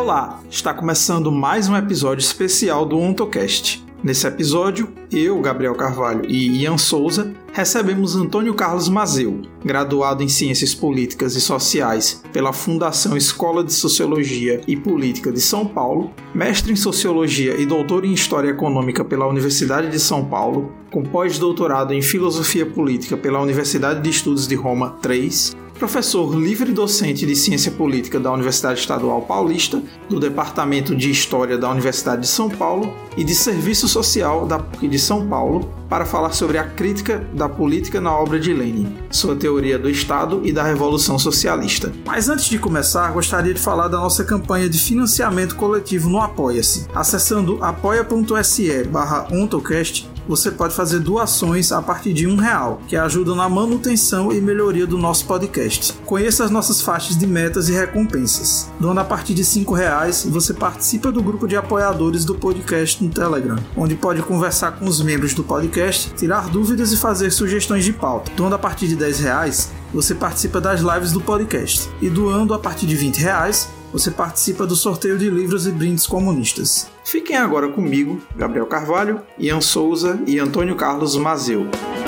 Olá, está começando mais um episódio especial do OntoCast. Nesse episódio, eu, Gabriel Carvalho e Ian Souza recebemos Antônio Carlos Mazeu, graduado em Ciências Políticas e Sociais pela Fundação Escola de Sociologia e Política de São Paulo, mestre em Sociologia e doutor em História Econômica pela Universidade de São Paulo, com pós-doutorado em Filosofia Política pela Universidade de Estudos de Roma III, professor livre-docente de Ciência Política da Universidade Estadual Paulista, do Departamento de História da Universidade de São Paulo e de Serviço Social da PUC de São Paulo, para falar sobre a crítica da política na obra de Lenin, sua teoria do Estado e da Revolução Socialista. Mas antes de começar, gostaria de falar da nossa campanha de financiamento coletivo no Apoia-se. Acessando apoia.se/ontocast, você pode fazer doações a partir de R$1, que ajudam na manutenção e melhoria do nosso podcast. Conheça as nossas faixas de metas e recompensas. Doando a partir de R$5, você participa do grupo de apoiadores do podcast no Telegram, onde pode conversar com os membros do podcast, tirar dúvidas e fazer sugestões de pauta. Doando a partir de R$10, você participa das lives do podcast. E doando a partir de R$20, você participa do sorteio de livros e brindes comunistas. Fiquem agora comigo, Gabriel Carvalho, Ian Souza e Antônio Carlos Mazeu.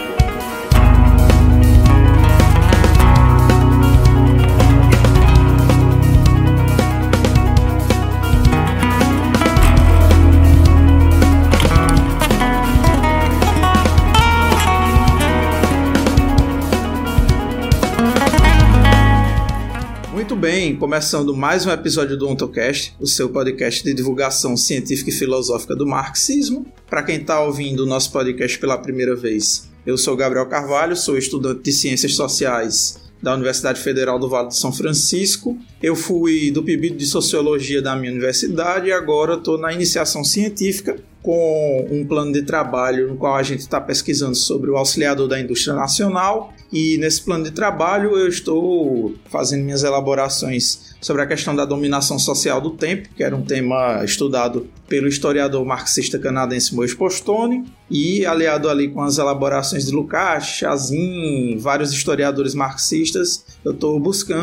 Muito bem, começando mais um episódio do OntoCast, o seu podcast de divulgação científica e filosófica do marxismo. Para quem está ouvindo o nosso podcast pela primeira vez, eu sou Gabriel Carvalho, sou estudante de Ciências Sociais da Universidade Federal do Vale do São Francisco. Eu fui do PIBID de Sociologia da minha universidade e agora estou na iniciação científica com um plano de trabalho no qual a gente está pesquisando sobre o auxiliador da indústria nacional, e nesse plano de trabalho eu estou fazendo minhas elaborações sobre a questão da dominação social do tempo, que era um tema estudado pelo historiador marxista canadense Moïse Postone, e aliado ali com as elaborações de Lukács, Chazin, vários historiadores marxistas, eu estou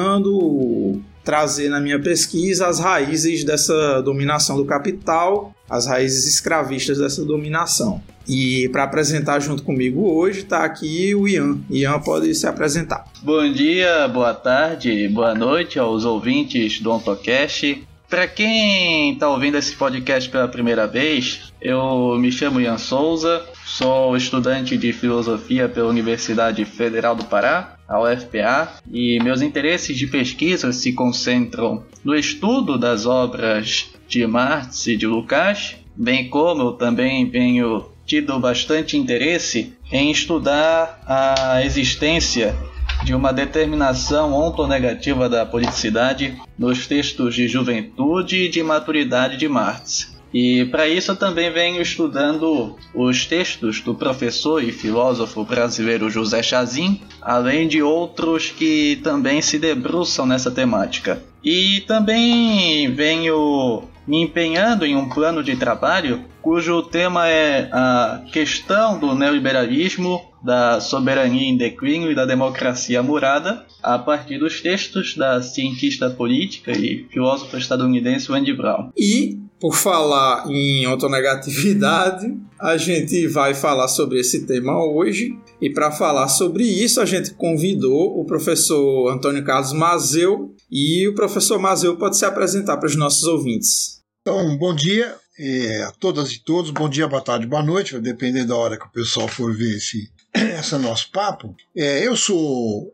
buscando trazer na minha pesquisa as raízes dessa dominação do capital, as raízes escravistas dessa dominação. E para apresentar junto comigo hoje está aqui o Ian. Ian pode se apresentar. Bom dia, boa tarde, boa noite aos ouvintes do OntoCast. Para quem está ouvindo esse podcast pela primeira vez, eu me chamo Ian Souza, sou estudante de filosofia pela Universidade Federal do Pará, a UFPA, e meus interesses de pesquisa se concentram no estudo das obras de Marx e de Lukács, bem como eu também venho tido bastante interesse em estudar a existência de uma determinação ontonegativa da politicidade nos textos de juventude e de maturidade de Marx. E para isso eu também venho estudando os textos do professor e filósofo brasileiro José Chazin, além de outros que também se debruçam nessa temática. E também venho me empenhando em um plano de trabalho cujo tema é a questão do neoliberalismo, da soberania em declínio e da democracia murada, a partir dos textos da cientista política e filósofa estadunidense Wendy Brown. E, por falar em ontonegatividade, a gente vai falar sobre esse tema hoje. E para falar sobre isso, a gente convidou o professor Antônio Carlos Mazeu. E o professor Mazeu pode se apresentar para os nossos ouvintes. Então, bom dia a todas e todos. Bom dia, boa tarde, boa noite. Vai depender da hora que o pessoal for ver esse nosso papo. Eu sou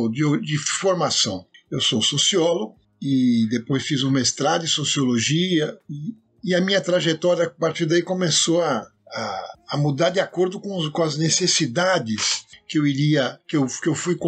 de formação. Eu sou sociólogo e depois fiz um mestrado em sociologia. E a minha trajetória, a partir daí, começou a mudar de acordo com as necessidades que eu fui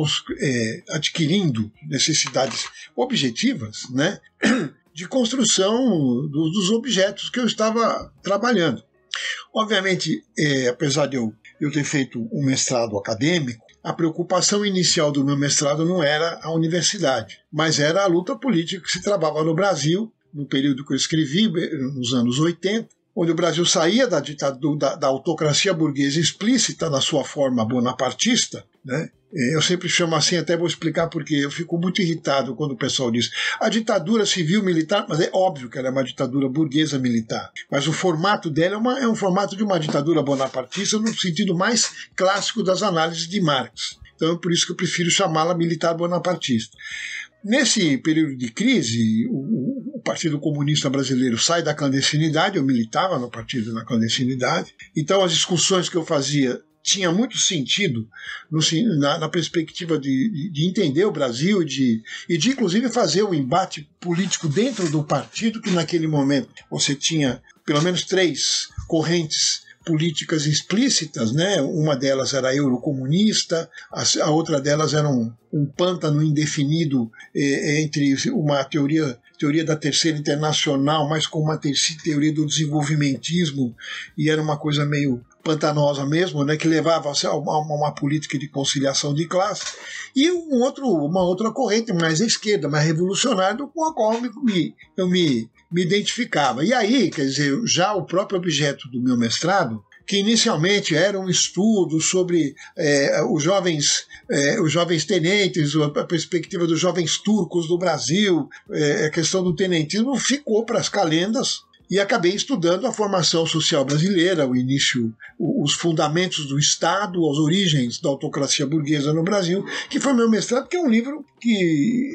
adquirindo, necessidades objetivas, né, de construção dos objetos que eu estava trabalhando. Obviamente, apesar de eu ter feito um mestrado acadêmico, a preocupação inicial do meu mestrado não era a universidade, mas era a luta política que se travava no Brasil, no período que eu escrevi, nos anos 80, onde o Brasil saía da autocracia burguesa explícita na sua forma bonapartista, né? Eu sempre chamo assim, até vou explicar porque eu fico muito irritado quando o pessoal diz a ditadura civil-militar, mas é óbvio que ela é uma ditadura burguesa militar, mas o formato dela é um formato de uma ditadura bonapartista no sentido mais clássico das análises de Marx. Então é por isso que eu prefiro chamá-la militar bonapartista. Nesse período de crise, o Partido Comunista Brasileiro sai da clandestinidade, eu militava no partido da clandestinidade, então as discussões que eu fazia tinha muito sentido na perspectiva de entender o Brasil e de inclusive fazer o embate político dentro do partido, que naquele momento você tinha pelo menos 3 correntes políticas explícitas, né? Uma delas era eurocomunista, a outra delas era um pântano indefinido entre uma teoria da Terceira Internacional, mas com uma teoria do desenvolvimentismo, e era uma coisa meio pantanosa mesmo, né, que levava a uma política de conciliação de classe, e uma outra corrente mais à esquerda, mais revolucionária, com a qual eu me identificava. E aí, quer dizer, já o próprio objeto do meu mestrado, que inicialmente era um estudo sobre os jovens tenentes, a perspectiva dos jovens turcos do Brasil, a questão do tenentismo, ficou para as calendas, e acabei estudando a formação social brasileira, os fundamentos do Estado, as origens da autocracia burguesa no Brasil, que foi meu mestrado, que é um livro que,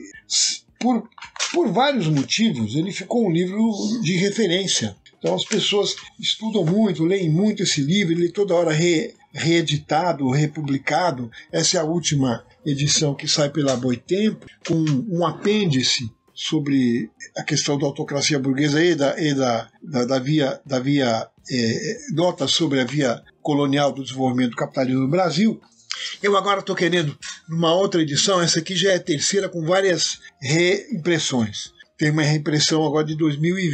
por vários motivos, ele ficou um livro de referência. Então as pessoas estudam muito, leem muito esse livro, ele é toda hora reeditado, republicado. Essa é a última edição que sai pela Boitempo, com um apêndice sobre a questão da autocracia burguesa e da via notas sobre a via colonial do desenvolvimento do capitalismo no Brasil. Eu agora estou querendo, numa outra edição, essa aqui já é a terceira, com várias reimpressões. Tem uma reimpressão agora de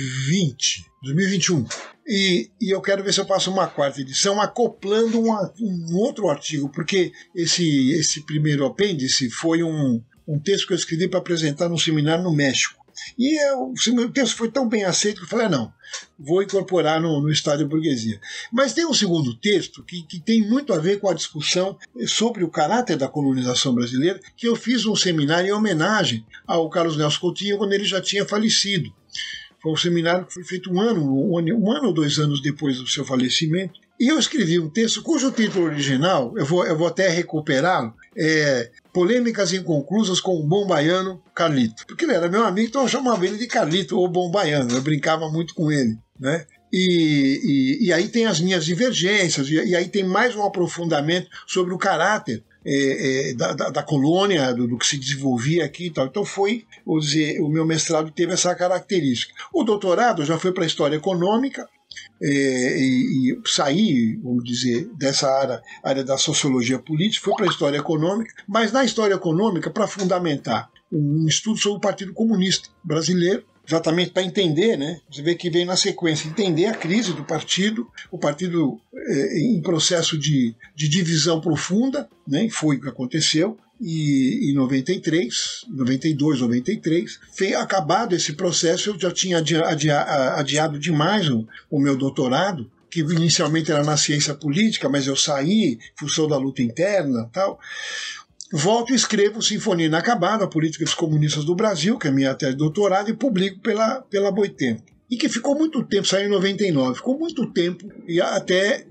2021. E eu quero ver se eu faço uma 4ª edição acoplando um outro artigo, porque esse primeiro apêndice foi um texto que eu escrevi para apresentar num seminário no México. E o texto foi tão bem aceito que eu falei, não, vou incorporar no Estado e Burguesia. Mas tem um segundo texto que tem muito a ver com a discussão sobre o caráter da colonização brasileira, que eu fiz um seminário em homenagem ao Carlos Nelson Coutinho quando ele já tinha falecido. Foi um seminário que foi feito um ano ou 2 anos depois do seu falecimento. E eu escrevi um texto cujo título original, eu vou até recuperá-lo, Polêmicas Inconclusas com o Bom Baiano Carlito. Porque ele era meu amigo, então eu chamava ele de Carlito ou Bom Baiano, eu brincava muito com ele, né? E aí tem as minhas divergências, e aí tem mais um aprofundamento sobre o caráter da colônia, do que se desenvolvia aqui e tal. Então o meu mestrado teve essa característica. O doutorado já foi para a História Econômica, e saí, vamos dizer, dessa área da sociologia política, foi para a História Econômica, mas na História Econômica para fundamentar um estudo sobre o Partido Comunista Brasileiro, exatamente para entender, né? Você vê que vem na sequência, entender a crise do partido, o partido em processo de divisão profunda, né? Foi o que aconteceu. E em 92, 93, acabado esse processo, eu já tinha adiado demais o meu doutorado, que inicialmente era na ciência política, mas eu saí em função da luta interna e tal. Volto e escrevo Sinfonia Inacabada, a Política dos Comunistas do Brasil, que é a minha tese de doutorado, e publico pela Boitempo. E que ficou muito tempo, saiu em 99, ficou muito tempo, e até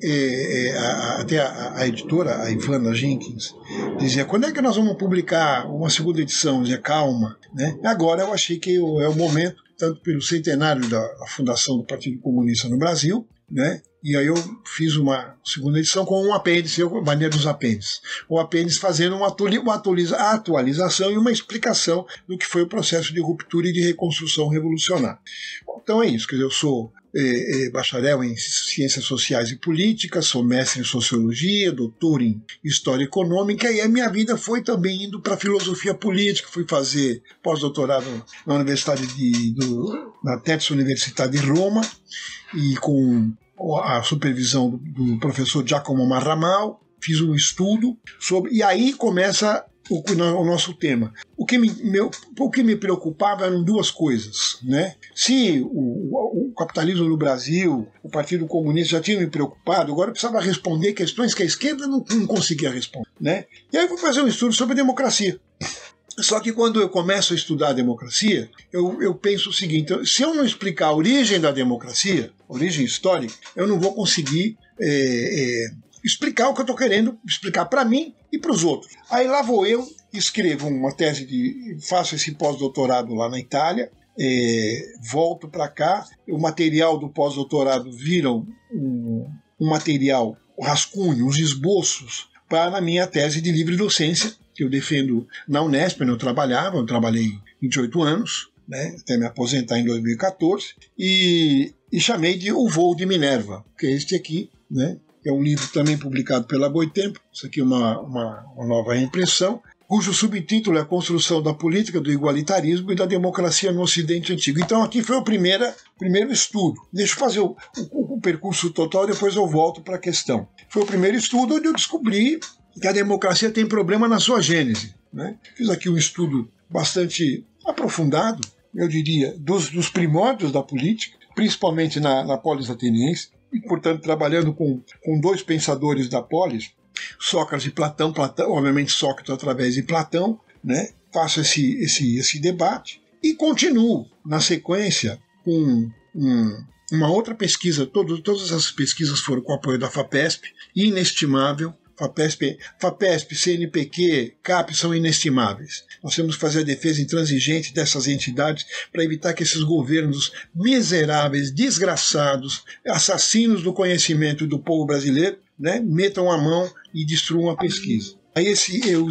a editora, a Ivana Jenkins, dizia, quando é que nós vamos publicar uma segunda edição? Dizia, calma, né? Agora eu achei que é o momento, tanto pelo centenário da fundação do Partido Comunista no Brasil, né? E aí eu fiz uma segunda edição com um apêndice, maneira dos apêndices. O apêndice fazendo uma atualização e uma explicação do que foi o processo de ruptura e de reconstrução revolucionária. Então é isso, quer dizer, eu sou bacharel em Ciências Sociais e Políticas, sou mestre em Sociologia, doutor em História Econômica, e a minha vida foi também indo para Filosofia Política, fui fazer pós-doutorado na Universidade na TEPS Universidade de Roma, e com a supervisão do professor Giacomo Marramal, fiz um estudo sobre, e aí começa o nosso tema. O que me preocupava eram 2 coisas, né? Se o capitalismo no Brasil, o Partido Comunista já tinha me preocupado, agora eu precisava responder questões que a esquerda não conseguia responder, né? E aí eu vou fazer um estudo sobre democracia. Só que quando eu começo a estudar a democracia, eu penso o seguinte: se eu não explicar a origem da democracia, a origem histórica, eu não vou conseguir explicar o que eu estou querendo explicar para mim e para os outros. Aí lá vou eu, escrevo uma tese faço esse pós-doutorado lá na Itália, volto para cá, o material do pós-doutorado viram um material, um rascunho, uns esboços para a minha tese de livre docência, que eu defendo na Unesp, onde eu trabalhei 28 anos, né, até me aposentar em 2014, e chamei de O Voo de Minerva, que é este aqui, né, é um livro também publicado pela Boitempo, isso aqui é uma nova reimpressão, cujo subtítulo é A Construção da Política do Igualitarismo e da Democracia no Ocidente Antigo. Então aqui foi o primeiro estudo. Deixa eu fazer o percurso total, depois eu volto para a questão. Foi o primeiro estudo onde eu descobri que a democracia tem problema na sua gênese, né? Fiz aqui um estudo bastante aprofundado, eu diria, dos primórdios da política, principalmente na polis ateniense, e, portanto, trabalhando com dois pensadores da polis, Sócrates e Platão, obviamente Sócrates através de Platão, né? Faço esse debate e continuo, na sequência, com uma outra pesquisa. Todas essas pesquisas foram com o apoio da FAPESP, inestimável. FAPESP, CNPq, CAP são inestimáveis. Nós temos que fazer a defesa intransigente dessas entidades para evitar que esses governos miseráveis, desgraçados, assassinos do conhecimento do povo brasileiro, né, metam a mão e destruam a pesquisa. Aí eu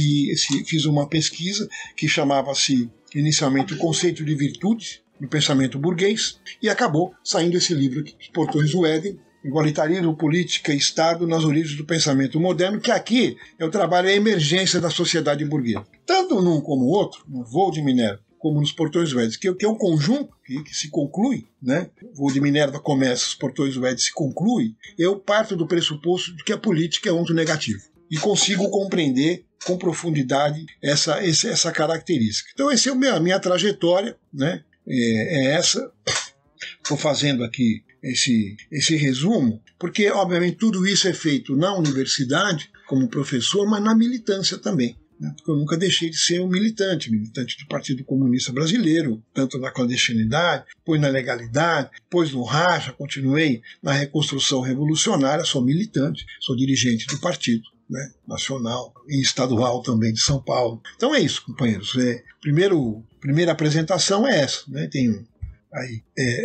fiz uma pesquisa que chamava-se inicialmente O Conceito de Virtudes no Pensamento Burguês, e acabou saindo esse livro aqui, Os Portões do Éden, Igualitarismo, Política e Estado nas Origens do Pensamento Moderno, que aqui eu trabalho a emergência da sociedade burguesa. Tanto num como o outro, no Voo de Minerva, como nos Portões do Éden, que é um conjunto que se conclui, né? O Voo de Minerva começa, os Portões do Éden se conclui, eu parto do pressuposto de que a política é onto-negativa. E consigo compreender com profundidade essa característica. Então essa é a minha trajetória, né? É essa. Estou fazendo aqui esse resumo, porque, obviamente, tudo isso é feito na universidade, como professor, mas na militância também. Né? Porque eu nunca deixei de ser um militante do Partido Comunista Brasileiro, tanto na clandestinidade, depois na legalidade, depois no racha, continuei na reconstrução revolucionária, sou militante, sou dirigente do partido, né, nacional e estadual também de São Paulo. Então é isso, companheiros. Primeira apresentação é essa, né? Tenho aí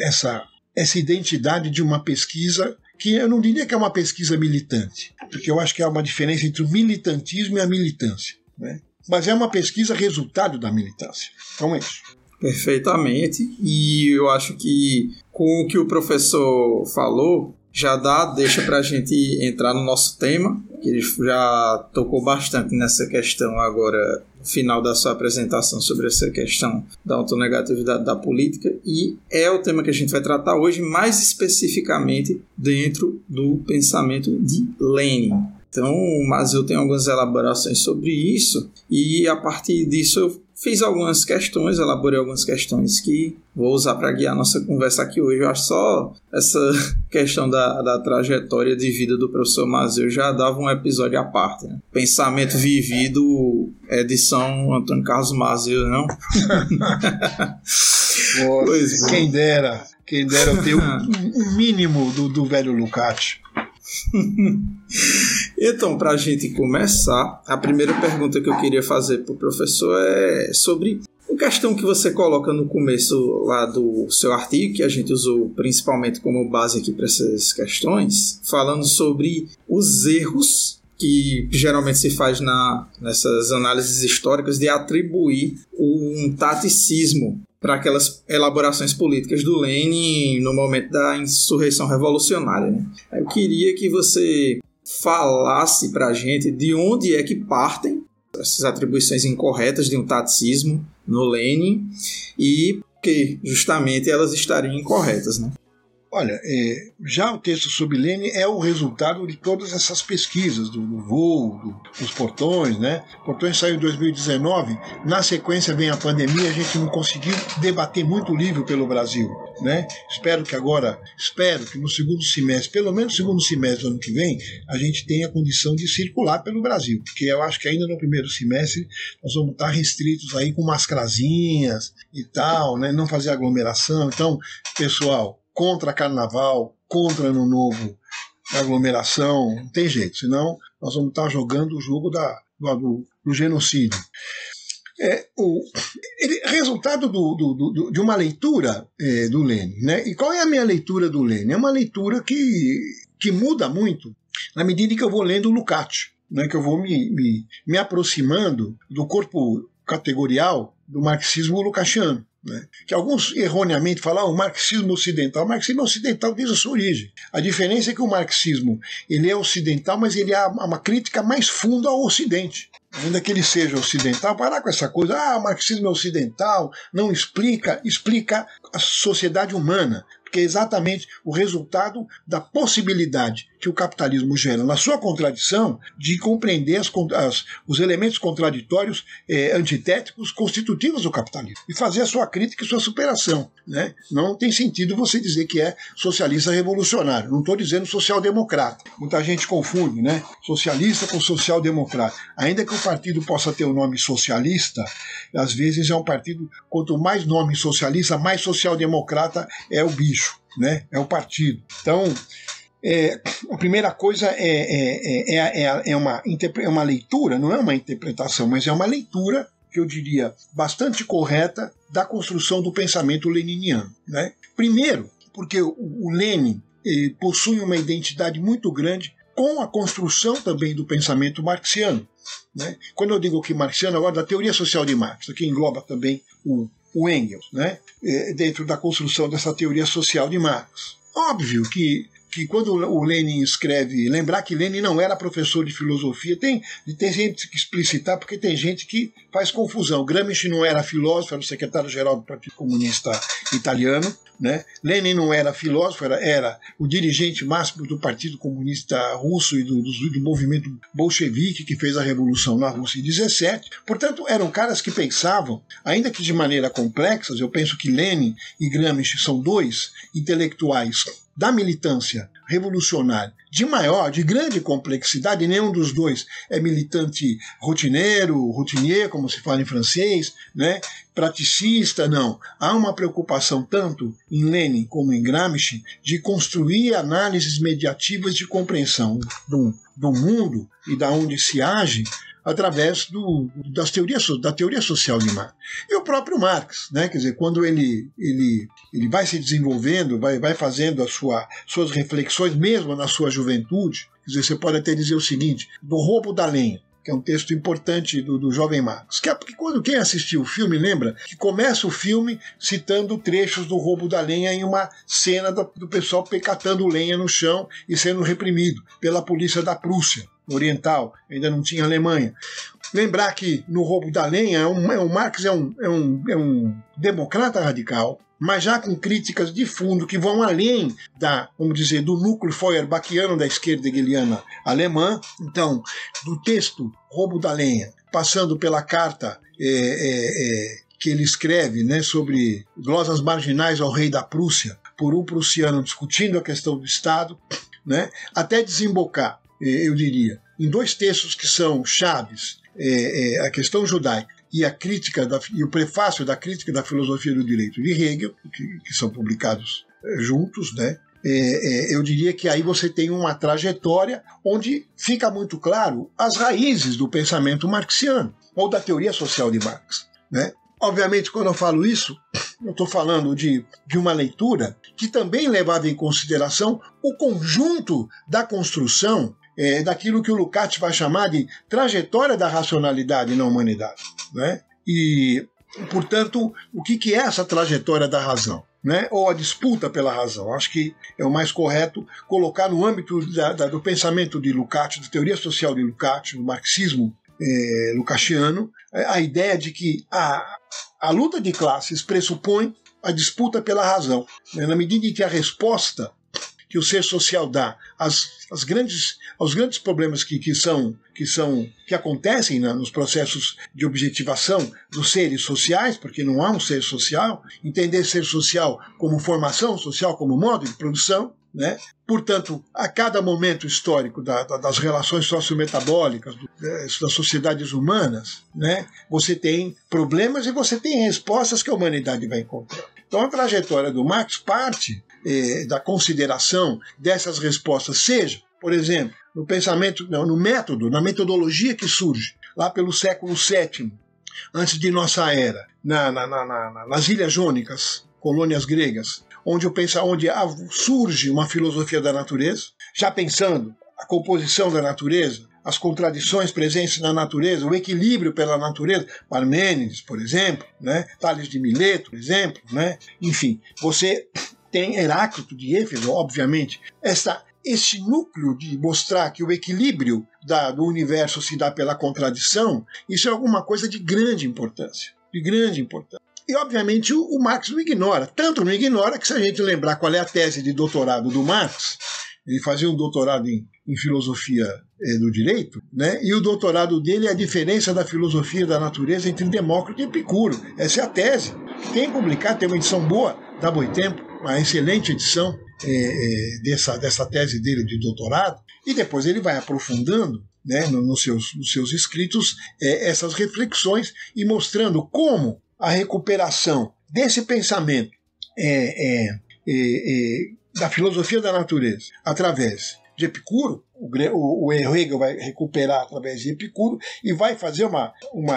essa identidade de uma pesquisa que eu não diria que é uma pesquisa militante, porque eu acho que há uma diferença entre o militantismo e a militância, né? Mas é uma pesquisa resultado da militância. Então é isso. Perfeitamente, e eu acho que com o que o professor falou, deixa para a gente entrar no nosso tema, que ele já tocou bastante nessa questão agora, no final da sua apresentação, sobre essa questão da autonegatividade da política, e é o tema que a gente vai tratar hoje, mais especificamente dentro do pensamento de Lenin. Então, mas eu tenho algumas elaborações sobre isso, e a partir disso eu fiz algumas questões, elaborei algumas questões que vou usar para guiar a nossa conversa aqui hoje. Eu acho só essa questão da trajetória de vida do professor Mazeu já dava um episódio à parte, né? Pensamento vivido, edição Antônio Carlos Mazeu, não? Pois, quem dera eu ter um mínimo do velho Lukács. Então, para a gente começar, a primeira pergunta que eu queria fazer para o professor é sobre a questão que você coloca no começo lá do seu artigo, que a gente usou principalmente como base aqui para essas questões, falando sobre os erros que geralmente se faz nessas análises históricas de atribuir um taticismo para aquelas elaborações políticas do Lenin no momento da insurreição revolucionária, né? Eu queria que você falasse para a gente de onde é que partem essas atribuições incorretas de um taticismo no Lenin e que justamente elas estariam incorretas, né? Olha, já o texto sobre Lenin é o resultado de todas essas pesquisas, do voo, dos portões, né? Portões saiu em 2019, na sequência vem a pandemia, a gente não conseguiu debater muito o livro pelo Brasil. né? Espero que no segundo semestre, pelo menos no segundo semestre do ano que vem, a gente tenha condição de circular pelo Brasil, porque eu acho que ainda no primeiro semestre nós vamos estar restritos aí com mascarazinhas e tal, né? Não fazer aglomeração. Então, pessoal, contra carnaval, contra ano novo, aglomeração, não tem jeito, senão nós vamos estar jogando o jogo do genocídio. Resultado de uma leitura do Lenin, né? E qual é a minha leitura do Lenin? É uma leitura que muda muito na medida que eu vou lendo o Lukács, né? Que eu vou me aproximando do corpo categorial do marxismo lukáciano. Né? Que alguns erroneamente falam o marxismo ocidental. O marxismo ocidental desde a sua origem. A diferença é que o marxismo ele é ocidental, mas ele é uma crítica mais funda ao Ocidente. Ainda que ele seja ocidental, parar com essa coisa, o marxismo é ocidental, não explica a sociedade humana, porque é exatamente o resultado da possibilidade que o capitalismo gera na sua contradição de compreender os elementos contraditórios antitéticos constitutivos do capitalismo e fazer a sua crítica e sua superação. Né? Não tem sentido você dizer que é socialista revolucionário. Não estou dizendo social-democrata. Muita gente confunde, né? Socialista com social-democrata. Ainda que o partido possa ter o nome socialista, às vezes é um partido, quanto mais nome socialista, mais social-democrata é o bicho, né? É o partido. Então, a primeira coisa é uma leitura, não é uma interpretação, mas é uma leitura que eu diria bastante correta da construção do pensamento leniniano. Né? Primeiro, porque o Lenin possui uma identidade muito grande com a construção também do pensamento marxiano. Né? Quando eu digo que marxiano, agora da teoria social de Marx, que engloba também o Engels, né? Dentro da construção dessa teoria social de Marx. Óbvio que quando o Lenin escreve, lembrar que Lenin não era professor de filosofia, tem gente que explicitar, porque tem gente que faz confusão. Gramsci não era filósofo, era o secretário-geral do Partido Comunista Italiano, né? Lenin não era filósofo, era o dirigente máximo do Partido Comunista Russo e do movimento bolchevique que fez a revolução na Rússia em 17. Portanto, eram caras que pensavam, ainda que de maneira complexa. Eu penso que Lenin e Gramsci são dois intelectuais da militância revolucionária de grande complexidade. Nenhum dos dois é militante routinier, como se fala em francês, né? Praticista, não. Há uma preocupação tanto em Lenin como em Gramsci de construir análises mediativas de compreensão do mundo e da onde se age através da teoria social de Marx. E o próprio Marx, né? Quer dizer, quando ele vai se desenvolvendo, vai fazendo suas reflexões, mesmo na sua juventude, quer dizer, você pode até dizer o seguinte, do roubo da lenha, que é um texto importante do jovem Marx. Porque quando quem assistiu o filme lembra que começa o filme citando trechos do roubo da lenha em uma cena do pessoal catando lenha no chão e sendo reprimido pela polícia da Prússia Oriental, ainda não tinha Alemanha. Lembrar que no roubo da lenha, o Marx é um democrata radical, mas já com críticas de fundo que vão além do núcleo feuerbachiano da esquerda hegeliana alemã. Então, do texto Roubo da Lenha, passando pela carta que ele escreve, né, sobre glosas marginais ao rei da Prússia, por um prussiano discutindo a questão do Estado, né, até desembocar, eu diria, em dois textos que são chaves, a questão judaica e o prefácio da crítica da filosofia do direito de Hegel, que são publicados juntos, né? Eu diria que aí você tem uma trajetória onde fica muito claro as raízes do pensamento marxiano ou da teoria social de Marx, né? Obviamente, quando eu falo isso, eu estou falando de uma leitura que também levava em consideração o conjunto da construção daquilo que o Lukács vai chamar de trajetória da racionalidade na humanidade, né? E, portanto, o que é essa trajetória da razão? Né? Ou a disputa pela razão. Acho que é o mais correto colocar no âmbito do pensamento de Lukács, da teoria social de Lukács, do marxismo lukáciano, a ideia de que a luta de classes pressupõe a disputa pela razão, né? Na medida em que a resposta que o ser social dá aos grandes problemas que acontecem, né, nos processos de objetivação dos seres sociais, porque não há um ser social, entender ser social como formação social, como modo de produção, né? Portanto, a cada momento histórico das relações sociometabólicas das sociedades humanas, né, você tem problemas e você tem respostas que a humanidade vai encontrar. Então, a trajetória do Marx parte da consideração dessas respostas, seja, por exemplo, no pensamento, no método, na metodologia que surge lá pelo século VII, antes de nossa era, nas Ilhas Jônicas, colônias gregas, onde surge uma filosofia da natureza, já pensando a composição da natureza, as contradições presentes na natureza, o equilíbrio pela natureza, Parmênides, por exemplo, né? Tales de Mileto, por exemplo, né? Enfim, você tem Heráclito de Éfeso, obviamente, esse núcleo de mostrar que o equilíbrio do universo se dá pela contradição, isso é alguma coisa de grande importância, E, obviamente, o Marx não ignora. Tanto não ignora que, se a gente lembrar qual é a tese de doutorado do Marx, ele fazia um doutorado em filosofia do direito, né? E o doutorado dele é a diferença da filosofia da natureza entre Demócrito e Epicuro. Essa é a tese. Tem publicado, tem uma edição boa da Boitempo, uma excelente edição dessa tese dele de doutorado, e depois ele vai aprofundando, né, nos seus escritos essas reflexões e mostrando como a recuperação desse pensamento da filosofia da natureza através de Epicuro, o Hegel vai recuperar através de Epicuro e vai fazer uma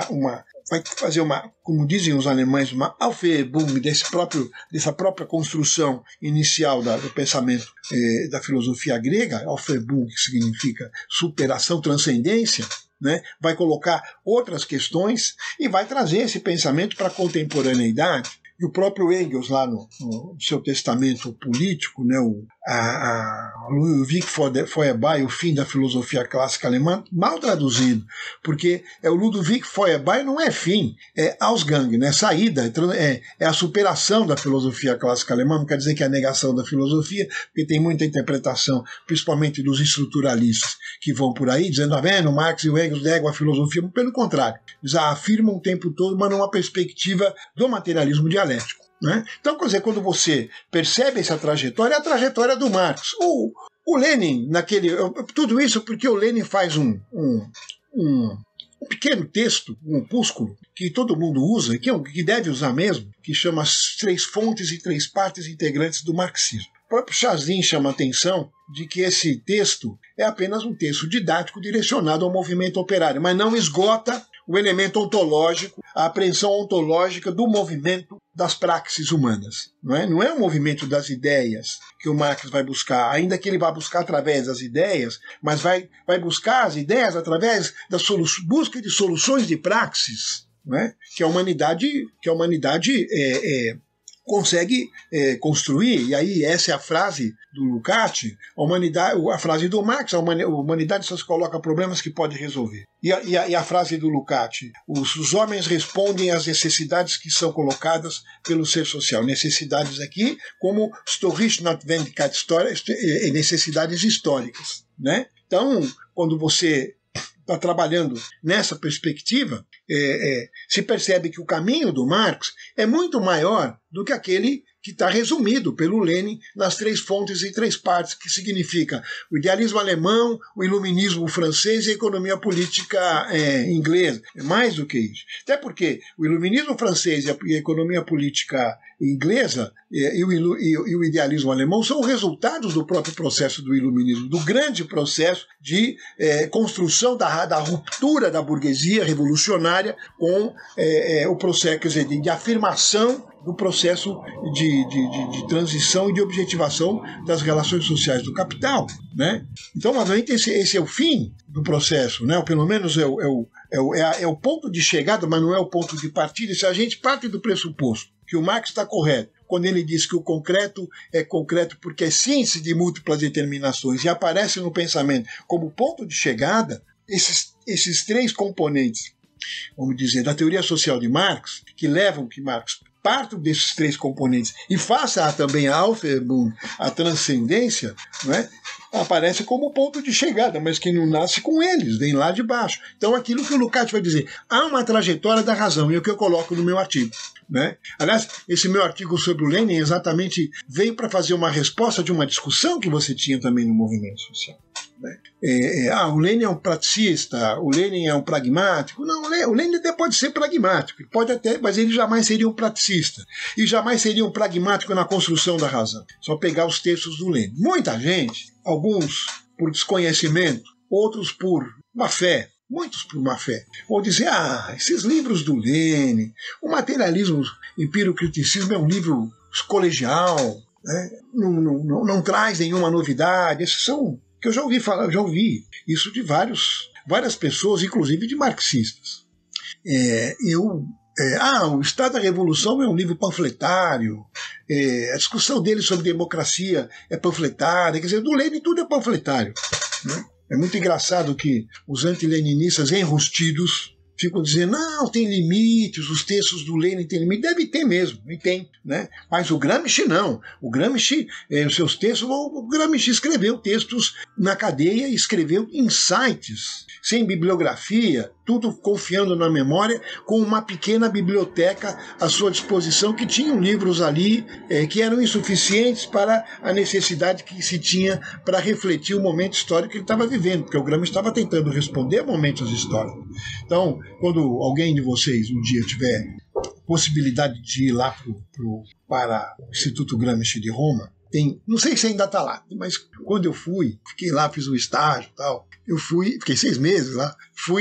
como dizem os alemães, uma Aufhebung dessa própria construção inicial do pensamento da filosofia grega, Aufhebung, que significa superação, transcendência, né? Vai colocar outras questões e vai trazer esse pensamento para a contemporaneidade. E o próprio Engels, lá no seu testamento político, né, Ludwig Feuerbach, o fim da filosofia clássica alemã, mal traduzido, porque o Ludwig Feuerbach não é fim, é Ausgang, né, saída, é a superação da filosofia clássica alemã, não quer dizer que é a negação da filosofia, porque tem muita interpretação, principalmente dos estruturalistas, que vão por aí dizendo, vendo, Marx e o Engels negam a filosofia, pelo contrário, eles a afirmam o tempo todo, mas numa perspectiva do materialismo dialético. Né? Então, quer dizer, quando você percebe essa trajetória, é a trajetória do Marx. O Lenin, tudo isso porque o Lenin faz um pequeno texto, um opúsculo, que todo mundo usa, que deve usar mesmo, que chama As Três Fontes e Três Partes Integrantes do Marxismo. O próprio Chazin chama a atenção de que esse texto é apenas um texto didático direcionado ao movimento operário, mas não esgota o elemento ontológico, a apreensão ontológica do movimento das praxes humanas. Não é um movimento das ideias que o Marx vai buscar, ainda que ele vá buscar através das ideias, mas vai buscar as ideias através da busca de soluções de praxis, que a humanidade consegue construir. E aí essa é a frase do Lukács, a frase do Marx, a humanidade só se coloca problemas que pode resolver. E a frase do Lukács, os homens respondem às necessidades que são colocadas pelo ser social. Necessidades aqui como Storichnotwendigkeit, necessidades históricas. Né? Então, quando você está trabalhando nessa perspectiva, se percebe que o caminho do Marx é muito maior do que aquele que está resumido pelo Lenin nas três fontes e três partes, que significa o idealismo alemão, o iluminismo francês e a economia política inglesa. É mais do que isso. Até porque o iluminismo francês e a economia política inglesa e o idealismo alemão são resultados do próprio processo do iluminismo, do grande processo de construção da ruptura da burguesia revolucionária com o processo, quer dizer, de afirmação do processo de transição e de objetivação das relações sociais do capital. Né? Então, obviamente, esse é o fim do processo, né? Ou pelo menos é o ponto de chegada, mas não é o ponto de partida. Se a gente parte do pressuposto que o Marx está correto quando ele diz que o concreto é concreto porque é síntese de múltiplas determinações e aparece no pensamento como ponto de chegada, esses três componentes, vamos dizer, da teoria social de Marx, que levam que Marx parto desses 3 componentes e faça também a Aufhebung, a transcendência, não é? Aparece como ponto de chegada, mas que não nasce com eles, vem lá de baixo. Então, aquilo que o Lukács vai dizer, há uma trajetória da razão, e é o que eu coloco no meu artigo. Né? Aliás, esse meu artigo sobre o Lenin exatamente veio para fazer uma resposta de uma discussão que você tinha também no movimento social. Né? O Lenin é um praticista, o Lenin é um pragmático. Não, o Lenin até pode ser pragmático, pode até, mas ele jamais seria um praticista. E jamais seria um pragmático na construção da razão. Só pegar os textos do Lenin. Muita gente, alguns por desconhecimento, outros por má fé, muitos por má fé, vão dizer, esses livros do Lenin, o materialismo, empírico-criticismo é um livro colegial, né? Não traz nenhuma novidade. Esses são que eu já ouvi falar, já ouvi isso de várias pessoas, inclusive de marxistas. O Estado da Revolução é um livro panfletário, a discussão dele sobre democracia é panfletária, quer dizer, do Lenin tudo é panfletário. Né? É muito engraçado que os antileninistas enrustidos ficam dizendo, não, tem limites, os textos do Lenin têm limite. Deve ter mesmo, e tem. Né? Mas o Gramsci não. O Gramsci, os seus textos, o Gramsci escreveu textos na cadeia, escreveu insights, sem bibliografia, tudo confiando na memória, com uma pequena biblioteca à sua disposição, que tinham livros ali que eram insuficientes para a necessidade que se tinha para refletir o momento histórico que ele estava vivendo, porque o Gramsci estava tentando responder a momentos históricos. Então, quando alguém de vocês um dia tiver possibilidade de ir lá para o Instituto Gramsci de Roma, não sei se ainda está lá, mas quando eu fui, fiquei lá, fiz um estágio e tal, fiquei 6 meses lá,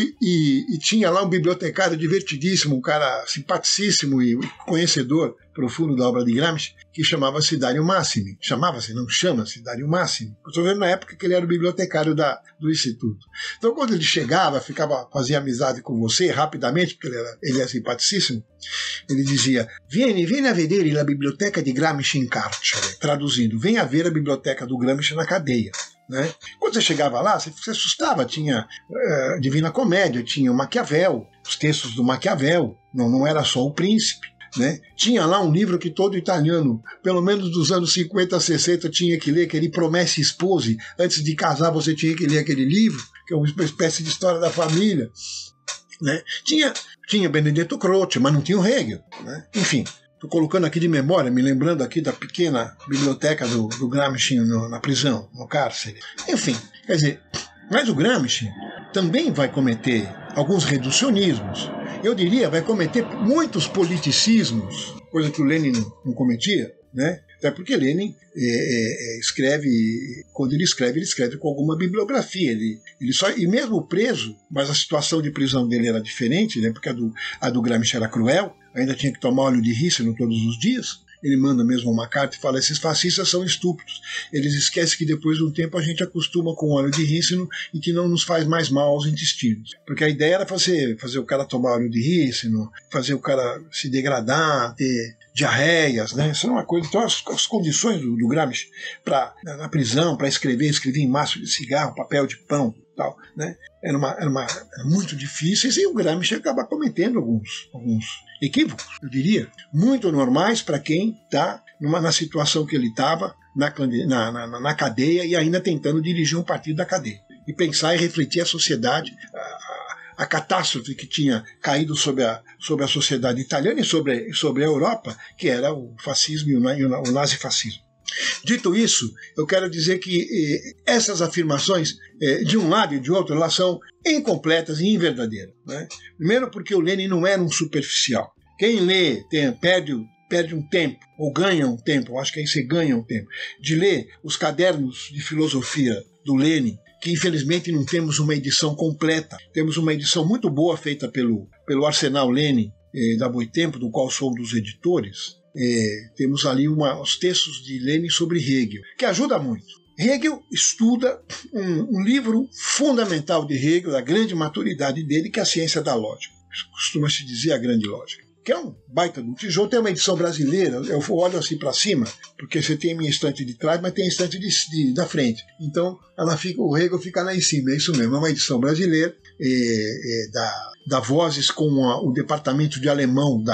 e tinha lá um bibliotecário divertidíssimo, um cara simpaticíssimo e conhecedor profundo da obra de Gramsci, que chamava-se Dario Massimi. Chama-se Dario Massimi. Estou vendo na época que ele era o bibliotecário do Instituto. Então, quando ele chegava, fazia amizade com você rapidamente, porque ele é simpaticíssimo, ele dizia, vieni a vedere la biblioteca di Gramsci in carcere. Traduzindo, venha ver a biblioteca do Gramsci na cadeia. Né? Quando você chegava lá, você se assustava, tinha Divina Comédia, tinha o Maquiavel, os textos do Maquiavel, não era só o Príncipe. Né? Tinha lá um livro que todo italiano, pelo menos dos anos 50, 60, tinha que ler, aquele Promessi Sposi. Antes de casar, você tinha que ler aquele livro, que é uma espécie de história da família. Né? Tinha Benedetto Croce, mas não tinha o Hegel. Né? Enfim, estou colocando aqui de memória, me lembrando aqui da pequena biblioteca do Gramsci na prisão, no cárcere. Enfim, quer dizer, mas o Gramsci também vai cometer alguns reducionismos. Eu diria, vai cometer muitos politicismos, coisa que o Lenin não cometia, né? Até porque Lenin quando ele escreve com alguma bibliografia. E mesmo preso, mas a situação de prisão dele era diferente, né? Porque a do Gramsci era cruel, ainda tinha que tomar óleo de rícino todos os dias. Ele manda mesmo uma carta e fala, esses fascistas são estúpidos. Eles esquecem que depois de um tempo a gente acostuma com óleo de rícino e que não nos faz mais mal aos intestinos. Porque a ideia era fazer o cara tomar óleo de rícino, fazer o cara se degradar, ter diarreias, né? Isso é uma coisa. Então as condições do Gramsci na prisão, para escrever em maço de cigarro, papel de pão, tal, né? Eram muito difíceis, e o Gramsci acaba cometendo alguns equívocos, eu diria, muito normais para quem está na situação que ele estava, na cadeia, e ainda tentando dirigir um partido da cadeia. E pensar e refletir a sociedade, a catástrofe que tinha caído sobre a sociedade italiana e sobre a Europa, que era o fascismo e o nazifascismo. Dito isso, eu quero dizer que essas afirmações, de um lado e de outro, elas são incompletas e inverdadeiras. Né? Primeiro porque o Lenin não era um superficial. Quem lê perde um tempo, ou ganha um tempo, acho que aí você ganha um tempo, de ler os cadernos de filosofia do Lenin, que infelizmente não temos uma edição completa. Temos uma edição muito boa feita pelo Arsenal Lenin, da Boitempo, do qual sou um dos editores. Temos ali os textos de Lenin sobre Hegel, que ajuda muito. Hegel estuda um livro fundamental de Hegel, da grande maturidade dele, que é a ciência da lógica. Costuma-se dizer a grande lógica, que é um baita do tijolo. Tem uma edição brasileira, eu olho assim para cima, porque você tem a minha estante de trás, mas tem a estante da frente. Então o Hegel fica lá em cima, é isso mesmo, é uma edição brasileira, da Vozes, com o departamento de alemão da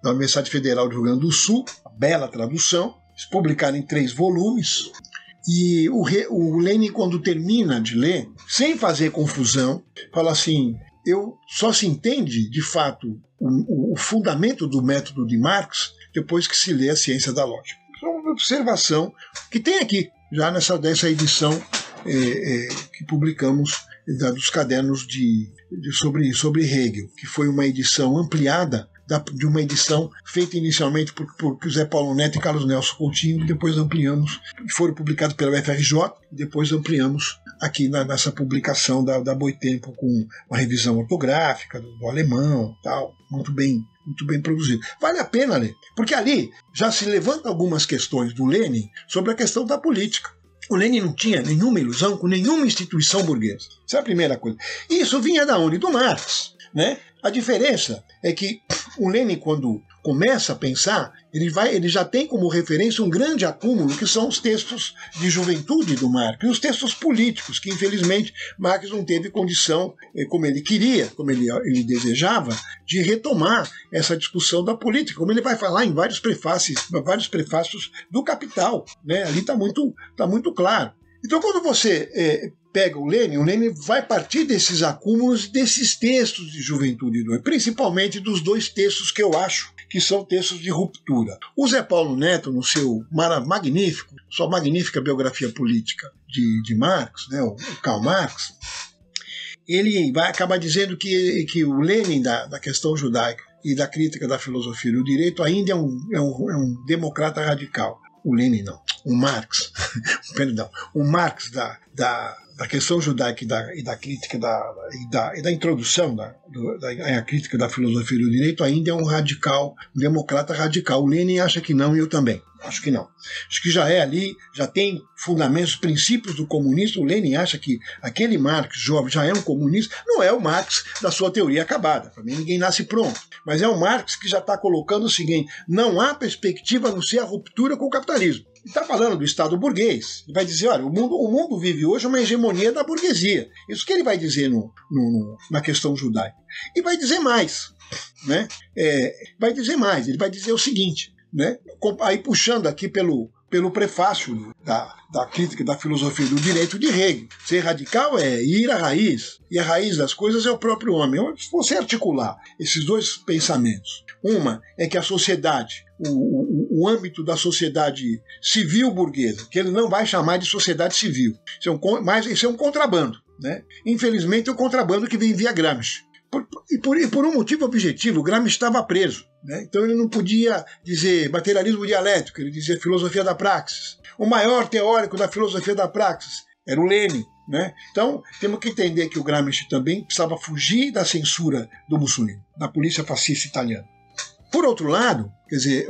da Universidade Federal do Rio Grande do Sul, uma bela tradução, publicada em 3 volumes. E o Lenin, quando termina de ler, sem fazer confusão, fala assim: só se entende, de fato, o fundamento do método de Marx depois que se lê a ciência da lógica. É uma observação que tem aqui, já dessa edição que publicamos dos cadernos sobre Hegel, que foi uma edição ampliada de uma edição feita inicialmente por José Paulo Neto e Carlos Nelson Coutinho, e depois ampliamos, foram publicados pela UFRJ, e depois ampliamos aqui nessa publicação da Boitempo, com uma revisão ortográfica do alemão, tal, muito bem produzido. Vale a pena ler, porque ali já se levantam algumas questões do Lenin sobre a questão da política. O Lenin não tinha nenhuma ilusão com nenhuma instituição burguesa. Essa é a primeira coisa. E isso vinha da onde? Do Marx, né? A diferença é que o Lenin, quando começa a pensar, ele já tem como referência um grande acúmulo, que são os textos de juventude do Marx, e os textos políticos, que infelizmente Marx não teve condição, como ele queria, como ele desejava, de retomar essa discussão da política, como ele vai falar em vários prefácios do Capital, né? Ali está muito claro. Então, quando você pega o Lenin vai partir desses acúmulos, desses textos de juventude, principalmente dos 2 textos que eu acho que são textos de ruptura. O Zé Paulo Neto, no seu sua magnífica biografia política de Marx, né, o Karl Marx, ele vai acabar dizendo que o Lenin da questão judaica e da crítica da filosofia do direito ainda é um democrata radical. O Lenin não, o Marx, perdão, o Marx da questão judaica e da crítica e da introdução da crítica da filosofia do direito ainda é um democrata radical. O Lenin acha que não, e eu também. Acho que não. Acho que já é ali, já tem fundamentos, princípios do comunismo. O Lenin acha que aquele Marx jovem já é um comunista. Não é o Marx da sua teoria acabada. Para mim, ninguém nasce pronto. Mas é um Marx que já está colocando o seguinte: não há perspectiva a não ser a ruptura com o capitalismo. Ele está falando do Estado burguês. Ele vai dizer: olha, o mundo vive hoje uma hegemonia da burguesia. Isso que ele vai dizer na questão judaica. E vai dizer mais. Né? Vai dizer mais. Ele vai dizer o seguinte, né? Aí puxando aqui pelo prefácio da crítica da filosofia do direito de Hegel. Ser radical é ir à raiz, e a raiz das coisas é o próprio homem. Se você articular esses 2 pensamentos, uma é que a sociedade, o âmbito da sociedade civil burguesa, que ele não vai chamar de sociedade civil, mas isso é um contrabando, né? Infelizmente é um contrabando que vem via Gramsci. E por um motivo objetivo, o Gramsci estava preso, né? Então ele não podia dizer materialismo dialético, ele dizia filosofia da praxis. O maior teórico da filosofia da praxis era o Lenin, né? Então temos que entender que o Gramsci também precisava fugir da censura do Mussolini, da polícia fascista italiana. Por outro lado, quer dizer,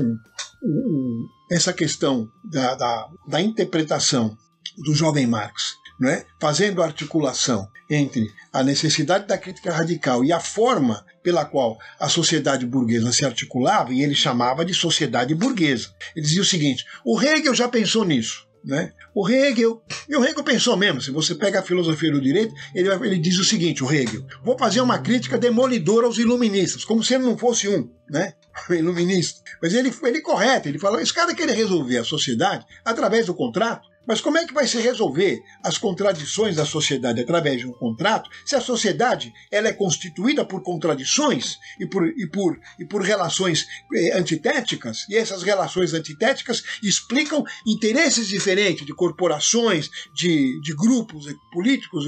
essa questão da interpretação do jovem Marx, né, fazendo a articulação entre a necessidade da crítica radical e a forma pela qual a sociedade burguesa se articulava, e ele chamava de sociedade burguesa. Ele dizia o seguinte: o Hegel já pensou nisso. Né? O Hegel pensou mesmo. Se você pega a filosofia do direito, ele diz o seguinte: o Hegel: vou fazer uma crítica demolidora aos iluministas, como se ele não fosse né, iluminista. Mas ele correto, ele fala: esse cara quer resolver a sociedade através do contrato. Mas como é que vai se resolver as contradições da sociedade através de um contrato, se a sociedade ela é constituída por contradições e por relações antitéticas, e essas relações antitéticas explicam interesses diferentes de corporações, de grupos políticos,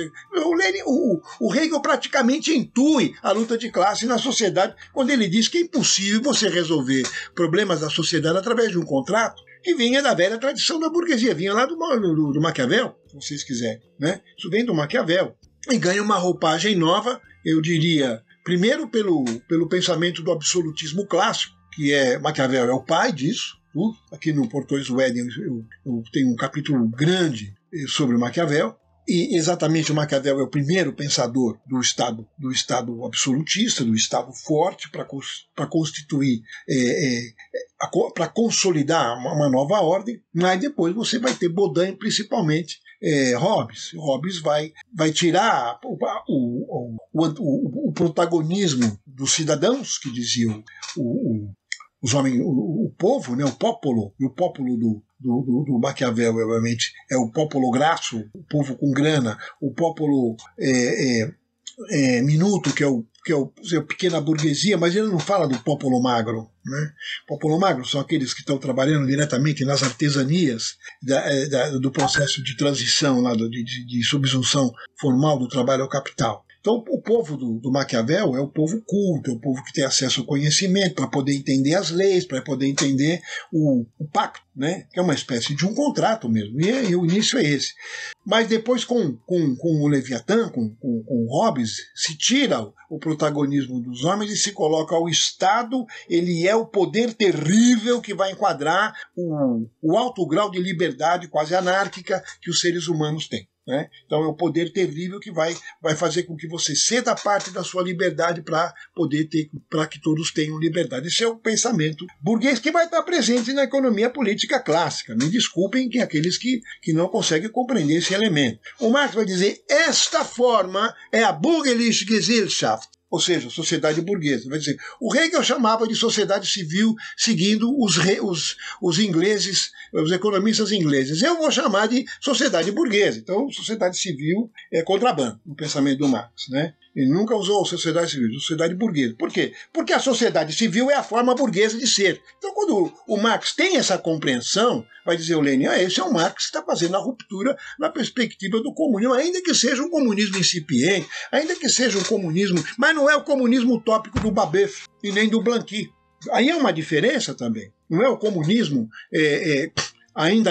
o Hegel praticamente intui a luta de classe na sociedade quando ele diz que é impossível você resolver problemas da sociedade através de um contrato, que vinha da velha tradição da burguesia, vinha lá do Maquiavel, se vocês quiserem, né? Isso vem do Maquiavel. E ganha uma roupagem nova, eu diria, primeiro pelo pensamento do absolutismo clássico, que Maquiavel é o pai disso. Aqui no Portões do Éden eu tenho um capítulo grande sobre Maquiavel. E exatamente o Maquiavel é o primeiro pensador do Estado absolutista, do Estado forte, para constituir, para consolidar uma nova ordem. Mas depois você vai ter Baudin, principalmente Hobbes. Hobbes vai tirar o protagonismo dos cidadãos, que diziam os homens, o povo, né, o popolo, e o popolo do Maquiavel, obviamente, é o popolo grasso, o povo com grana, o popolo minuto, que é a pequena burguesia, mas ele não fala do popolo magro. Né? Popolo magro são aqueles que estão trabalhando diretamente nas artesanias do processo de transição, lá, de subsunção formal do trabalho ao capital. Então, o povo do Maquiavel é o povo culto, é o povo que tem acesso ao conhecimento para poder entender as leis, para poder entender o pacto, né? Que é uma espécie de um contrato mesmo, e o início é esse. Mas depois, com o Leviatã, com Hobbes, se tira o protagonismo dos homens e se coloca o Estado, ele é o poder terrível que vai enquadrar o alto grau de liberdade quase anárquica que os seres humanos têm. Né? Então é um poder terrível que vai fazer com que você ceda parte da sua liberdade para que todos tenham liberdade. Esse é o pensamento burguês que vai estar presente na economia política clássica. Me desculpem aqueles que não conseguem compreender esse elemento. O Marx vai dizer: esta forma é a Bürgerliche Gesellschaft, ou seja, sociedade burguesa. Vai dizer, o Hegel chamava de sociedade civil seguindo os ingleses, os economistas ingleses. Eu vou chamar de sociedade burguesa. Então, sociedade civil é contrabando no pensamento do Marx, né? Ele nunca usou sociedade civil, sociedade burguesa. Por quê? Porque a sociedade civil é a forma burguesa de ser. Então, quando o Marx tem essa compreensão, vai dizer o Lenin, esse é o Marx que está fazendo a ruptura na perspectiva do comunismo, ainda que seja um comunismo incipiente, ainda que seja um comunismo, mas não é o comunismo utópico do Babeuf e nem do Blanqui. Aí é uma diferença também. Não é o comunismo ainda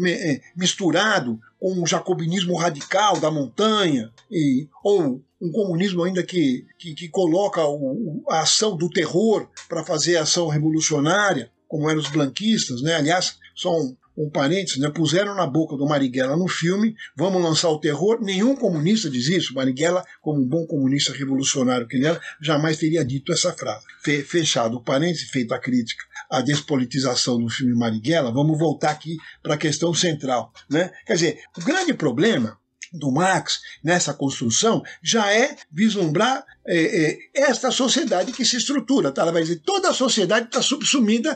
misturado com o jacobinismo radical da montanha, ou um comunismo ainda que coloca a ação do terror para fazer a ação revolucionária, como eram os blanquistas, né? Aliás, só um parênteses, né? Puseram na boca do Marighella no filme, vamos lançar o terror. Nenhum comunista diz isso. Marighella, como um bom comunista revolucionário que ele era, jamais teria dito essa frase. Fechado o parênteses, feita a crítica à despolitização do filme Marighella, vamos voltar aqui para a questão central, né? Quer dizer, o grande problema do Marx nessa construção já é vislumbrar esta sociedade que se estrutura. Tá? Ela vai dizer toda a sociedade está subsumida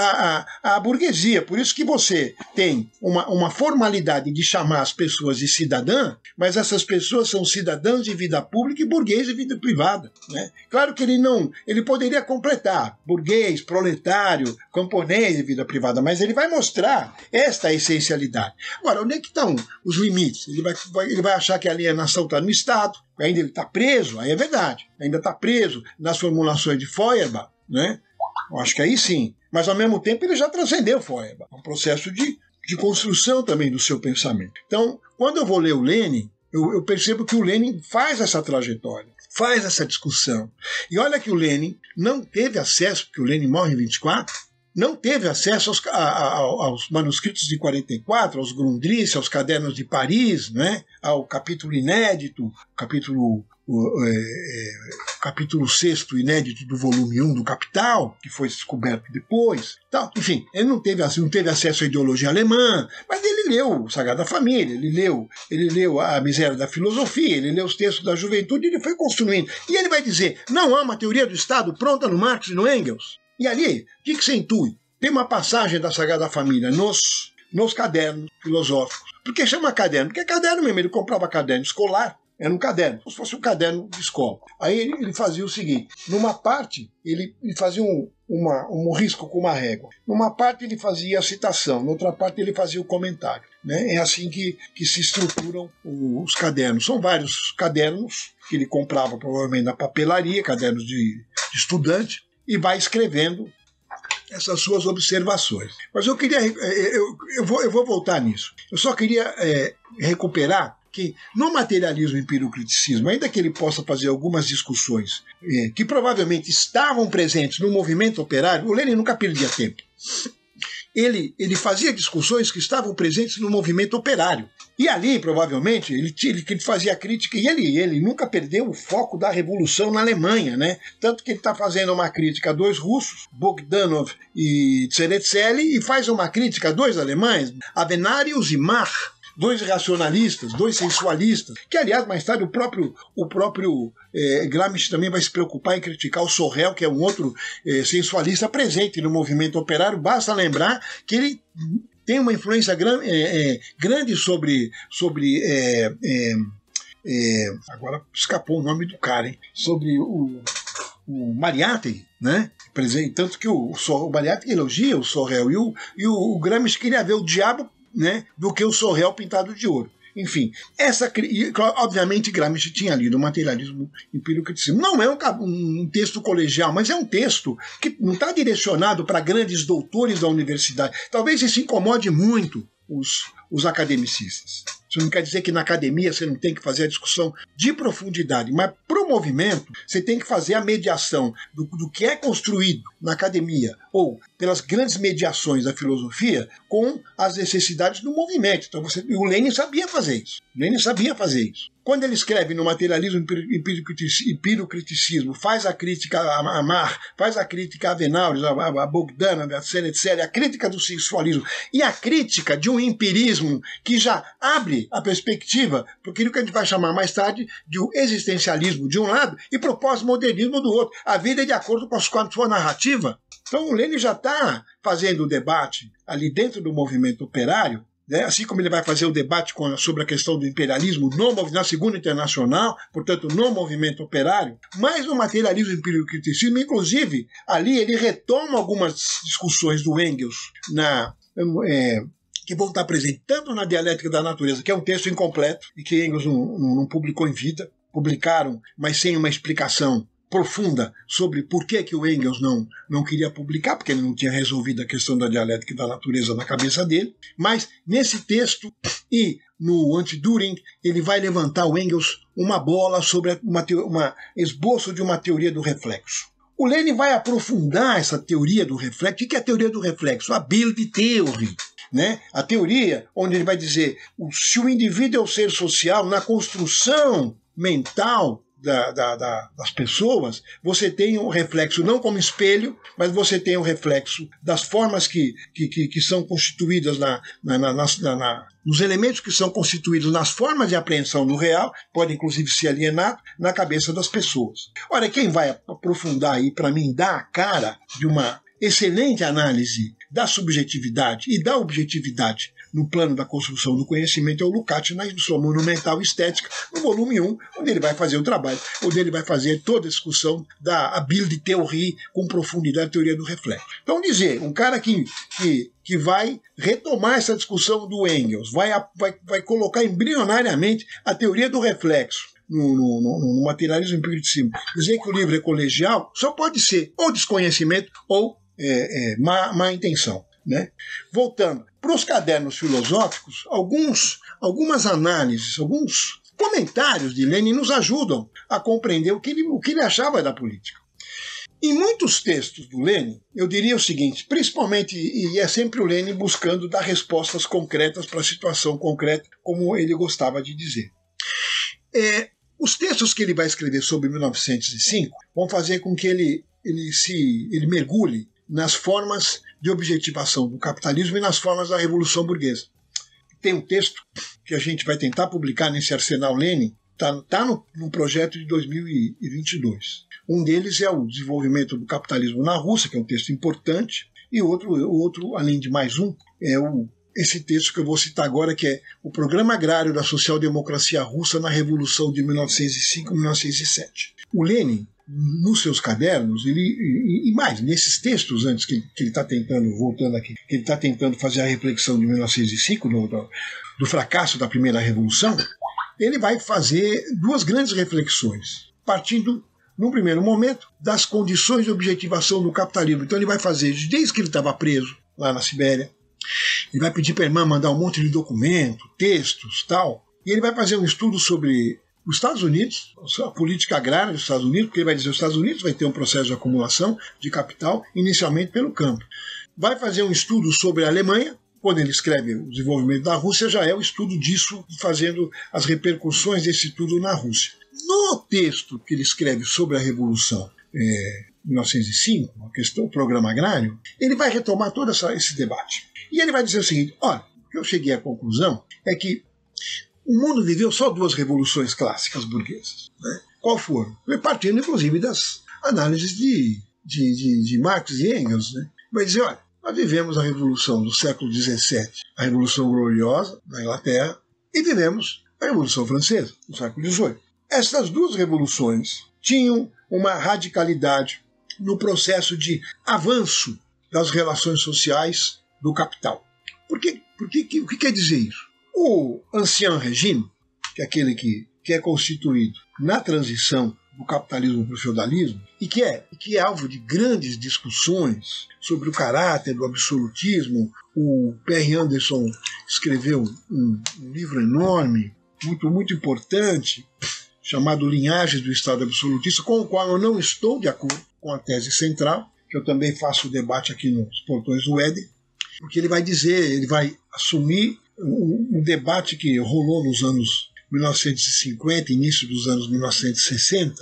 à burguesia. Por isso que você tem uma formalidade de chamar as pessoas de cidadã, mas essas pessoas são cidadãos de vida pública e burguês de vida privada. Né? Claro que ele poderia completar burguês, proletário, camponês de vida privada, mas ele vai mostrar esta essencialidade. Agora, onde é que estão os limites? Ele vai achar que a alienação está no Estado, ainda ele está preso, aí é verdade, ainda está preso nas formulações de Feuerbach, né? Eu acho que aí sim, mas ao mesmo tempo ele já transcendeu Feuerbach, é um processo de construção também do seu pensamento. Então, quando eu vou ler o Lenin, eu percebo que o Lenin faz essa trajetória, faz essa discussão. E olha que o Lenin não teve acesso, porque o Lenin morre em 24, não teve acesso aos manuscritos de 44, aos Grundrisse, aos cadernos de Paris, né? Ao capítulo inédito, capítulo 6º inédito do volume 1 do Capital, que foi descoberto depois. Então, enfim, ele não teve acesso à ideologia alemã, mas ele leu Sagrada Família, ele leu A Miséria da Filosofia, ele leu os textos da juventude, ele foi construindo. E ele vai dizer, não há uma teoria do Estado pronta no Marx e no Engels. E ali, o que você intui? Tem uma passagem da Sagrada Família nos cadernos filosóficos. Por que chama caderno? Porque é caderno mesmo, ele comprava caderno escolar, era um caderno, como se fosse um caderno de escola. Aí ele fazia o seguinte, numa parte ele fazia um risco com uma régua. Numa parte ele fazia a citação, noutra parte ele fazia o comentário. Né? É assim que se estruturam os cadernos. São vários cadernos que ele comprava provavelmente na papelaria, cadernos de estudante, e vai escrevendo essas suas observações. Mas eu queria, eu vou voltar nisso. Eu só queria recuperar que no materialismo e empiricriticismo, ainda que ele possa fazer algumas discussões que provavelmente estavam presentes no movimento operário, o Lenin nunca perdia tempo. Ele fazia discussões que estavam presentes no movimento operário. E ali, provavelmente, ele fazia crítica, e ele nunca perdeu o foco da revolução na Alemanha, né? Tanto que ele está fazendo uma crítica a dois russos, Bogdanov e Tseretelli, e faz uma crítica a dois alemães, Avenarius e Mach. dois racionalistas, dois sensualistas, que, aliás, mais tarde o próprio Gramsci também vai se preocupar em criticar o Sorel, que é um outro sensualista presente no movimento operário. Basta lembrar que ele tem uma influência grande sobre agora escapou o nome do cara, hein? Sobre o Mariátegui, né? Tanto que o Mariátegui elogia o Sorel e o Gramsci queria ver o diabo, né, do que o Sorel pintado de ouro. Enfim, obviamente Gramsci tinha lido o Materialismo e Empírico-Criticismo. Não é um texto colegial, mas é um texto que não está direcionado para grandes doutores da universidade. Talvez isso incomode muito os academicistas. Isso não quer dizer que na academia você não tem que fazer a discussão de profundidade, mas para o movimento você tem que fazer a mediação do que é construído na academia ou pelas grandes mediações da filosofia com as necessidades do movimento. Então o Lenin sabia fazer isso. Quando ele escreve no Materialismo e Empírico-Criticismo, faz a crítica a Marx, faz a crítica a Avenauris, a Bogdanov, etc., a crítica do sensualismo e a crítica de um empirismo que já abre a perspectiva para aquilo que a gente vai chamar mais tarde de um existencialismo de um lado e para o pós-modernismo do outro. A vida é de acordo com a sua narrativa. Então o Lenin já está fazendo o debate ali dentro do movimento operário, né? Assim como ele vai fazer o debate sobre a questão do imperialismo na Segunda Internacional, portanto no movimento operário, mas no Materialismo e Empírico-Criticismo, inclusive, ali ele retoma algumas discussões do Engels que vão estar presentes tanto na Dialética da Natureza, que é um texto incompleto e que Engels não publicou em vida, publicaram, mas sem uma explicação profunda sobre por que o Engels não queria publicar, porque ele não tinha resolvido a questão da dialética da natureza na cabeça dele. Mas nesse texto e no Anti-Düring, ele vai levantar o Engels uma bola sobre uma esboço de uma teoria do reflexo. O Lenin vai aprofundar essa teoria do reflexo. O que é a teoria do reflexo? A Bildtheorie. Né? A teoria onde ele vai dizer se o indivíduo é o ser social, na construção mental das pessoas, você tem um reflexo não como espelho, mas você tem um reflexo das formas que são constituídas nos elementos que são constituídos nas formas de apreensão do real, pode inclusive ser alienado na cabeça das pessoas. Ora, quem vai aprofundar aí, para mim, dar a cara de uma excelente análise da subjetividade e da objetividade no plano da construção do conhecimento é o Lukács na sua Monumental Estética, no volume 1, onde ele vai fazer o trabalho, onde ele vai fazer toda a discussão da Bildtheorie com profundidade da teoria do reflexo. Então, dizer, um cara que vai retomar essa discussão do Engels, vai colocar embrionariamente a teoria do reflexo no Materialismo e Empírico-Criticismo, dizer que o livro é colegial, só pode ser ou desconhecimento ou má intenção. Né? Voltando para os cadernos filosóficos, algumas análises, alguns comentários de Lenin nos ajudam a compreender o que ele achava da política. Em muitos textos do Lenin, eu diria o seguinte, principalmente, e é sempre o Lenin buscando dar respostas concretas para a situação concreta, como ele gostava de dizer. Os textos que ele vai escrever sobre 1905 vão fazer com que ele mergulhe nas formas de objetivação do capitalismo e nas formas da Revolução Burguesa. Tem um texto que a gente vai tentar publicar nesse Arsenal Lenin, está no projeto de 2022. Um deles é o desenvolvimento do capitalismo na Rússia, que é um texto importante, e outro além de mais um, é esse texto que eu vou citar agora, que é o Programa Agrário da Social-Democracia Russa na Revolução de 1905-1907. O Lenin, nos seus cadernos, e mais, nesses textos antes que ele está tentando, voltando aqui, que ele está tentando fazer a reflexão de 1905, do fracasso da primeira revolução, ele vai fazer duas grandes reflexões, partindo, num primeiro momento, das condições de objetivação do capitalismo. Então ele vai fazer, desde que ele estava preso lá na Sibéria, ele vai pedir para a irmã mandar um monte de documento, textos, tal, e ele vai fazer um estudo sobre os Estados Unidos, a política agrária dos Estados Unidos, porque ele vai dizer que os Estados Unidos vai ter um processo de acumulação de capital, inicialmente pelo campo. Vai fazer um estudo sobre a Alemanha, quando ele escreve o desenvolvimento da Rússia, já é o estudo disso, fazendo as repercussões desse estudo na Rússia. No texto que ele escreve sobre a Revolução 1905, a questão do programa agrário, ele vai retomar todo esse debate. E ele vai dizer o seguinte, olha, que eu cheguei à conclusão é que o mundo viveu só 2 revoluções clássicas burguesas. Né? Qual foram? Partindo, inclusive, das análises de Marx e Engels. Né? Vai dizer, olha, nós vivemos a Revolução do século XVII, a Revolução Gloriosa da Inglaterra, e vivemos a Revolução Francesa, do século XVIII. Essas 2 revoluções tinham uma radicalidade no processo de avanço das relações sociais do capital. O que quer dizer isso? O Ancien Régime, que é aquele que é constituído na transição do capitalismo para o feudalismo, e que é alvo de grandes discussões sobre o caráter do absolutismo. O P.R. Anderson escreveu um livro enorme, muito importante, chamado Linhagens do Estado Absolutista, com o qual eu não estou de acordo com a tese central, que eu também faço o debate aqui nos portões do Éden, porque ele vai assumir um debate que rolou nos anos 1950, início dos anos 1960,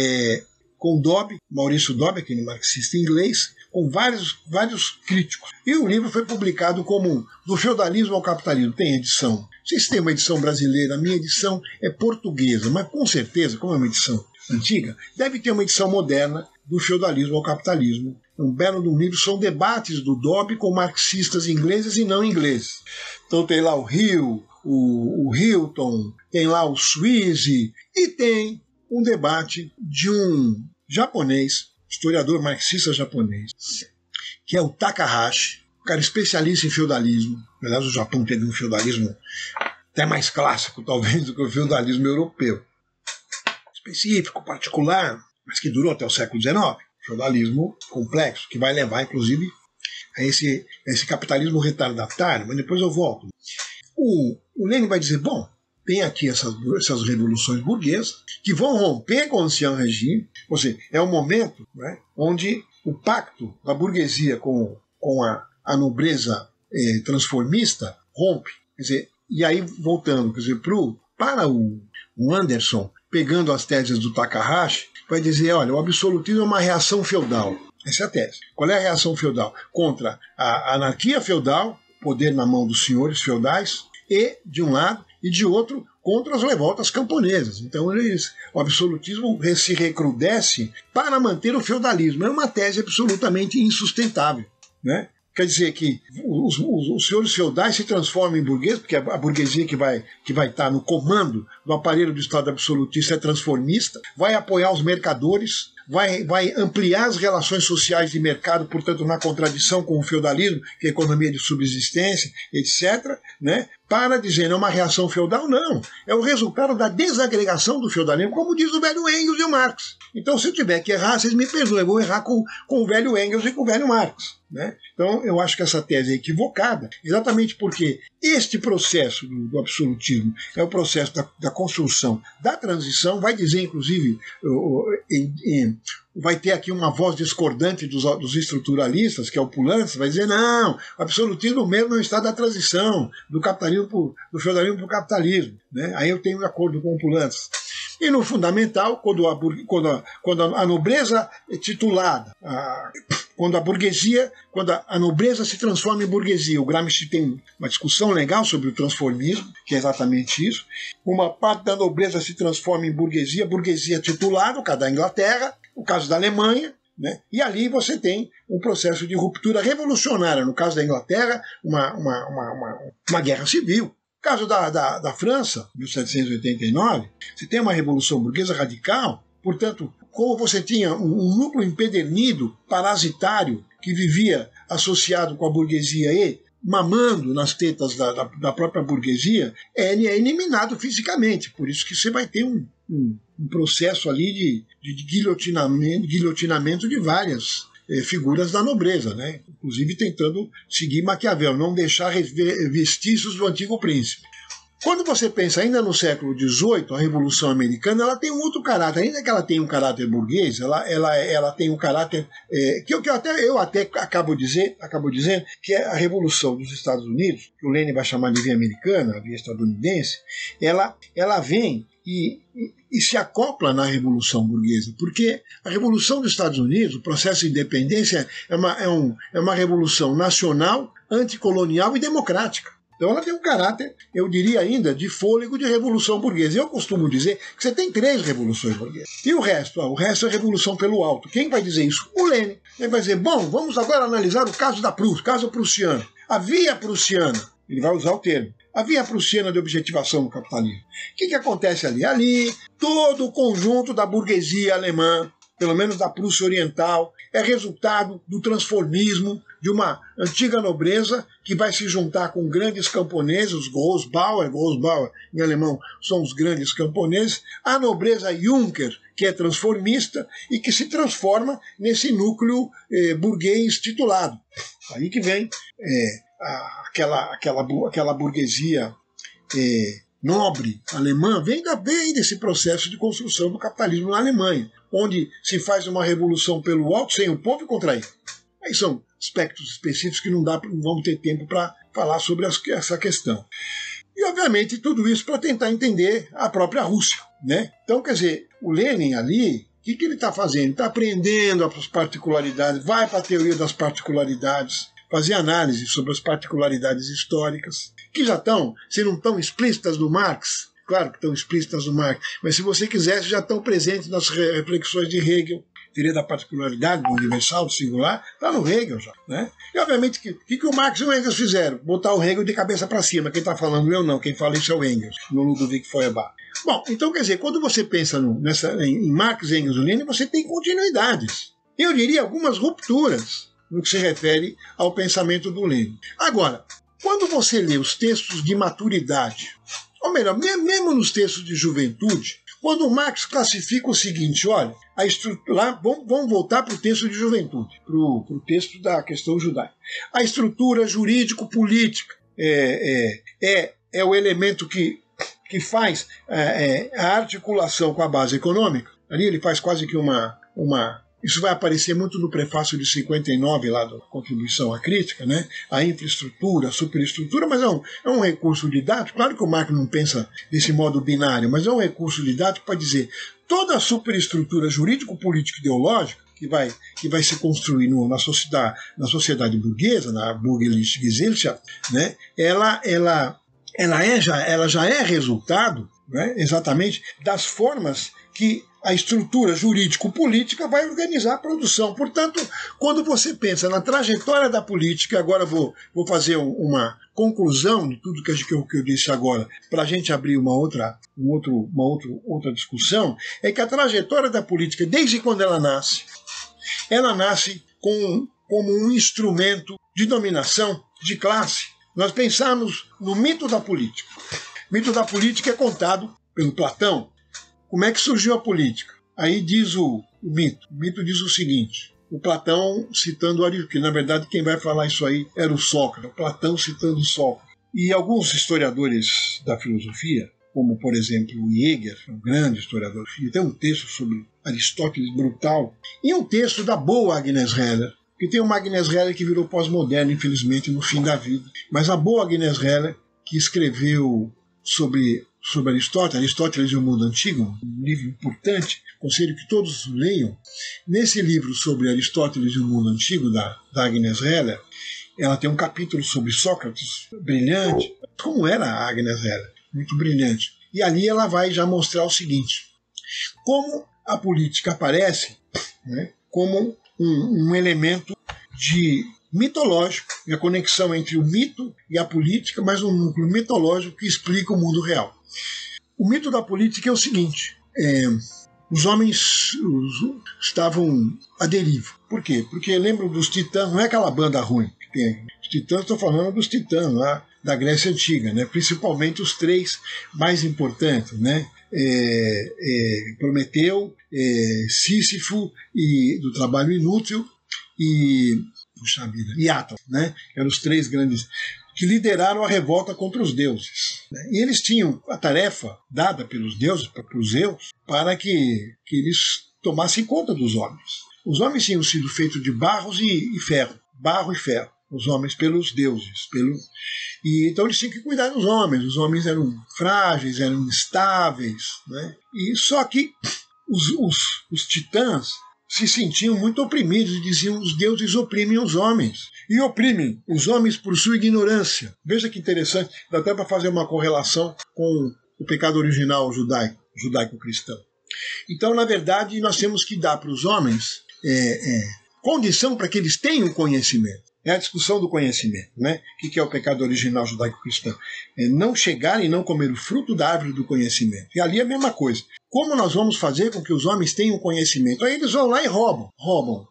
com Maurício Dobb, aquele marxista inglês, com vários críticos. E o livro foi publicado como Do Feudalismo ao Capitalismo. Tem edição. Não sei se tem uma edição brasileira, a minha edição é portuguesa, mas com certeza, como é uma edição antiga, deve ter uma edição moderna do Feudalismo ao Capitalismo. Um belo do livro, são debates do Dobb com marxistas ingleses e não ingleses. Então tem lá o Hill, o Hilton, tem lá o Sweezy, e tem um debate de um japonês, historiador marxista japonês, que é o Takahashi, um cara especialista em feudalismo. Aliás, o Japão teve um feudalismo até mais clássico, talvez, do que o feudalismo europeu. Específico, particular, mas que durou até o século XIX. Feudalismo complexo, que vai levar, inclusive, a esse capitalismo retardatário, mas depois eu volto. O Lenin vai dizer, bom, tem aqui essas revoluções burguesas que vão romper com o Ancien Régime, ou seja, é um momento, né, onde o pacto da burguesia com a nobreza transformista rompe. Quer dizer, e aí, voltando, quer dizer, para o Anderson, pegando as teses do Takahashi, vai dizer, olha, o absolutismo é uma reação feudal. Essa é a tese. Qual é a reação feudal? Contra a anarquia feudal, poder na mão dos senhores feudais, e, de um lado, e de outro, contra as revoltas camponesas. Então, o absolutismo se recrudesce para manter o feudalismo. É uma tese absolutamente insustentável, né? Quer dizer que os senhores feudais se transformam em burgueses, porque a burguesia que vai estar no comando do aparelho do Estado absolutista é transformista, vai apoiar os mercadores, vai ampliar as relações sociais de mercado, portanto, na contradição com o feudalismo, que é a economia de subsistência, etc., né? Para dizer, não é uma reação feudal, não. É o resultado da desagregação do feudalismo, como diz o velho Engels e o Marx. Então, se eu tiver que errar, vocês me perdoem, eu vou errar com o velho Engels e com o velho Marx. Né? Então, eu acho que essa tese é equivocada, exatamente porque este processo do absolutismo é o processo da construção da transição, vai dizer, inclusive, vai ter aqui uma voz discordante dos estruturalistas, que é o Poulantzas, vai dizer, não, o absolutismo mesmo não está da transição, do feudalismo para o capitalismo. Né? Aí eu tenho de acordo com o Poulantzas. E no fundamental, quando a nobreza é titulada, quando a nobreza se transforma em burguesia, o Gramsci tem uma discussão legal sobre o transformismo, que é exatamente isso. Uma parte da nobreza se transforma em burguesia titulada, o caso da Inglaterra, o caso da Alemanha, né? E ali você tem um processo de ruptura revolucionária, no caso da Inglaterra, uma guerra civil. No caso da França, 1789, você tem uma revolução burguesa radical, portanto, como você tinha um núcleo empedernido, parasitário, que vivia associado com a burguesia e mamando nas tetas da própria burguesia, ele é eliminado fisicamente. Por isso que você vai ter um processo ali de guilhotinamento de várias figuras da nobreza, né? Inclusive tentando seguir Maquiavel, não deixar vestígios do antigo príncipe. Quando você pensa ainda no século XVIII, a Revolução Americana, ela tem um outro caráter. Ainda que ela tenha um caráter burguês, ela tem um caráter que eu até acabo dizendo que é a Revolução dos Estados Unidos, que o Lenin vai chamar de via americana, a via estadunidense, ela vem e se acopla na Revolução Burguesa, porque a Revolução dos Estados Unidos, o processo de independência, é uma revolução nacional, anticolonial e democrática. Então ela tem um caráter, eu diria ainda, de fôlego de revolução burguesa. Eu costumo dizer que você tem 3 revoluções burguesas. E o resto? O resto é revolução pelo alto. Quem vai dizer isso? O Lênin. Ele vai dizer, bom, vamos agora analisar o caso da Prússia, caso prussiano. A via prussiana, ele vai usar o termo, a via prussiana de objetivação do capitalismo. O que acontece ali? Ali, todo o conjunto da burguesia alemã, pelo menos da Prússia Oriental, é resultado do transformismo de uma antiga nobreza que vai se juntar com grandes camponeses, os Grossbauer em alemão são os grandes camponeses, a nobreza Junker, que é transformista e que se transforma nesse núcleo burguês titulado. Aí que vem aquela burguesia nobre alemã, vem desse processo de construção do capitalismo na Alemanha, onde se faz uma revolução pelo alto sem o povo e contra ele. Aí são aspectos específicos que não vamos ter tempo para falar sobre essa questão. E, obviamente, tudo isso para tentar entender a própria Rússia, né? Então, quer dizer, o Lenin ali, o que ele está fazendo? Ele está aprendendo as particularidades, vai para a teoria das particularidades, fazer análise sobre as particularidades históricas, que já estão, se não estão explícitas no Marx, claro que estão explícitas no Marx, mas se você quisesse, já estão presentes nas reflexões de Hegel. Teoria da particularidade, do universal, do singular, está no Hegel já. Né? E, obviamente, o que o Marx e o Engels fizeram? Botar o Hegel de cabeça para cima. Quem está falando eu não, quem fala isso é o Engels, no Ludwig Feuerbach. Bom, então, quer dizer, quando você pensa em Marx, Engels e Lenin, você tem continuidades. Eu diria algumas rupturas no que se refere ao pensamento do Lenin. Agora, quando você lê os textos de maturidade, ou melhor, mesmo nos textos de juventude, quando o Marx classifica o seguinte, olha, a estrutura, vamos voltar para o texto de juventude, para o texto da questão judaica. A estrutura jurídico-política é o elemento que faz a articulação com a base econômica. Ali ele faz quase que uma isso vai aparecer muito no prefácio de 59, lá da Contribuição à Crítica, né? A infraestrutura, a superestrutura, mas é um recurso didático. Claro que o Marx não pensa desse modo binário, mas é um recurso didático para dizer toda a superestrutura jurídico-político-ideológica que vai se construir na sociedade burguesa, na Bürgerliche Gesellschaft, né? Ela já é resultado, né, exatamente das formas que a estrutura jurídico-política vai organizar a produção. Portanto, quando você pensa na trajetória da política, agora vou fazer uma conclusão de tudo que eu disse agora, para a gente abrir uma outra discussão, é que a trajetória da política, desde quando ela nasce como um instrumento de dominação de classe. Nós pensamos no mito da política. O mito da política é contado pelo Platão. Como é que surgiu a política? Aí diz o mito. O mito diz o seguinte, o Platão citando Aristóteles, que na verdade quem vai falar isso aí era o Sócrates, o Platão citando Sócrates. E alguns historiadores da filosofia, como por exemplo o Hegel, um grande historiador, tem um texto sobre Aristóteles brutal, e um texto da boa Agnes Heller, que tem uma Agnes Heller que virou pós-moderna, infelizmente, no fim da vida. Mas a boa Agnes Heller, que escreveu sobre Aristóteles e o Mundo Antigo, um livro importante, aconselho que todos leiam. Nesse livro sobre Aristóteles e o Mundo Antigo, da Agnes Heller, ela tem um capítulo sobre Sócrates, brilhante. Como era a Agnes Heller? Muito brilhante. E ali ela vai já mostrar o seguinte, como a política aparece, né, como um elemento mitológico, e a conexão entre o mito e a política, mas um núcleo mitológico que explica o mundo real. O mito da política é o seguinte, os homens estavam à deriva. Por quê? Porque lembram dos titãs, não é aquela banda ruim que tem. Os titãs, estou falando dos titãs lá da Grécia Antiga, né? Principalmente os 3 mais importantes, né? Prometeu, Sísifo e do trabalho inútil e Atlas, né? Eram os 3 grandes que lideraram a revolta contra os deuses. Né? E eles tinham a tarefa dada pelos deuses, para os Zeus, para que eles tomassem conta dos homens. Os homens tinham sido feitos de barro e ferro, os homens pelos deuses. E então eles tinham que cuidar dos homens. Os homens eram frágeis, eram instáveis. Né? E só que os titãs se sentiam muito oprimidos e diziam: os deuses oprimem os homens. E oprimem os homens por sua ignorância. Veja que interessante, dá até para fazer uma correlação com o pecado original judaico-cristão. Então, na verdade, nós temos que dar para os homens condição para que eles tenham conhecimento. É a discussão do conhecimento, né? O que é o pecado original judaico-cristão? É não chegar e não comer o fruto da árvore do conhecimento. E ali é a mesma coisa. Como nós vamos fazer com que os homens tenham conhecimento? Aí eles vão lá e roubam. Roubam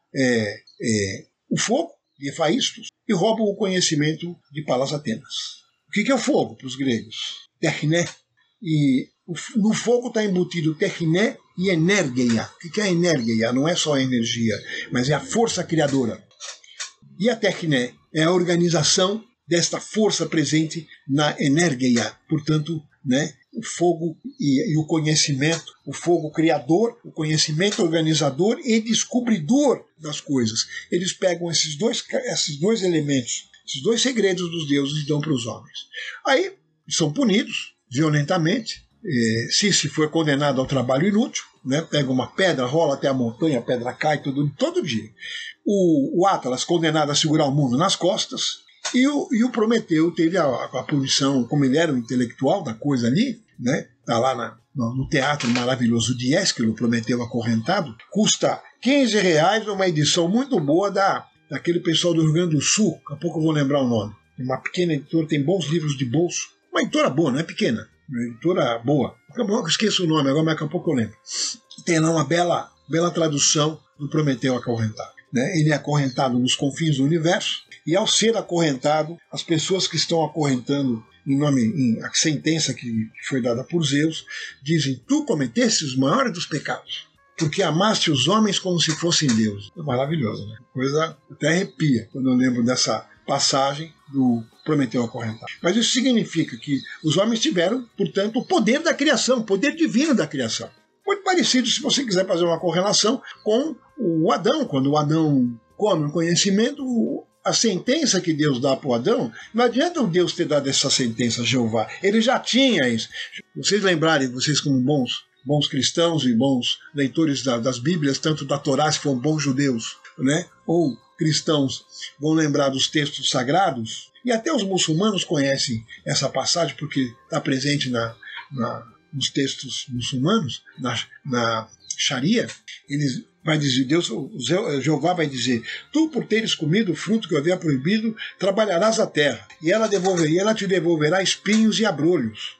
o fogo de Efaístos e roubam o conhecimento de Palas Atenas. O que é o fogo para os gregos? Techné. E no fogo está embutido techné e energeia. O que é energeia? Não é só a energia, mas é a força criadora. E a techné é a organização desta força presente na energeia. Portanto, né, o fogo e o conhecimento, o fogo criador, o conhecimento organizador e descobridor das coisas. Eles pegam esses dois elementos, esses dois segredos dos deuses e dão para os homens. Aí são punidos violentamente. Se foi condenado ao trabalho inútil, né, pega uma pedra, rola até a montanha, a pedra cai todo dia. O Atlas condenado a segurar o mundo nas costas, e o Prometeu teve a punição, como ele era o intelectual da coisa ali, né, tá lá no teatro maravilhoso de Ésquilo, Prometeu acorrentado, custa R$15, uma edição muito boa daquele pessoal do Rio Grande do Sul, daqui a pouco eu vou lembrar o nome, uma pequena editora, tem bons livros de bolso, uma editora boa, não é pequena, uma editora boa, eu esqueço o nome agora, mas daqui a pouco eu lembro. Tem lá uma bela tradução do Prometeu acorrentado. Né? Ele é acorrentado nos confins do universo, e ao ser acorrentado, as pessoas que estão acorrentando a sentença que foi dada por Zeus, dizem: tu cometeste os maiores dos pecados, porque amaste os homens como se fossem deuses. É maravilhoso, né? Coisa até arrepia quando eu lembro dessa passagem do Prometeu acorrentado. Mas isso significa que os homens tiveram, portanto, o poder da criação, o poder divino da criação. Muito parecido, se você quiser fazer uma correlação, com o Adão. Quando o Adão come o conhecimento, a sentença que Deus dá para o Adão, não adianta o Deus ter dado essa sentença a Jeová. Ele já tinha isso. Vocês lembrarem, vocês como bons cristãos e bons leitores das Bíblias, tanto da Torá, se foram bons judeus, né? Ou cristãos, vão lembrar dos textos sagrados, e até os muçulmanos conhecem essa passagem, porque está presente nos textos muçulmanos, na Sharia. Eles vai dizer, Jeová vai dizer: tu, por teres comido o fruto que eu havia proibido, trabalharás a terra, e ela te devolverá espinhos e abrolhos.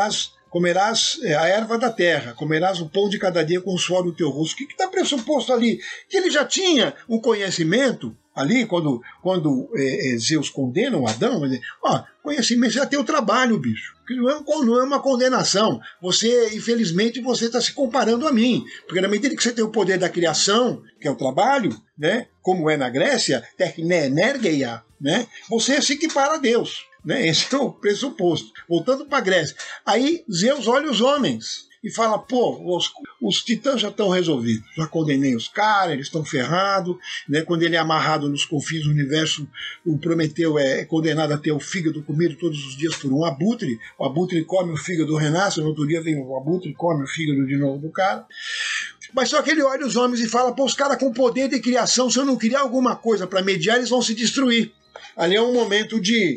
Comerás a erva da terra, comerás o pão de cada dia com o suor do teu rosto. O que está pressuposto ali? Que ele já tinha um conhecimento ali, quando Zeus condena o Adão, ele diz: conhecimento já tem o trabalho, bicho. Que não é uma condenação. Infelizmente, você está se comparando a mim. Porque na medida que você tem o poder da criação, que é o trabalho, né, como é na Grécia, techné energeia, né, você se equipara a Deus. Né? Esse é o pressuposto. Voltando para a Grécia. Aí Zeus olha os homens e fala: os titãs já estão resolvidos. Já condenei os caras, eles estão ferrados. Né? Quando ele é amarrado nos confins do universo, o Prometeu é condenado a ter o fígado comido todos os dias por um abutre. O abutre come o fígado, renasce. No outro dia vem o abutre e come o fígado de novo do cara. Mas só que ele olha os homens e fala: os caras com poder de criação, se eu não criar alguma coisa para mediar, eles vão se destruir. Ali é um momento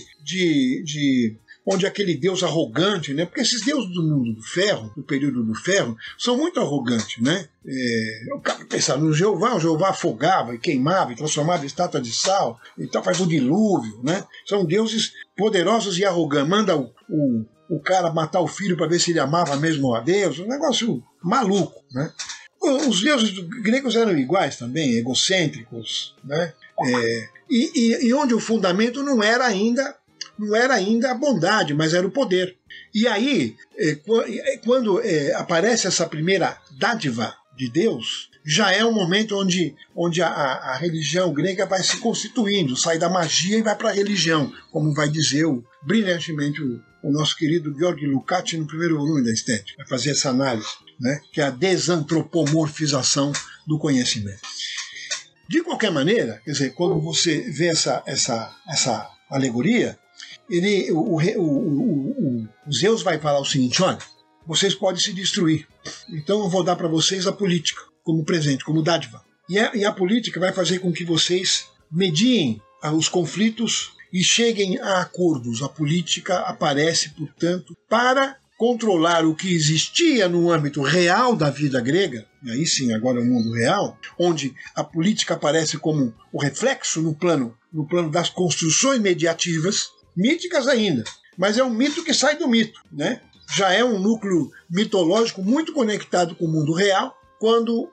onde aquele Deus arrogante, né? Porque esses deuses do mundo do ferro, do período do ferro, são muito arrogantes, né? O cara pensar no Jeová, o Jeová afogava e queimava e transformava em estátua de sal, então faz o dilúvio, né? São deuses poderosos e arrogantes. Manda o cara matar o filho para ver se ele amava mesmo a Deus, um negócio maluco, né? Os deuses gregos eram iguais também, egocêntricos, né? E onde o fundamento não era ainda a bondade, mas era o poder. E aí, quando aparece essa primeira dádiva de Deus, já é um momento onde a religião grega vai se constituindo, sai da magia e vai para a religião, como vai dizer brilhantemente o nosso querido Georg Lukács no primeiro volume da Estética, vai fazer essa análise, né, que é a desantropomorfização do conhecimento. De qualquer maneira, quer dizer, quando você vê essa alegoria, o Zeus vai falar o seguinte: olha, vocês podem se destruir, então eu vou dar para vocês a política como presente, como dádiva. E a política vai fazer com que vocês mediem os conflitos e cheguem a acordos. A política aparece, portanto, para controlar o que existia no âmbito real da vida grega, e aí sim, agora é o mundo real, onde a política aparece como o reflexo no plano das construções mediativas, míticas ainda, mas é um mito que sai do mito, né? Já é um núcleo mitológico muito conectado com o mundo real, quando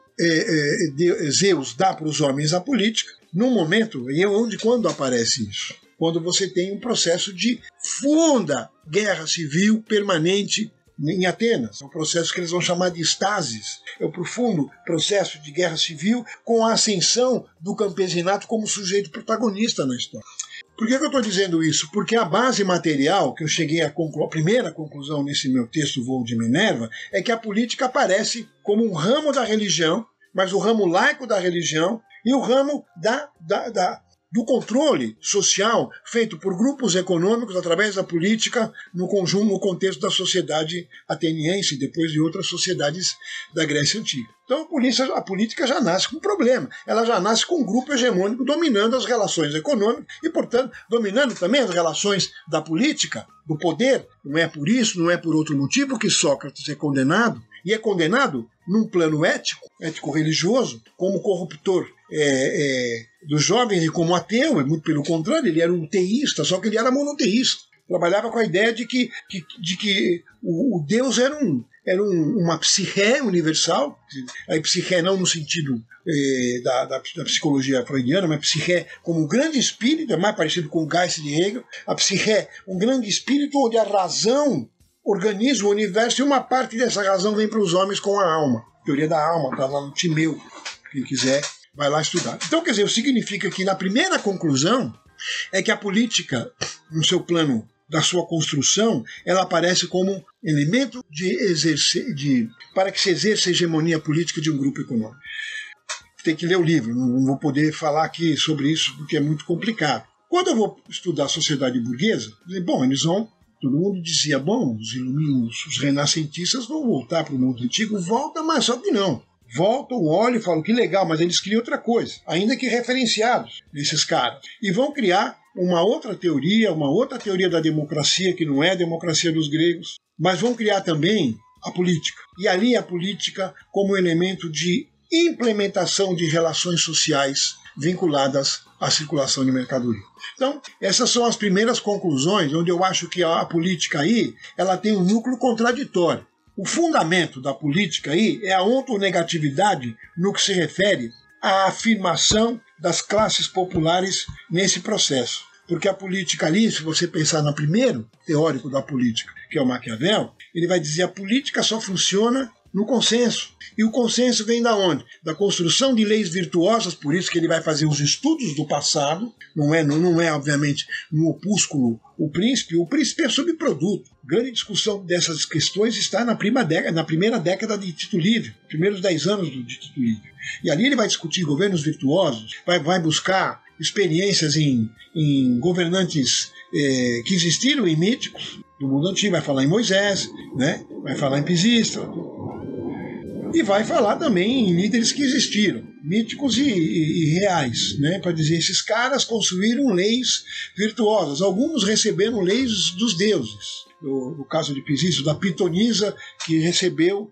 Zeus dá para os homens a política, num momento, e quando aparece isso? Quando você tem um processo de funda guerra civil permanente em Atenas. É um processo que eles vão chamar de estasis. É o profundo processo de guerra civil com a ascensão do campesinato como sujeito protagonista na história. Por que eu estou dizendo isso? Porque a base material, que eu cheguei a primeira conclusão nesse meu texto Voo de Minerva, é que a política aparece como um ramo da religião, mas o ramo laico da religião e o ramo do controle social feito por grupos econômicos através da política no contexto da sociedade ateniense e depois de outras sociedades da Grécia Antiga. Então a política já nasce com um problema. Ela já nasce com um grupo hegemônico dominando as relações econômicas e, portanto, dominando também as relações da política, do poder. Não é por isso, não é por outro motivo que Sócrates é condenado. E é condenado num plano ético-religioso, como corruptor dos jovens e como ateu, muito pelo contrário, ele era um teísta, só que ele era monoteísta. Trabalhava com a ideia de que o Deus era uma psique universal, a psique não no sentido da psicologia freudiana, mas psique como um grande espírito, é mais parecido com o Geist de Hegel, a psique, um grande espírito onde a razão organiza o universo e uma parte dessa razão vem para os homens com a alma. Teoria da alma, está lá no Timeu, quem quiser vai lá estudar. Então, quer dizer, significa que na primeira conclusão é que a política, no seu plano da sua construção, ela aparece como elemento para que se exerça a hegemonia política de um grupo econômico. Tem que ler o livro, não vou poder falar aqui sobre isso porque é muito complicado. Quando eu vou estudar a sociedade burguesa, todo mundo dizia, os renascentistas vão voltar para o mundo antigo, volta, mas só que não. Voltam, olham e falam que legal, mas eles criam outra coisa, ainda que referenciados nesses caras. E vão criar uma outra teoria da democracia, que não é a democracia dos gregos, mas vão criar também a política. E ali a política como elemento de implementação de relações sociais vinculadas à circulação de mercadoria. Então, essas são as primeiras conclusões, onde eu acho que a política aí, ela tem um núcleo contraditório. O fundamento da política aí é a ontonegatividade no que se refere à afirmação das classes populares nesse processo. Porque a política ali, se você pensar no primeiro teórico da política, que é o Maquiavel, ele vai dizer que a política só funciona no consenso. E o consenso vem da onde? Da construção de leis virtuosas, por isso que ele vai fazer os estudos do passado, não é obviamente no opúsculo o príncipe é subproduto. A grande discussão dessas questões está na primeira década de Tito Livio, primeiros 10 anos de Tito Livio. E ali ele vai discutir governos virtuosos, vai buscar experiências em governantes que existiram em míticos do mundo antigo, vai falar em Moisés, né? Vai falar em Pisístrato, e vai falar também em líderes que existiram, míticos e reais, né? Para dizer, esses caras construíram leis virtuosas, alguns receberam leis dos deuses. No caso de Pisístrato, da Pitonisa, que recebeu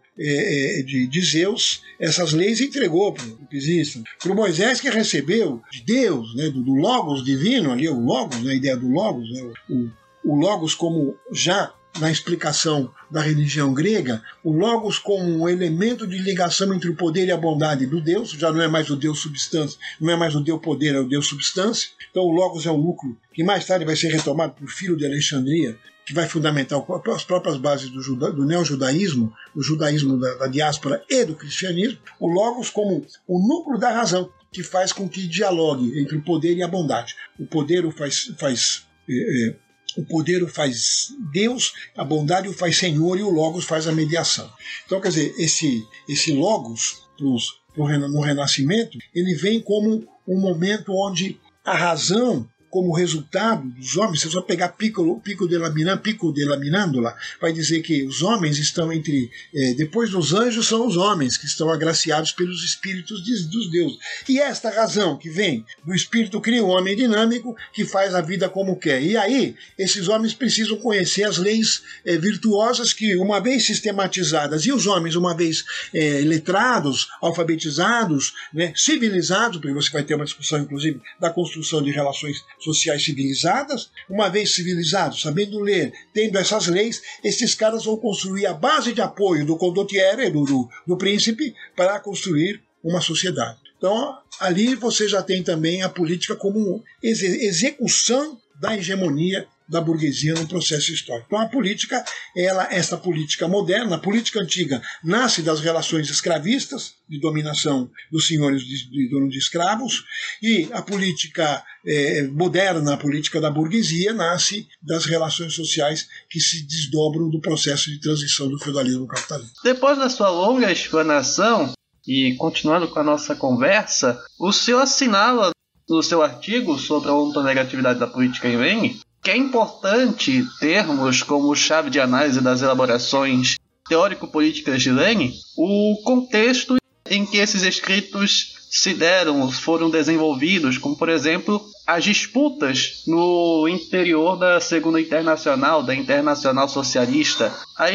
de Zeus essas leis e entregou para o Pisístrato. Para o Moisés, que recebeu de Deus, né? do Logos divino, ali o Logos, né? A ideia do Logos, né? O Logos como já na explicação da religião grega, o Logos como um elemento de ligação entre o poder e a bondade do Deus, já não é mais o Deus substância, não é mais o Deus poder, é o Deus substância. Então o Logos é o núcleo que mais tarde vai ser retomado por Filo de Alexandria, que vai fundamentar as próprias bases do neojudaísmo, o judaísmo da diáspora e do cristianismo. O Logos como o núcleo da razão, que faz com que dialogue entre o poder e a bondade. O poder o faz Deus, a bondade o faz Senhor e o Logos faz a mediação. Então, quer dizer, esse Logos no Renascimento, ele vem como um momento onde a razão como resultado dos homens, se você pegar Pico de la Mirándola, vai dizer que os homens estão depois dos anjos são os homens que estão agraciados pelos espíritos dos deuses. E esta razão que vem do espírito cria um homem dinâmico que faz a vida como quer. E aí, esses homens precisam conhecer as leis virtuosas que, uma vez sistematizadas, e os homens, uma vez letrados, alfabetizados, né, civilizados, porque você vai ter uma discussão, inclusive, da construção de relações sociais civilizadas, uma vez civilizados, sabendo ler, tendo essas leis, esses caras vão construir a base de apoio do condottiere, do príncipe, para construir uma sociedade. Então, ali você já tem também a política como execução da hegemonia da burguesia no processo histórico. Então a política, essa política moderna, a política antiga, nasce das relações escravistas, de dominação dos senhores de dono de escravos, e a política moderna, a política da burguesia, nasce das relações sociais que se desdobram do processo de transição do feudalismo ao capitalismo. Depois da sua longa explanação, e continuando com a nossa conversa, o senhor assinala no seu artigo sobre a ontonegatividade da política em Lênin que é importante termos como chave de análise das elaborações teórico-políticas de Lênin o contexto em que esses escritos se deram, foram desenvolvidos, como, por exemplo, as disputas no interior da Segunda Internacional, da Internacional Socialista.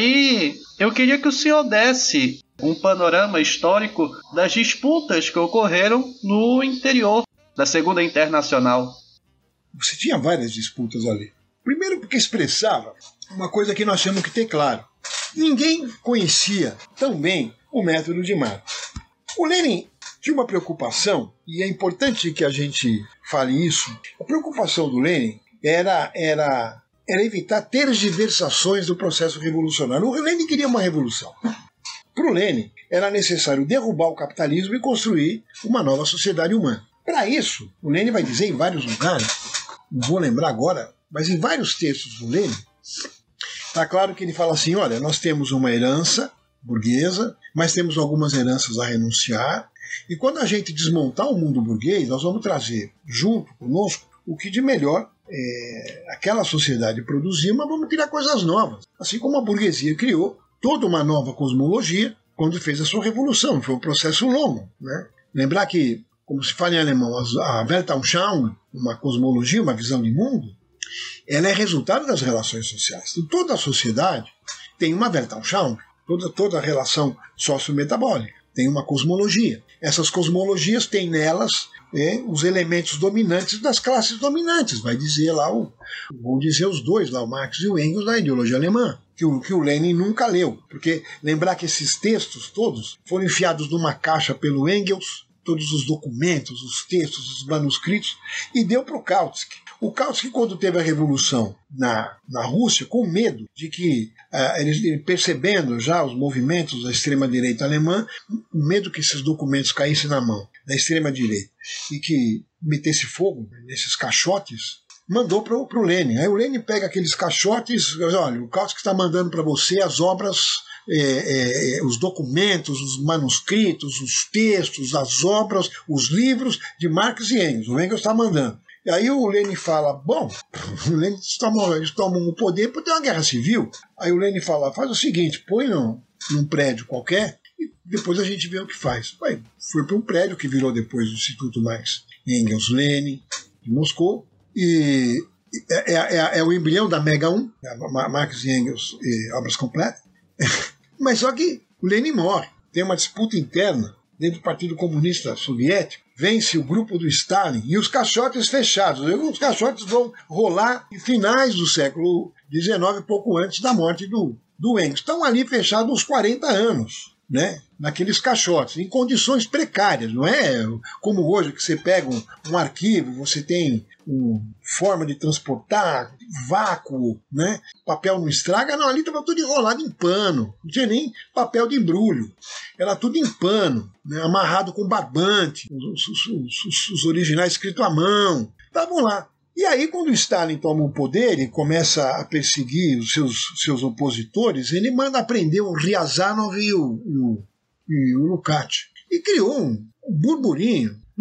Aí eu queria que o senhor desse um panorama histórico das disputas que ocorreram no interior da Segunda Internacional. Você tinha várias disputas ali. Primeiro porque expressava uma coisa que nós temos que ter claro. Ninguém conhecia tão bem o método de Marx. O Lenin tinha uma preocupação, e é importante que a gente fale isso. A preocupação do Lenin era evitar tergiversações do processo revolucionário. O Lenin queria uma revolução. Para o Lenin, era necessário derrubar o capitalismo e construir uma nova sociedade humana. Para isso, o Lenin vai dizer em vários lugares, não vou lembrar agora, mas em vários textos do Lenin, está claro que ele fala assim, olha, nós temos uma herança burguesa, mas temos algumas heranças a renunciar, e quando a gente desmontar o mundo burguês, nós vamos trazer junto conosco o que de melhor aquela sociedade produzir, mas vamos criar coisas novas. Assim como a burguesia criou toda uma nova cosmologia quando fez a sua revolução, foi um processo longo, né? Lembrar que, como se fala em alemão, a Weltanschauung, uma cosmologia, uma visão de mundo, ela é resultado das relações sociais. Então, toda a sociedade tem uma Weltanschauung, toda a relação sociometabólica tem uma cosmologia. Essas cosmologias têm nelas os elementos dominantes das classes dominantes, vai dizer lá, vão dizer os dois, lá, o Marx e o Engels, da ideologia alemã, que o Lenin nunca leu. Porque lembrar que esses textos todos foram enfiados numa caixa pelo Engels, todos os documentos, os textos, os manuscritos, e deu para o Kautsky. O Kautsky, quando teve a revolução na Rússia, com medo de que, eles percebendo já os movimentos da extrema-direita alemã, medo que esses documentos caíssem na mão da extrema-direita e que metesse fogo nesses caixotes, mandou para o Lenin. Aí o Lenin pega aqueles caixotes, olha, o Kautsky está mandando para você as obras, os documentos, os manuscritos, os textos, as obras, os livros de Marx e Engels. O Engels está mandando. E aí o Lenin fala, bom, eles tomam o poder por ter uma guerra civil. Aí o Lenin fala, faz o seguinte, põe num prédio qualquer e depois a gente vê o que faz. Foi para um prédio que virou depois o Instituto Marx Engels Lenin, de Moscou, e é o embrião da Mega 1, Marx e Engels obras completas. Mas só que o Lenin morre, tem uma disputa interna dentro do Partido Comunista Soviético, vence o grupo do Stalin e os caixotes fechados. Os caixotes vão rolar em finais do século XIX, pouco antes da morte do Engels. Estão ali fechados uns 40 anos, né? Naqueles caixotes, em condições precárias. Não é como hoje que você pega um arquivo, você tem forma de transportar, vácuo, né? Papel não estraga, não, ali estava tudo enrolado em pano, não tinha nem papel de embrulho, era tudo em pano, né? Amarrado com barbante, os originais escritos à mão, estavam lá. E aí, quando o Stalin toma o poder e começa a perseguir os seus opositores, ele manda prender o Ryazanov e o Lukács. E criou um burburinho.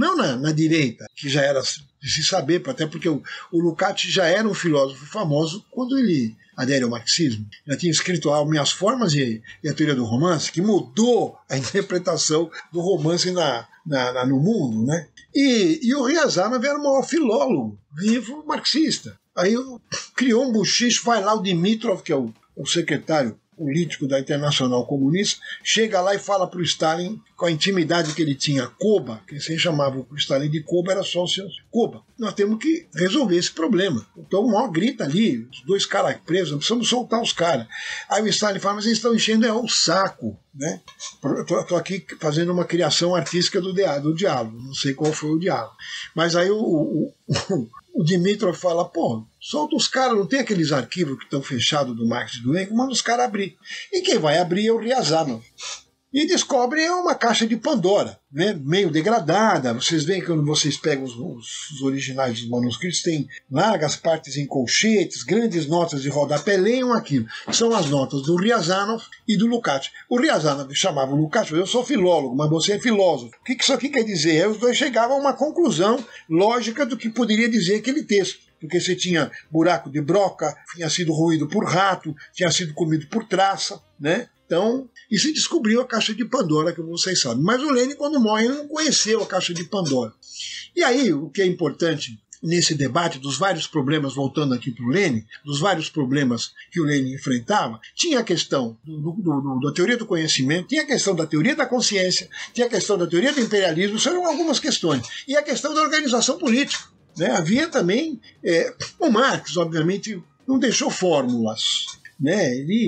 não na direita, que já era de se saber, até porque o Lukács já era um filósofo famoso quando ele adere ao marxismo. Já tinha escrito as Minhas Formas e a Teoria do Romance, que mudou a interpretação do romance no mundo, né? E o Riazanov era o maior filólogo vivo marxista. Aí criou um buchicho, vai lá o Dimitrov, que é o secretário político da Internacional Comunista, chega lá e fala para o Stalin, com a intimidade que ele tinha, Koba, que se chamava o Stalin de Koba, era só o seu Koba. Nós temos que resolver esse problema. Então o maior grita ali, os 2 caras presos, precisamos soltar os caras. Aí o Stalin fala, mas eles estão enchendo o saco, né? Estou aqui fazendo uma criação artística do diálogo, não sei qual foi o diálogo. Mas aí o Dimitrov fala, pô, solta os caras, não tem aqueles arquivos que estão fechados do Marx e do Engels, manda os caras abrir. E quem vai abrir é o Riazanov. E descobre uma caixa de Pandora, né, meio degradada. Vocês veem que quando vocês pegam os originais dos manuscritos, tem largas partes em colchetes, grandes notas de rodapé, leiam aquilo. São as notas do Riazanov e do Lukács. O Riazanov chamava o Lukács, eu sou filólogo, mas você é filósofo. O que isso aqui quer dizer? Aí os dois chegavam a uma conclusão lógica do que poderia dizer aquele texto. Porque você tinha buraco de broca, tinha sido roído por rato, tinha sido comido por traça, né? Então, e se descobriu a caixa de Pandora, que vocês sabem. Mas o Lenin, quando morre, ele não conheceu a caixa de Pandora. E aí, o que é importante nesse debate dos vários problemas, voltando aqui para o Lenin, dos vários problemas que o Lenin enfrentava, tinha a questão da teoria do conhecimento, tinha a questão da teoria da consciência, tinha a questão da teoria do imperialismo, eram algumas questões. E a questão da organização política. Né? Havia também... o Marx, obviamente, não deixou fórmulas. Né?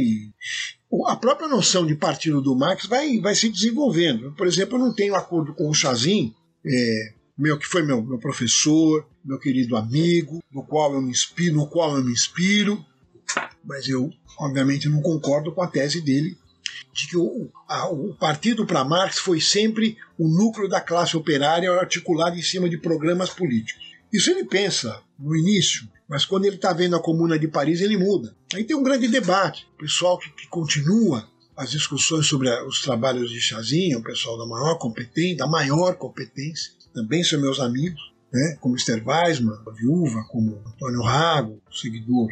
A própria noção de partido do Marx vai se desenvolvendo. Por exemplo, eu não tenho acordo com o Chazin, que foi meu professor, meu querido amigo, no qual eu me inspiro, mas eu, obviamente, não concordo com a tese dele de que o partido para Marx foi sempre o núcleo da classe operária articulado em cima de programas políticos. Isso ele pensa no início, mas quando ele está vendo a Comuna de Paris, ele muda. Aí tem um grande debate. O pessoal que continua as discussões sobre os trabalhos de Chazin, o pessoal da maior competência, também são meus amigos, né? Como Esther Weissman, a viúva, como Antônio Rago, seguidor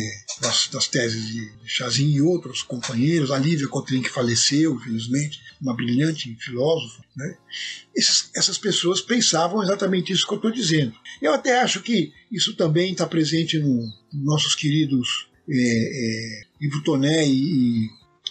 das teses de Chazin e outros companheiros, a Lívia Cotrim, que faleceu, infelizmente, uma brilhante filósofa. Né? Essas pessoas pensavam exatamente isso que eu estou dizendo. Eu até acho que isso também está presente nos nossos queridos Ivo Toné e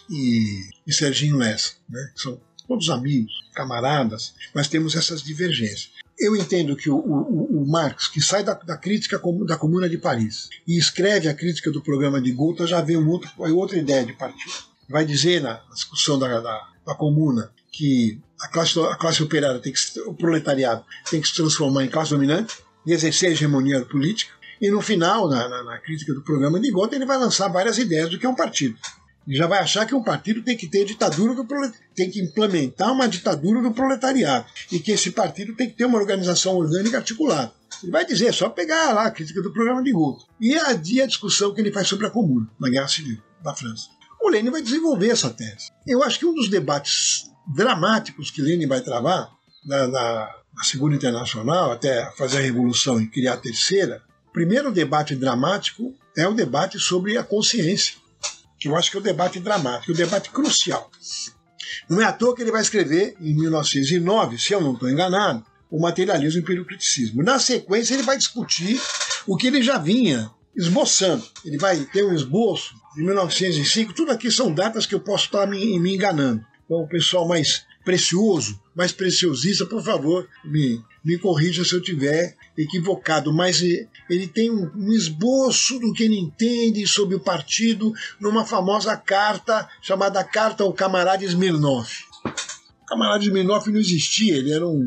Serginho Lessa. Né? São todos amigos, camaradas, mas temos essas divergências. Eu entendo que o Marx, que sai da crítica da Comuna de Paris e escreve a crítica do programa de Gotha, já vê outra ideia de partido. Vai dizer na discussão da Comuna que a classe operária, o proletariado, tem que se transformar em classe dominante e exercer a hegemonia política. E no final, na crítica do programa de Gotha, ele vai lançar várias ideias do que é um partido. Ele já vai achar que um partido tem que ter ditadura do proletariado, tem que implementar uma ditadura do proletariado e que esse partido tem que ter uma organização orgânica articulada. Ele vai dizer, é só pegar lá a crítica do programa de Gotha. E a discussão que ele faz sobre a Comuna, na Guerra Civil da França. O Lenin vai desenvolver essa tese. Eu acho que um dos debates dramáticos que Lenin vai travar na Segunda Internacional, até fazer a Revolução e criar a Terceira, o primeiro debate dramático é o debate sobre a consciência. Que eu acho que é o debate dramático, o debate crucial. Não é à toa que ele vai escrever, em 1909, se eu não estou enganado, o Materialismo e o Empiriocriticismo. Na sequência, ele vai discutir o que ele já vinha esboçando. Ele vai ter um esboço de 1905, tudo aqui são datas que eu posso estar me enganando. Então, o pessoal mais precioso, mais preciosista, por favor, me corrija se eu estiver equivocado, mas ele tem um esboço do que ele entende sobre o partido numa famosa carta chamada Carta ao Camarada Smirnov. O camarada Smirnov não existia, ele era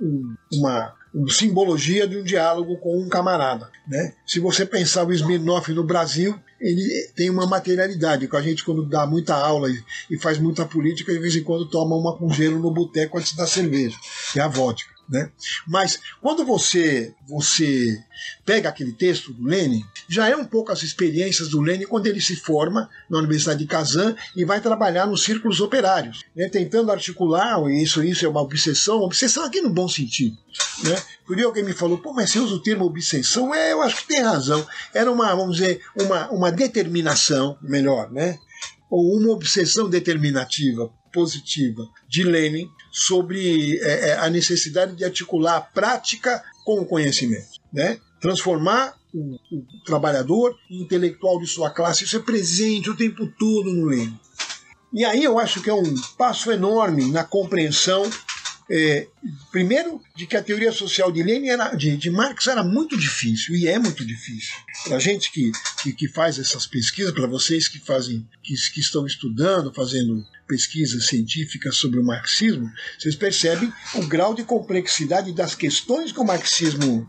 uma simbologia de um diálogo com um camarada. Né? Se você pensar o Smirnov no Brasil, ele tem uma materialidade, que a gente quando dá muita aula e faz muita política, de vez em quando toma uma com gelo no boteco antes da cerveja, que é a vodka. né? Mas quando você pega aquele texto do Lenin, já é um pouco as experiências do Lenin quando ele se forma na Universidade de Kazan e vai trabalhar nos círculos operários, né? Tentando articular, isso é uma obsessão aqui no bom sentido, né? Por aí alguém me falou, pô, mas você usa o termo obsessão? Eu acho que tem razão. Era vamos dizer, uma determinação, melhor, né? Ou uma obsessão determinativa, positiva, de Lenin sobre a necessidade de articular a prática com o conhecimento, né? Transformar o trabalhador em intelectual de sua classe. Isso é presente o tempo todo no Lenin. E aí eu acho que é um passo enorme na compreensão, primeiro, de que a teoria social de Lenin de Marx era muito difícil, e é muito difícil. Para a gente que faz essas pesquisas, para vocês que estão estudando, fazendo pesquisas científicas sobre o marxismo, vocês percebem o grau de complexidade das questões que o marxismo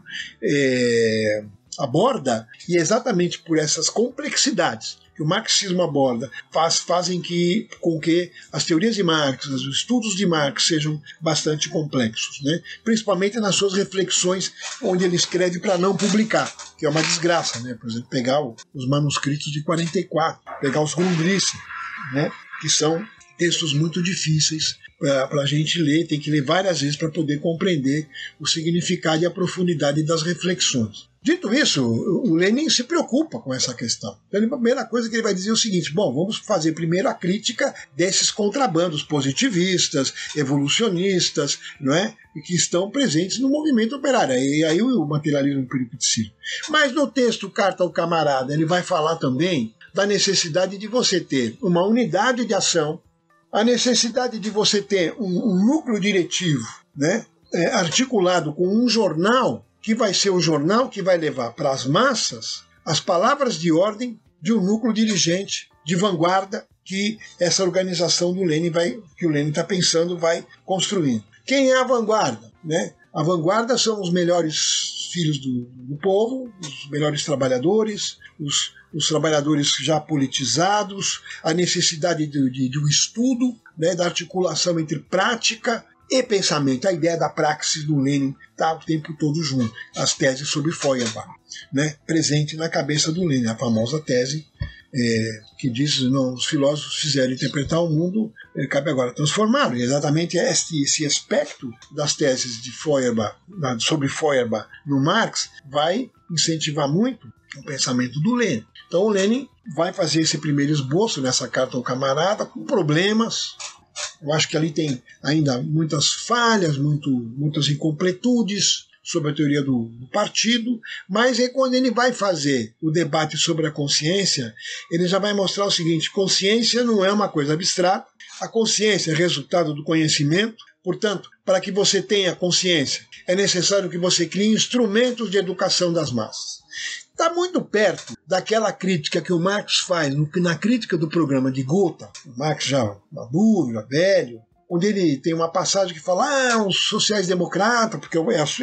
aborda, e exatamente por essas complexidades que o marxismo aborda fazem com que as teorias de Marx, os estudos de Marx sejam bastante complexos, né? Principalmente nas suas reflexões onde ele escreve para não publicar, que é uma desgraça, né? Por exemplo, pegar os manuscritos de 44, pegar os Grundrisse, né? Que são textos muito difíceis para a gente ler, tem que ler várias vezes para poder compreender o significado e a profundidade das reflexões. Dito isso, o Lenin se preocupa com essa questão. Então, a primeira coisa que ele vai dizer é o seguinte: bom, vamos fazer primeiro a crítica desses contrabandos positivistas, evolucionistas, não é? E que estão presentes no movimento operário. E aí o materialismo periodicista. Mas no texto Carta ao Camarada, ele vai falar também da necessidade de você ter uma unidade de ação, a necessidade de você ter um núcleo diretivo, né, articulado com um jornal, que vai ser o jornal que vai levar para as massas as palavras de ordem de um núcleo dirigente de vanguarda que essa organização que o Lenin está pensando, vai construindo. Quem é a vanguarda, né? A vanguarda são os melhores filhos do povo, os melhores trabalhadores, os trabalhadores já politizados, a necessidade do estudo, né, da articulação entre prática e pensamento. A ideia da praxis do Lenin está o tempo todo junto. As teses sobre Feuerbach, né, presente na cabeça do Lenin, a famosa tese que diz que os filósofos fizeram interpretar o mundo, cabe agora transformá-lo. E exatamente esse aspecto das teses de Feuerbach, sobre Feuerbach no Marx, vai incentivar muito o pensamento do Lenin. Então o Lenin vai fazer esse primeiro esboço nessa carta ao camarada, com problemas. Eu acho que ali tem ainda muitas falhas, muitas incompletudes sobre a teoria do partido, mas aí quando ele vai fazer o debate sobre a consciência, ele já vai mostrar o seguinte: consciência não é uma coisa abstrata, a consciência é resultado do conhecimento, portanto, para que você tenha consciência, é necessário que você crie instrumentos de educação das massas. Está muito perto daquela crítica que o Marx faz na crítica do programa de Gotha, o Marx já maduro, já velho, onde ele tem uma passagem que fala os sociais-democratas, porque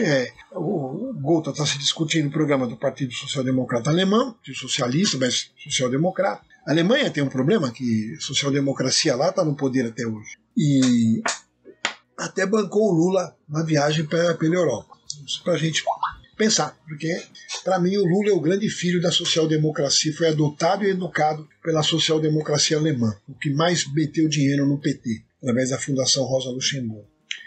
o Gotha está se discutindo no programa do Partido Social-Democrata Alemão, de socialista, mas social-democrata. A Alemanha tem um problema que a social-democracia lá está no poder até hoje. E até bancou o Lula na viagem pela Europa. Isso para a gente pensar, porque para mim o Lula é o grande filho da social-democracia, foi adotado e educado pela social-democracia alemã, o que mais meteu dinheiro no PT, através da Fundação Rosa Luxemburgo.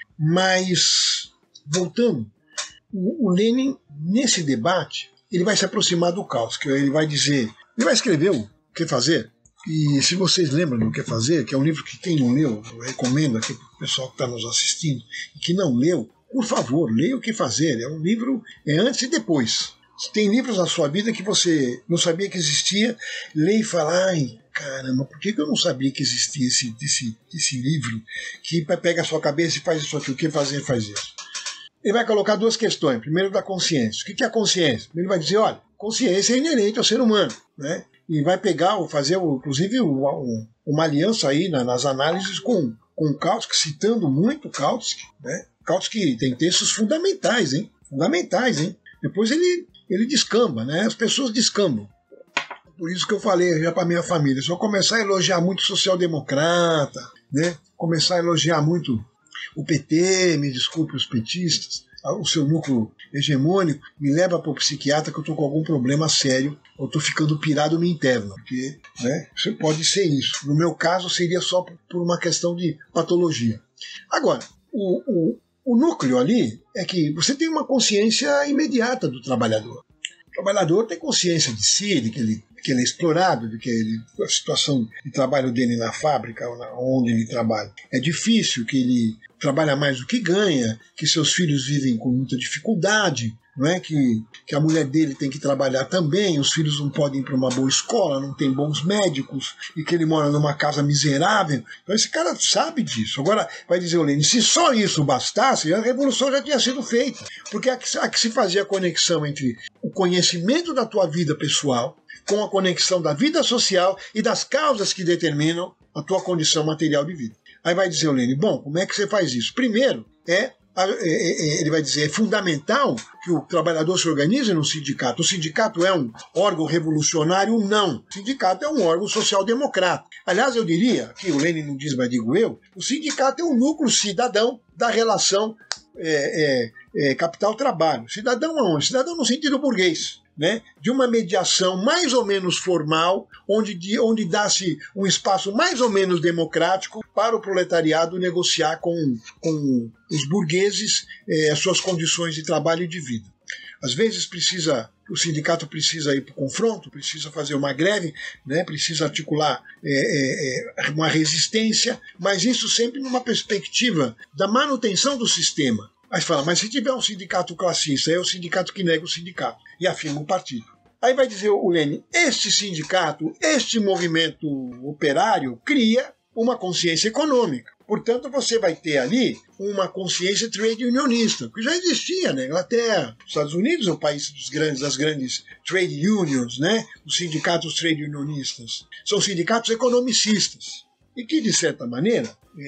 Mas, voltando, o Lenin, nesse debate, ele vai se aproximar do Kautsky, ele vai escrever o que fazer, e se vocês lembram do que fazer, que é um livro que quem não leu, eu recomendo aqui para o pessoal que está nos assistindo, e que não leu, por favor, leia O que Fazer. É um livro antes e depois. Se tem livros na sua vida que você não sabia que existia, leia e fala: ai, caramba, por que eu não sabia que existia esse livro que pega a sua cabeça e faz isso aqui? O que fazer, faz isso. Ele vai colocar duas questões. Primeiro, da consciência. O que é a consciência? Ele vai dizer: olha, consciência é inerente ao ser humano, né? E vai fazer inclusive uma aliança aí nas análises com Kautsky, citando muito Kautsky, né? Kautsky tem textos fundamentais, hein? Depois ele descamba, né? As pessoas descambam. Por isso que eu falei já para minha família, se eu começar a elogiar muito social-democrata, né? Começar a elogiar muito o PT, me desculpe os petistas, o seu núcleo hegemônico, me leva para o psiquiatra que eu estou com algum problema sério, ou estou ficando pirado me interno, porque né, isso pode ser isso. No meu caso, seria só por uma questão de patologia. Agora, o núcleo ali é que você tem uma consciência imediata do trabalhador. O trabalhador tem consciência de si, de que ele é explorado, de que a situação de trabalho dele na fábrica, onde ele trabalha, é difícil, que ele trabalha mais do que ganha, que seus filhos vivem com muita dificuldade, não é? Que a mulher dele tem que trabalhar também, os filhos não podem ir para uma boa escola, não tem bons médicos, e que ele mora numa casa miserável. Então esse cara sabe disso. Agora, vai dizer o Lênin, se só isso bastasse, a revolução já tinha sido feita. Porque há que se fazia a conexão entre o conhecimento da tua vida pessoal com a conexão da vida social e das causas que determinam a tua condição material de vida. Aí vai dizer o Lênin, bom, como é que você faz isso? Primeiro, ele vai dizer, é fundamental que o trabalhador se organize no sindicato. O sindicato é um órgão revolucionário? Não. O sindicato é um órgão social-democrata. Aliás, eu diria, que o Lênin não diz, mas digo eu, o sindicato é um núcleo cidadão da relação capital-trabalho. Cidadão aonde? Cidadão no sentido burguês. Né, de uma mediação mais ou menos formal, onde dá-se um espaço mais ou menos democrático para o proletariado negociar com os burgueses as suas condições de trabalho e de vida. Às vezes o sindicato precisa ir para o confronto, precisa fazer uma greve, né, precisa articular uma resistência, mas isso sempre numa perspectiva da manutenção do sistema. Aí fala, mas se tiver um sindicato classista, é o sindicato que nega o sindicato e afirma o partido. Aí vai dizer o Lênin, este sindicato, este movimento operário cria uma consciência econômica. Portanto, você vai ter ali uma consciência trade unionista, que já existia na Inglaterra. Os Estados Unidos é o país das grandes trade unions, né? Os sindicatos trade unionistas. São sindicatos economicistas. E que, de certa maneira,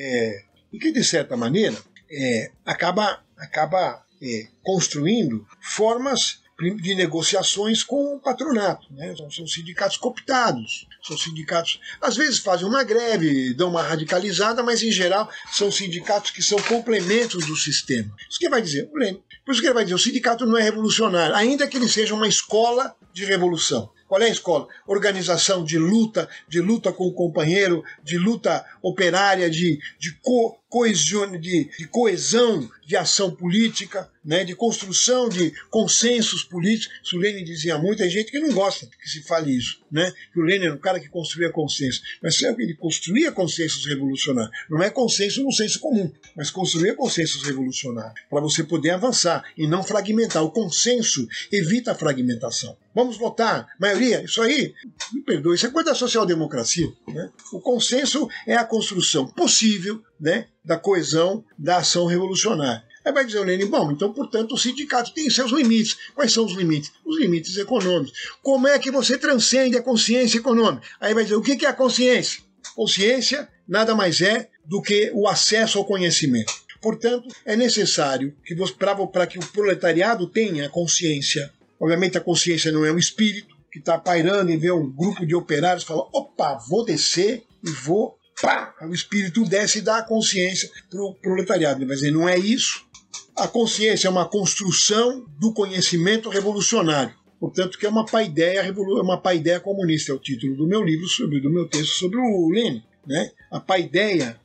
acaba construindo formas de negociações com o patronato. Né? São sindicatos cooptados, são sindicatos, às vezes fazem uma greve, dão uma radicalizada, mas em geral são sindicatos que são complementos do sistema. Isso que vai dizer, por isso que ele vai dizer, o sindicato não é revolucionário, ainda que ele seja uma escola de revolução. Qual é a escola? Organização de luta com o companheiro, de luta operária, de coesão de ação política, né, de construção de consensos políticos. Isso o Lênin dizia muito, tem gente que não gosta que se fale isso, né? Que o Lênin era um cara que construía consenso, mas sabe, ele construía consensos revolucionários. Não é consenso no senso comum, mas construía consensos revolucionários para você poder avançar e não fragmentar. O consenso evita a fragmentação. Vamos votar, maioria, isso aí, me perdoe, isso é coisa da social-democracia. Né? O consenso é a construção possível, né, da coesão da ação revolucionária. Aí vai dizer o Lênin, bom, então, portanto, o sindicato tem seus limites. Quais são os limites? Os limites econômicos. Como é que você transcende a consciência econômica? Aí vai dizer, o que é a consciência? Consciência nada mais é do que o acesso ao conhecimento. Portanto, é necessário que para que o proletariado tenha consciência. Obviamente a consciência não é um espírito que está pairando e vê um grupo de operários e fala, opa, vou descer e vou, pá, o espírito desce e dá a consciência para o proletariado. Ele vai dizer, não é isso. A consciência é uma construção do conhecimento revolucionário. Portanto, que é uma paideia comunista, é o título do meu livro, do meu texto sobre o Lênin. Né? A paideia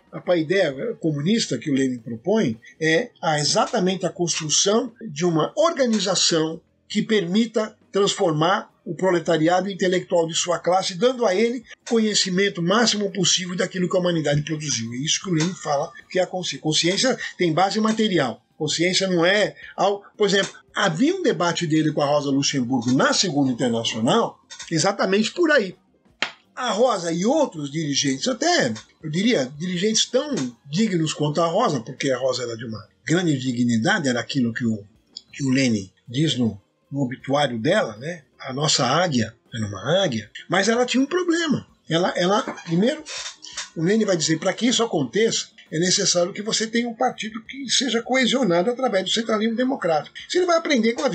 comunista que o Lênin propõe é exatamente a construção de uma organização que permita transformar o proletariado intelectual de sua classe, dando a ele conhecimento máximo possível daquilo que a humanidade produziu. É isso que o Lênin fala que é a consciência. Consciência tem base material. Consciência não é... Por exemplo, havia um debate dele com a Rosa Luxemburgo na Segunda Internacional exatamente por aí. A Rosa e outros dirigentes, até, eu diria, dirigentes tão dignos quanto a Rosa, porque a Rosa era de uma grande dignidade, era aquilo que o Lênin diz no obituário dela, né? A nossa águia era uma águia, mas ela tinha um problema. Ela primeiro, o Lênin vai dizer, para que isso aconteça, é necessário que você tenha um partido que seja coesionado através do centralismo democrático. Você vai aprender com a vida.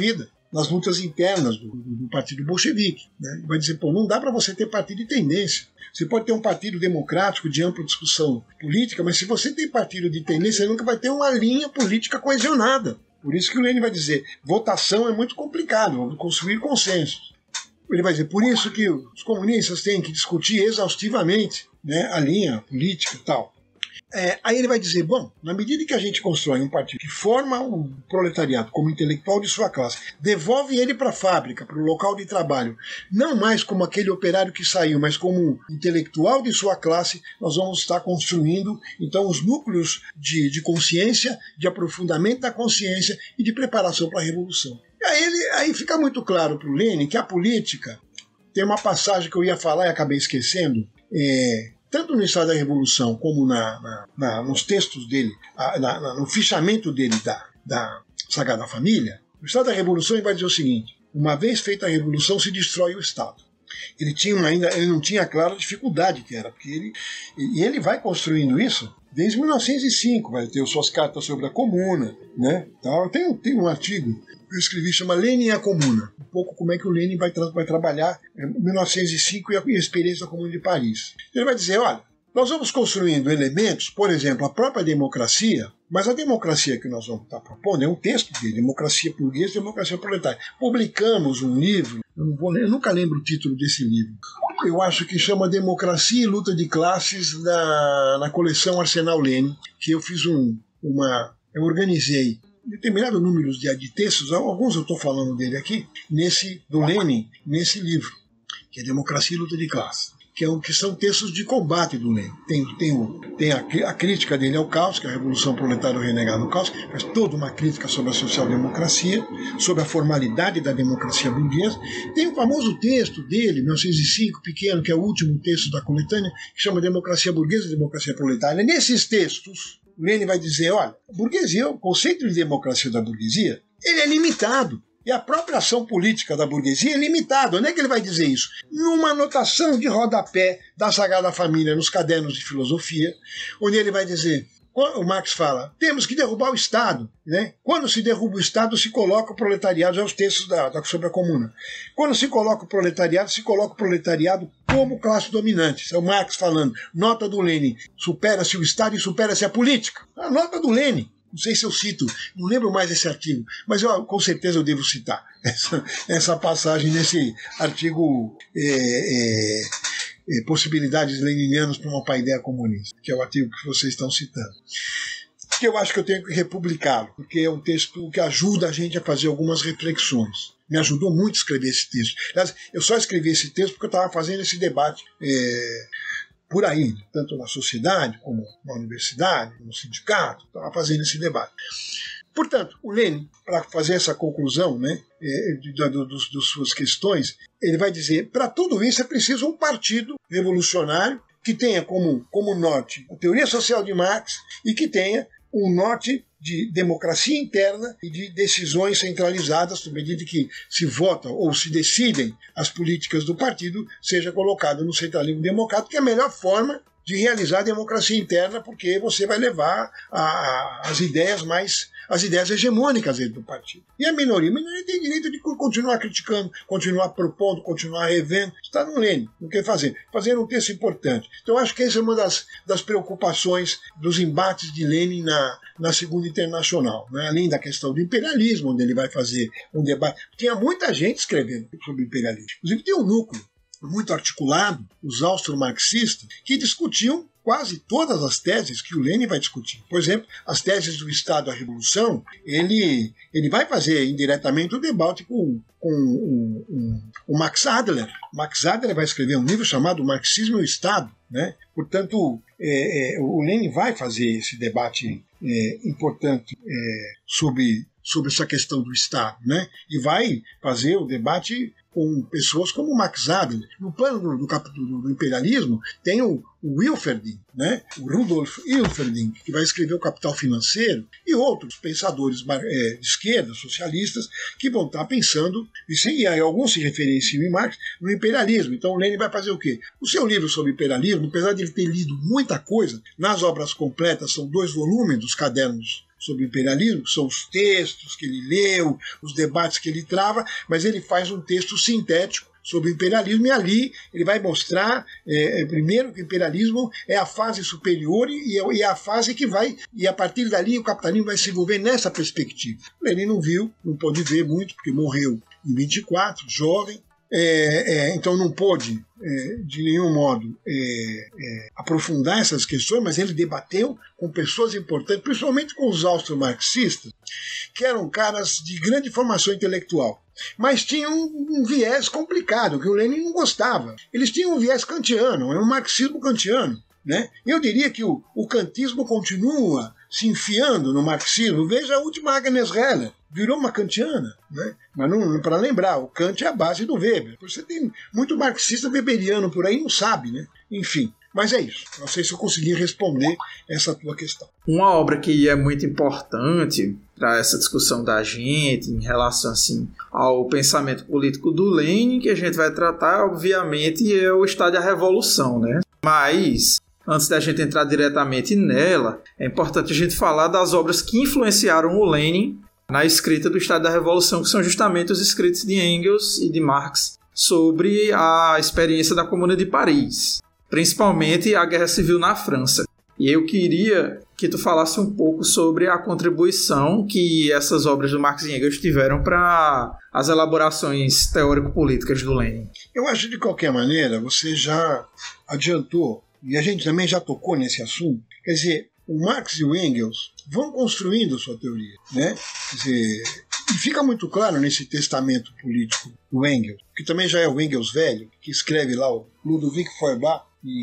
nas lutas internas do partido bolchevique. Né? Ele vai dizer, não dá para você ter partido de tendência. Você pode ter um partido democrático de ampla discussão política, mas se você tem partido de tendência, você nunca vai ter uma linha política coesionada. Por isso que o Lenin vai dizer, votação é muito complicado, vamos construir consensos. Ele vai dizer, por isso que os comunistas têm que discutir exaustivamente, né, a linha política e tal. Aí ele vai dizer, bom, na medida que a gente constrói um partido que forma o proletariado como intelectual de sua classe, devolve ele para a fábrica, para o local de trabalho, não mais como aquele operário que saiu, mas como intelectual de sua classe, nós vamos estar construindo, então, os núcleos de consciência, de aprofundamento da consciência e de preparação para a revolução. E aí fica muito claro para o Lenin que a política, tem uma passagem que eu ia falar e acabei esquecendo, tanto no Estado da Revolução como nos textos dele, no fichamento dele da Sagrada Família, o Estado da Revolução ele vai dizer o seguinte, uma vez feita a Revolução se destrói o Estado. Ele não tinha claro a dificuldade que era, porque ele vai construindo isso desde 1905, vai ter suas cartas sobre a Comuna, né? Tem um artigo que eu escrevi, chama Lenin e a Comuna, um pouco como é que o Lenin vai trabalhar em 1905 e a experiência da Comuna de Paris. Ele vai dizer, olha, nós vamos construindo elementos, por exemplo, a própria democracia, mas a democracia que nós vamos estar propondo é um texto de democracia burguesa e democracia proletária. Publicamos um livro, eu nunca lembro o título desse livro, eu acho que chama Democracia e Luta de Classes na coleção Arsenal Lenin, que eu fiz eu organizei determinados números de textos, alguns eu estou falando dele aqui, do Lenin, nesse livro, que é Democracia e Luta de Classes. Que são textos de combate do Lenin. Tem a crítica dele ao caos, que é a Revolução Proletária renegada no caos, faz toda uma crítica sobre a social-democracia, sobre a formalidade da democracia burguesa. Tem o famoso texto dele, 1905, pequeno, que é o último texto da coletânea, que chama Democracia Burguesa e Democracia Proletária. Nesses textos, o Lenin vai dizer, olha, a burguesia, o conceito de democracia da burguesia, ele é limitado. E a própria ação política da burguesia é limitada. Onde é que ele vai dizer isso? Numa anotação de rodapé da Sagrada Família nos cadernos de filosofia, onde ele vai dizer, o Marx fala, temos que derrubar o Estado. Né? Quando se derruba o Estado, se coloca o proletariado, já os textos sobre a Comuna. Quando se coloca o proletariado como classe dominante. Isso é o Marx falando. Nota do Lenin, supera-se o Estado e supera-se a política. A nota do Lenin. Não sei se eu cito, não lembro mais esse artigo, mas com certeza eu devo citar essa passagem nesse artigo Possibilidades Leninianas para uma Paideia Comunista, que é o artigo que vocês estão citando. Que eu acho que eu tenho que republicá-lo, porque é um texto que ajuda a gente a fazer algumas reflexões. Me ajudou muito a escrever esse texto. Aliás, eu só escrevi esse texto porque eu estava fazendo esse debate por aí, tanto na sociedade, como na universidade, no sindicato, estava fazendo esse debate. Portanto, o Lenin, para fazer essa conclusão, né, das suas questões, ele vai dizer, para tudo isso é preciso um partido revolucionário que tenha como norte a teoria social de Marx e que tenha um norte de democracia interna e de decisões centralizadas, na medida que se votam ou se decidem as políticas do partido, seja colocado no centralismo democrático, que é a melhor forma de realizar a democracia interna, porque você vai levar as ideias hegemônicas dentro do partido. E a minoria tem direito de continuar criticando, continuar propondo, continuar revendo. Está no Lenin, não quer fazer. Fazer um texto importante. Então, acho que essa é uma das preocupações dos embates de Lenin na Segunda Internacional. Né? Além da questão do imperialismo, onde ele vai fazer um debate. Tinha muita gente escrevendo sobre imperialismo. Inclusive, tem um núcleo muito articulado, os austro-marxistas, que discutiam quase todas as teses que o Lenin vai discutir. Por exemplo, as teses do Estado da Revolução, ele vai fazer indiretamente o debate com o Max Adler. Max Adler vai escrever um livro chamado Marxismo e o Estado. Né? Portanto, o Lenin vai fazer esse debate importante sobre essa questão do Estado. Né? E vai fazer o debate com pessoas como Max Adler. No plano do imperialismo, tem o Wilferding, né? O Rudolf Wilferding, que vai escrever o Capital Financeiro, e outros pensadores de esquerda, socialistas, que vão estar pensando, e alguns se referenciam em Marx, no imperialismo. Então o Lenin vai fazer o quê? O seu livro sobre imperialismo, apesar de ele ter lido muita coisa, nas obras completas, são 2 volumes dos cadernos sobre o imperialismo, que são os textos que ele leu, os debates que ele trava, mas ele faz um texto sintético sobre o imperialismo, e ali ele vai mostrar, primeiro, que o imperialismo é a fase superior e é a fase que vai, e a partir dali o capitalismo vai se envolver nessa perspectiva. Ele não viu, não pôde ver muito, porque morreu em 24, jovem, então não pôde, de nenhum modo, aprofundar essas questões, mas ele debateu com pessoas importantes, principalmente com os austro-marxistas, que eram caras de grande formação intelectual, mas tinham um viés complicado, que o Lenin não gostava. Eles tinham um viés kantiano, um marxismo kantiano. Né? Eu diria que o kantismo continua se enfiando no marxismo. Veja a última Agnes Heller, virou uma kantiana. Né? Mas para lembrar, o Kant é a base do Weber. Você tem muito marxista weberiano por aí, não sabe. Né? Enfim, mas é isso. Não sei se eu consegui responder essa tua questão. Uma obra que é muito importante para essa discussão da gente em relação assim, ao pensamento político do Lenin, que a gente vai tratar, obviamente, é o Estado e a Revolução. Né? Mas antes da gente entrar diretamente nela, é importante a gente falar das obras que influenciaram o Lenin na escrita do Estado da Revolução, que são justamente os escritos de Engels e de Marx sobre a experiência da Comuna de Paris, principalmente a Guerra Civil na França. E eu queria que tu falasse um pouco sobre a contribuição que essas obras do Marx e Engels tiveram para as elaborações teórico-políticas do Lenin. Eu acho, de qualquer maneira, você já adiantou, e a gente também já tocou nesse assunto. Quer dizer, o Marx e o Engels vão construindo sua teoria, né? Quer dizer, e fica muito claro nesse testamento político do Engels, que também já é o Engels velho, que escreve lá o Ludwig Feuerbach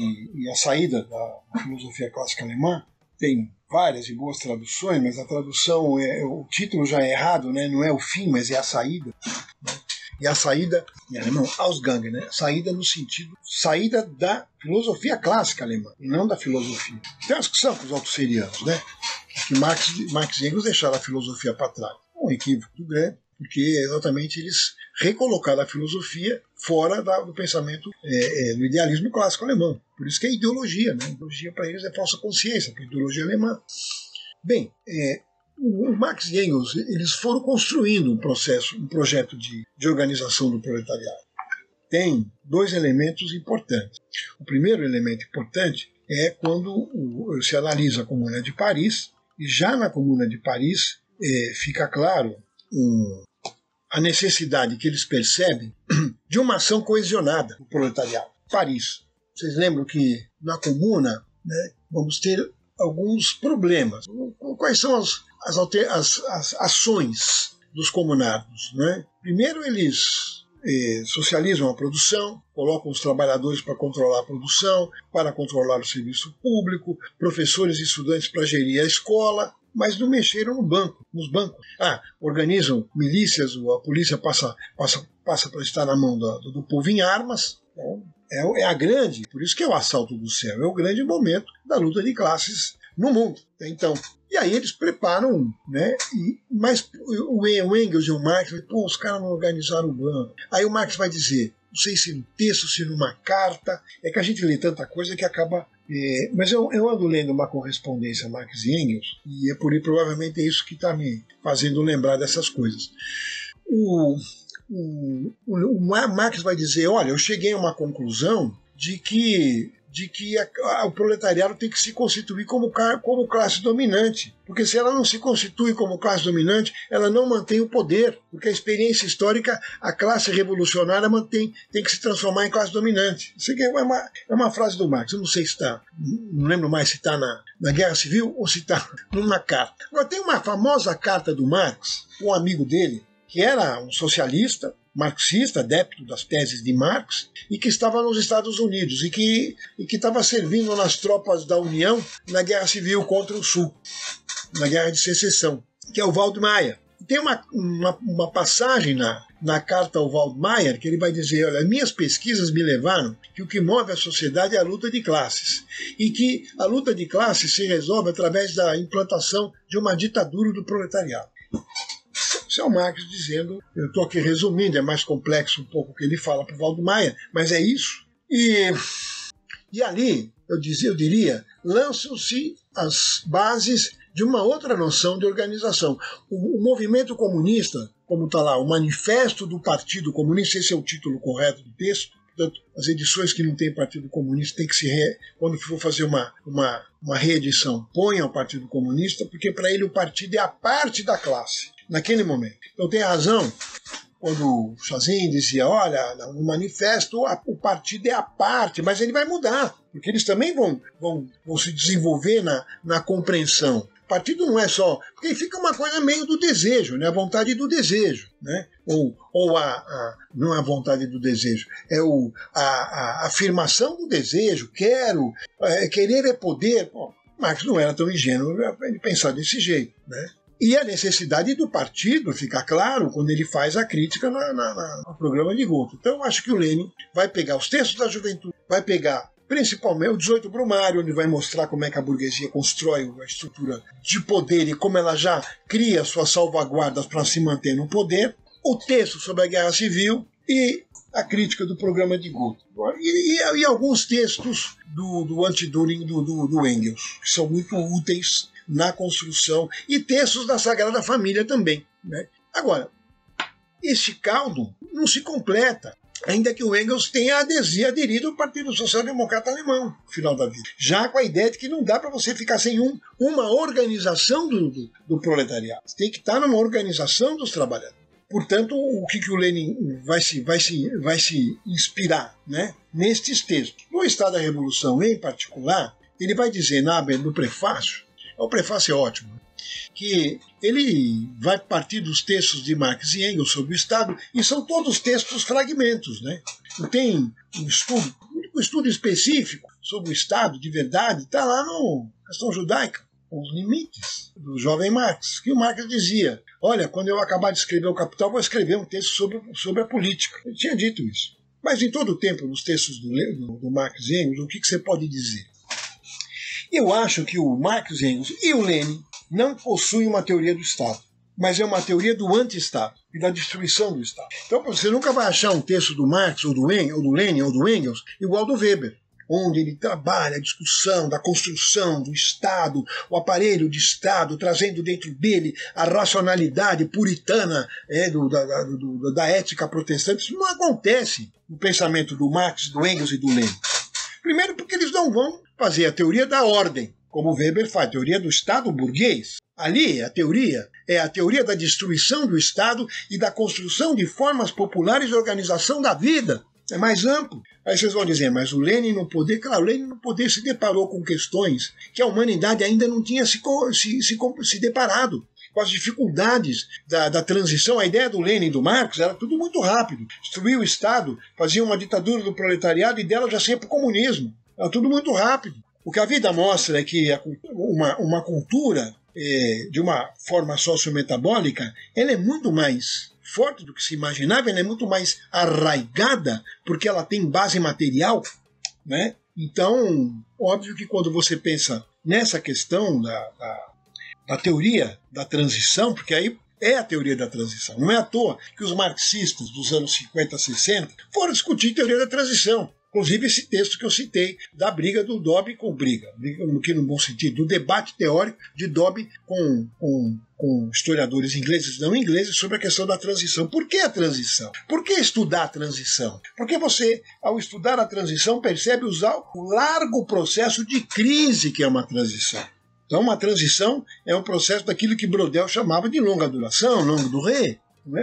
e a saída da filosofia clássica alemã. Tem várias e boas traduções, mas a tradução, o título já é errado, né? Não é o fim, mas é a saída. Né? E a saída, em alemão, Ausgang, né? Saída no sentido, saída da filosofia clássica alemã, e não da filosofia. Tem uma discussão com os autosserianos, né? Que Marx e Engels deixaram a filosofia para trás. Um equívoco muito grande, porque exatamente eles recolocaram a filosofia fora do pensamento do idealismo clássico alemão. Por isso que é ideologia, né? Ideologia para eles é falsa consciência, porque é ideologia alemã. Bem, o Marx e Engels eles foram construindo um projeto de organização do proletariado. Tem dois elementos importantes. O primeiro elemento importante é quando se analisa a Comuna de Paris, e já na Comuna de Paris fica claro a necessidade que eles percebem de uma ação coesionada do proletariado. Paris. Vocês lembram que na Comuna, né, vamos ter alguns problemas. Quais são as ações dos comunados? Né? Primeiro, eles socializam a produção, colocam os trabalhadores para controlar a produção, para controlar o serviço público, professores e estudantes para gerir a escola, mas não mexeram nos bancos. Organizam milícias, a polícia passa para estar na mão do povo em armas. Então, é a grande, por isso que é o assalto do céu, é o grande momento da luta de classes no mundo. Então, e aí eles preparam, né? Mas o Engels e o Marx, os caras não organizaram o banco. Aí o Marx vai dizer, não sei se no texto, se numa carta, é que a gente lê tanta coisa que acaba... mas eu ando lendo uma correspondência Marx e Engels, e provavelmente é isso que está me fazendo lembrar dessas coisas. O Marx vai dizer, olha, eu cheguei a uma conclusão de que o proletariado tem que se constituir como classe dominante. Porque se ela não se constitui como classe dominante, ela não mantém o poder. Porque a experiência histórica, a classe revolucionária tem que se transformar em classe dominante. Isso aqui é uma frase do Marx. Eu não sei se está, não lembro mais se está na Guerra Civil ou se está numa carta. Agora, tem uma famosa carta do Marx, um amigo dele, que era um socialista, marxista, adepto das teses de Marx, e que estava nos Estados Unidos, e que estava servindo nas tropas da União na Guerra Civil contra o Sul, na Guerra de Secessão, que é o Waldmeier. E tem uma passagem na carta ao Waldmeier que ele vai dizer, olha, minhas pesquisas me levaram que o que move a sociedade é a luta de classes, e que a luta de classes se resolve através da implantação de uma ditadura do proletariado. Isso é o Marx dizendo, eu estou aqui resumindo, é mais complexo um pouco o que ele fala para o Waldmeier, mas é isso. E ali, eu diria, lançam-se as bases de uma outra noção de organização. O movimento comunista, como está lá, o Manifesto do Partido Comunista, esse é o título correto do texto. Portanto, as edições que não tem Partido Comunista tem que quando for fazer uma reedição, ponha o Partido Comunista, porque para ele o partido é a parte da classe, naquele momento. Então tem razão quando o Chazin dizia, olha, no manifesto o partido é a parte, mas ele vai mudar, porque eles também vão se desenvolver na compreensão. O partido não é só... Porque fica uma coisa meio do desejo, né? A vontade do desejo, né? Ou não é a vontade do desejo, é a afirmação do desejo, querer é poder. Bom, Marx não era tão ingênuo de pensar desse jeito, né? E a necessidade do partido fica claro quando ele faz a crítica no programa de Guto. Então eu acho que o Lenin vai pegar os textos da juventude, vai pegar principalmente o 18 Brumário, onde vai mostrar como é que a burguesia constrói a estrutura de poder e como ela já cria suas salvaguardas para se manter no poder, o texto sobre a Guerra Civil e a crítica do programa de Guto. E alguns textos do anti-Düring do Engels, que são muito úteis na construção, e textos da Sagrada Família também, né? Agora, esse caldo não se completa, ainda que o Engels tenha aderido ao Partido Social Democrata Alemão no final da vida, já com a ideia de que não dá para você ficar sem uma organização do proletariado. Você tem que estar numa organização dos trabalhadores. Portanto, o que o Lenin vai se inspirar, né, nestes textos. No Estado da Revolução, em particular, ele vai dizer no prefácio, o prefácio é ótimo, que ele vai partir dos textos de Marx e Engels sobre o Estado, e são todos textos fragmentos, né? Não tem um estudo específico sobre o Estado de verdade, está lá no Questão Judaica, com os limites do jovem Marx, que o Marx dizia, olha, quando eu acabar de escrever o Capital, vou escrever um texto sobre a política. Ele tinha dito isso. Mas em todo o tempo, nos textos do Marx e Engels, o que você pode dizer? Eu acho que o Marx, Engels e o Lenin não possuem uma teoria do Estado, mas é uma teoria do anti-Estado e da destruição do Estado. Então você nunca vai achar um texto do Marx, ou do Lenin, ou do Engels, igual ao do Weber, onde ele trabalha a discussão da construção do Estado, o aparelho de Estado, trazendo dentro dele a racionalidade puritana da ética protestante. Isso não acontece no pensamento do Marx, do Engels e do Lenin. Primeiro porque eles não vão fazer a teoria da ordem, como o Weber faz, a teoria do Estado burguês. Ali a teoria é a teoria da destruição do Estado e da construção de formas populares de organização da vida. É mais amplo. Aí vocês vão dizer, mas o Lenin no poder, claro, o Lenin no poder se deparou com questões que a humanidade ainda não tinha se deparado, com as dificuldades da transição. A ideia do Lenin e do Marx era tudo muito rápido. Destruir o Estado, fazia uma ditadura do proletariado e dela já sempre para o comunismo. Era tudo muito rápido. O que a vida mostra é que uma cultura de uma forma sociometabólica, ela é muito mais forte do que se imaginava, ela é muito mais arraigada, porque ela tem base material, né? Então, óbvio que quando você pensa nessa questão da teoria da transição, porque aí é a teoria da transição, não é à toa que os marxistas dos anos 50, 60 foram discutir teoria da transição. Inclusive esse texto que eu citei, da briga do Dobbs com briga no bom sentido, do debate teórico de Dobbs com historiadores ingleses e não ingleses sobre a questão da transição. Por que a transição? Por que estudar a transição? Porque você, ao estudar a transição, percebe o largo processo de crise que é uma transição. Então uma transição é um processo daquilo que Brodel chamava de longa duração, longue durée.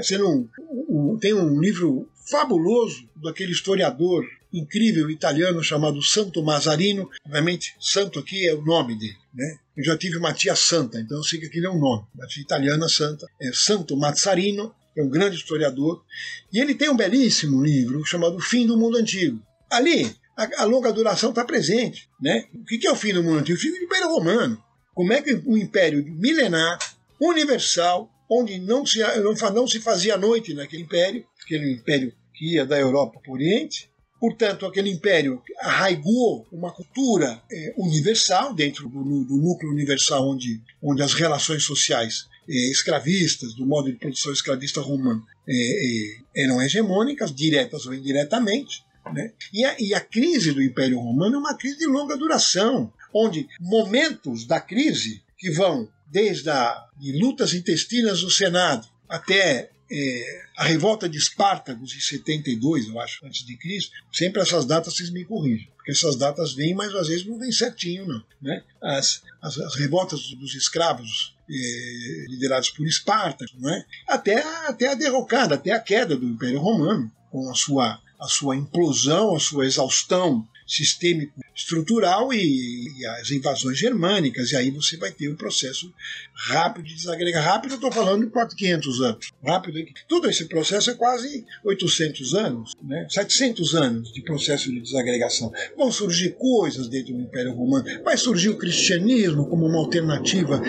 Tem um livro fabuloso daquele historiador incrível italiano chamado Santo Mazzarino. Obviamente, santo aqui é o nome dele, né? Eu já tive uma tia santa, então eu sei que aquele é um nome. Uma tia italiana santa é Santo Mazzarino, é um grande historiador. E ele tem um belíssimo livro chamado O Fim do Mundo Antigo. Ali, a longa duração está presente, né? O que é o fim do mundo antigo? O fim do Império Romano. Como é que um império milenar, universal, onde não se fazia noite naquele império, aquele império que ia da Europa para o Oriente. Portanto, aquele império arraigou uma cultura universal, dentro do núcleo universal onde as relações sociais escravistas, do modo de produção escravista romano, eram hegemônicas, diretas ou indiretamente. Né? E a crise do Império Romano é uma crise de longa duração, onde momentos da crise que vão desde de lutas intestinas no Senado até a revolta de Espartacos em 72, eu acho, antes de Cristo. Sempre essas datas vocês me corrigem, porque essas datas vêm, mas às vezes não vêm certinho, não. Né? As revoltas dos escravos liderados por Espartaco, né? até a derrocada, até a queda do Império Romano, com a sua implosão, a sua exaustão sistêmico estrutural e as invasões germânicas, e aí você vai ter um processo rápido de desagregar. Rápido, eu estou falando de 400 anos. Rápido, todo esse processo é quase 800 anos, né? 700 anos de processo de desagregação. Vão surgir coisas dentro do Império Romano, vai surgir o cristianismo como uma alternativa,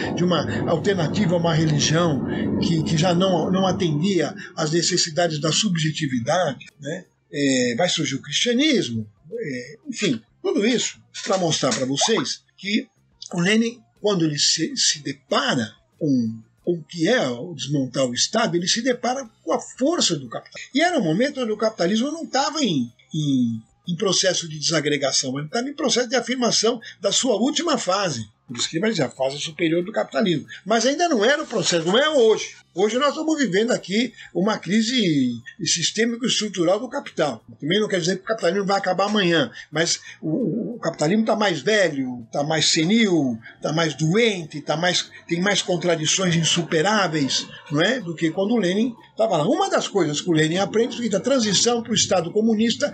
a uma religião que já não atendia às necessidades da subjetividade, né? Vai surgir o cristianismo, enfim, tudo isso para mostrar para vocês que o Lenin, quando ele se depara com o que é o desmontar o Estado, ele se depara com a força do capitalismo. E era um momento onde o capitalismo não estava em processo de desagregação, ele estava em processo de afirmação da sua última fase. Por isso que ele vai dizer a fase superior do capitalismo. Mas ainda não era o processo, não é hoje. Hoje nós estamos vivendo aqui uma crise sistêmico-estrutural do capital. Também não quer dizer que o capitalismo vai acabar amanhã, mas o capitalismo está mais velho, está mais senil, está mais doente, tem mais contradições insuperáveis, não é? Do que quando o Lenin estava lá. Uma das coisas que o Lenin aprende é que a transição para o Estado comunista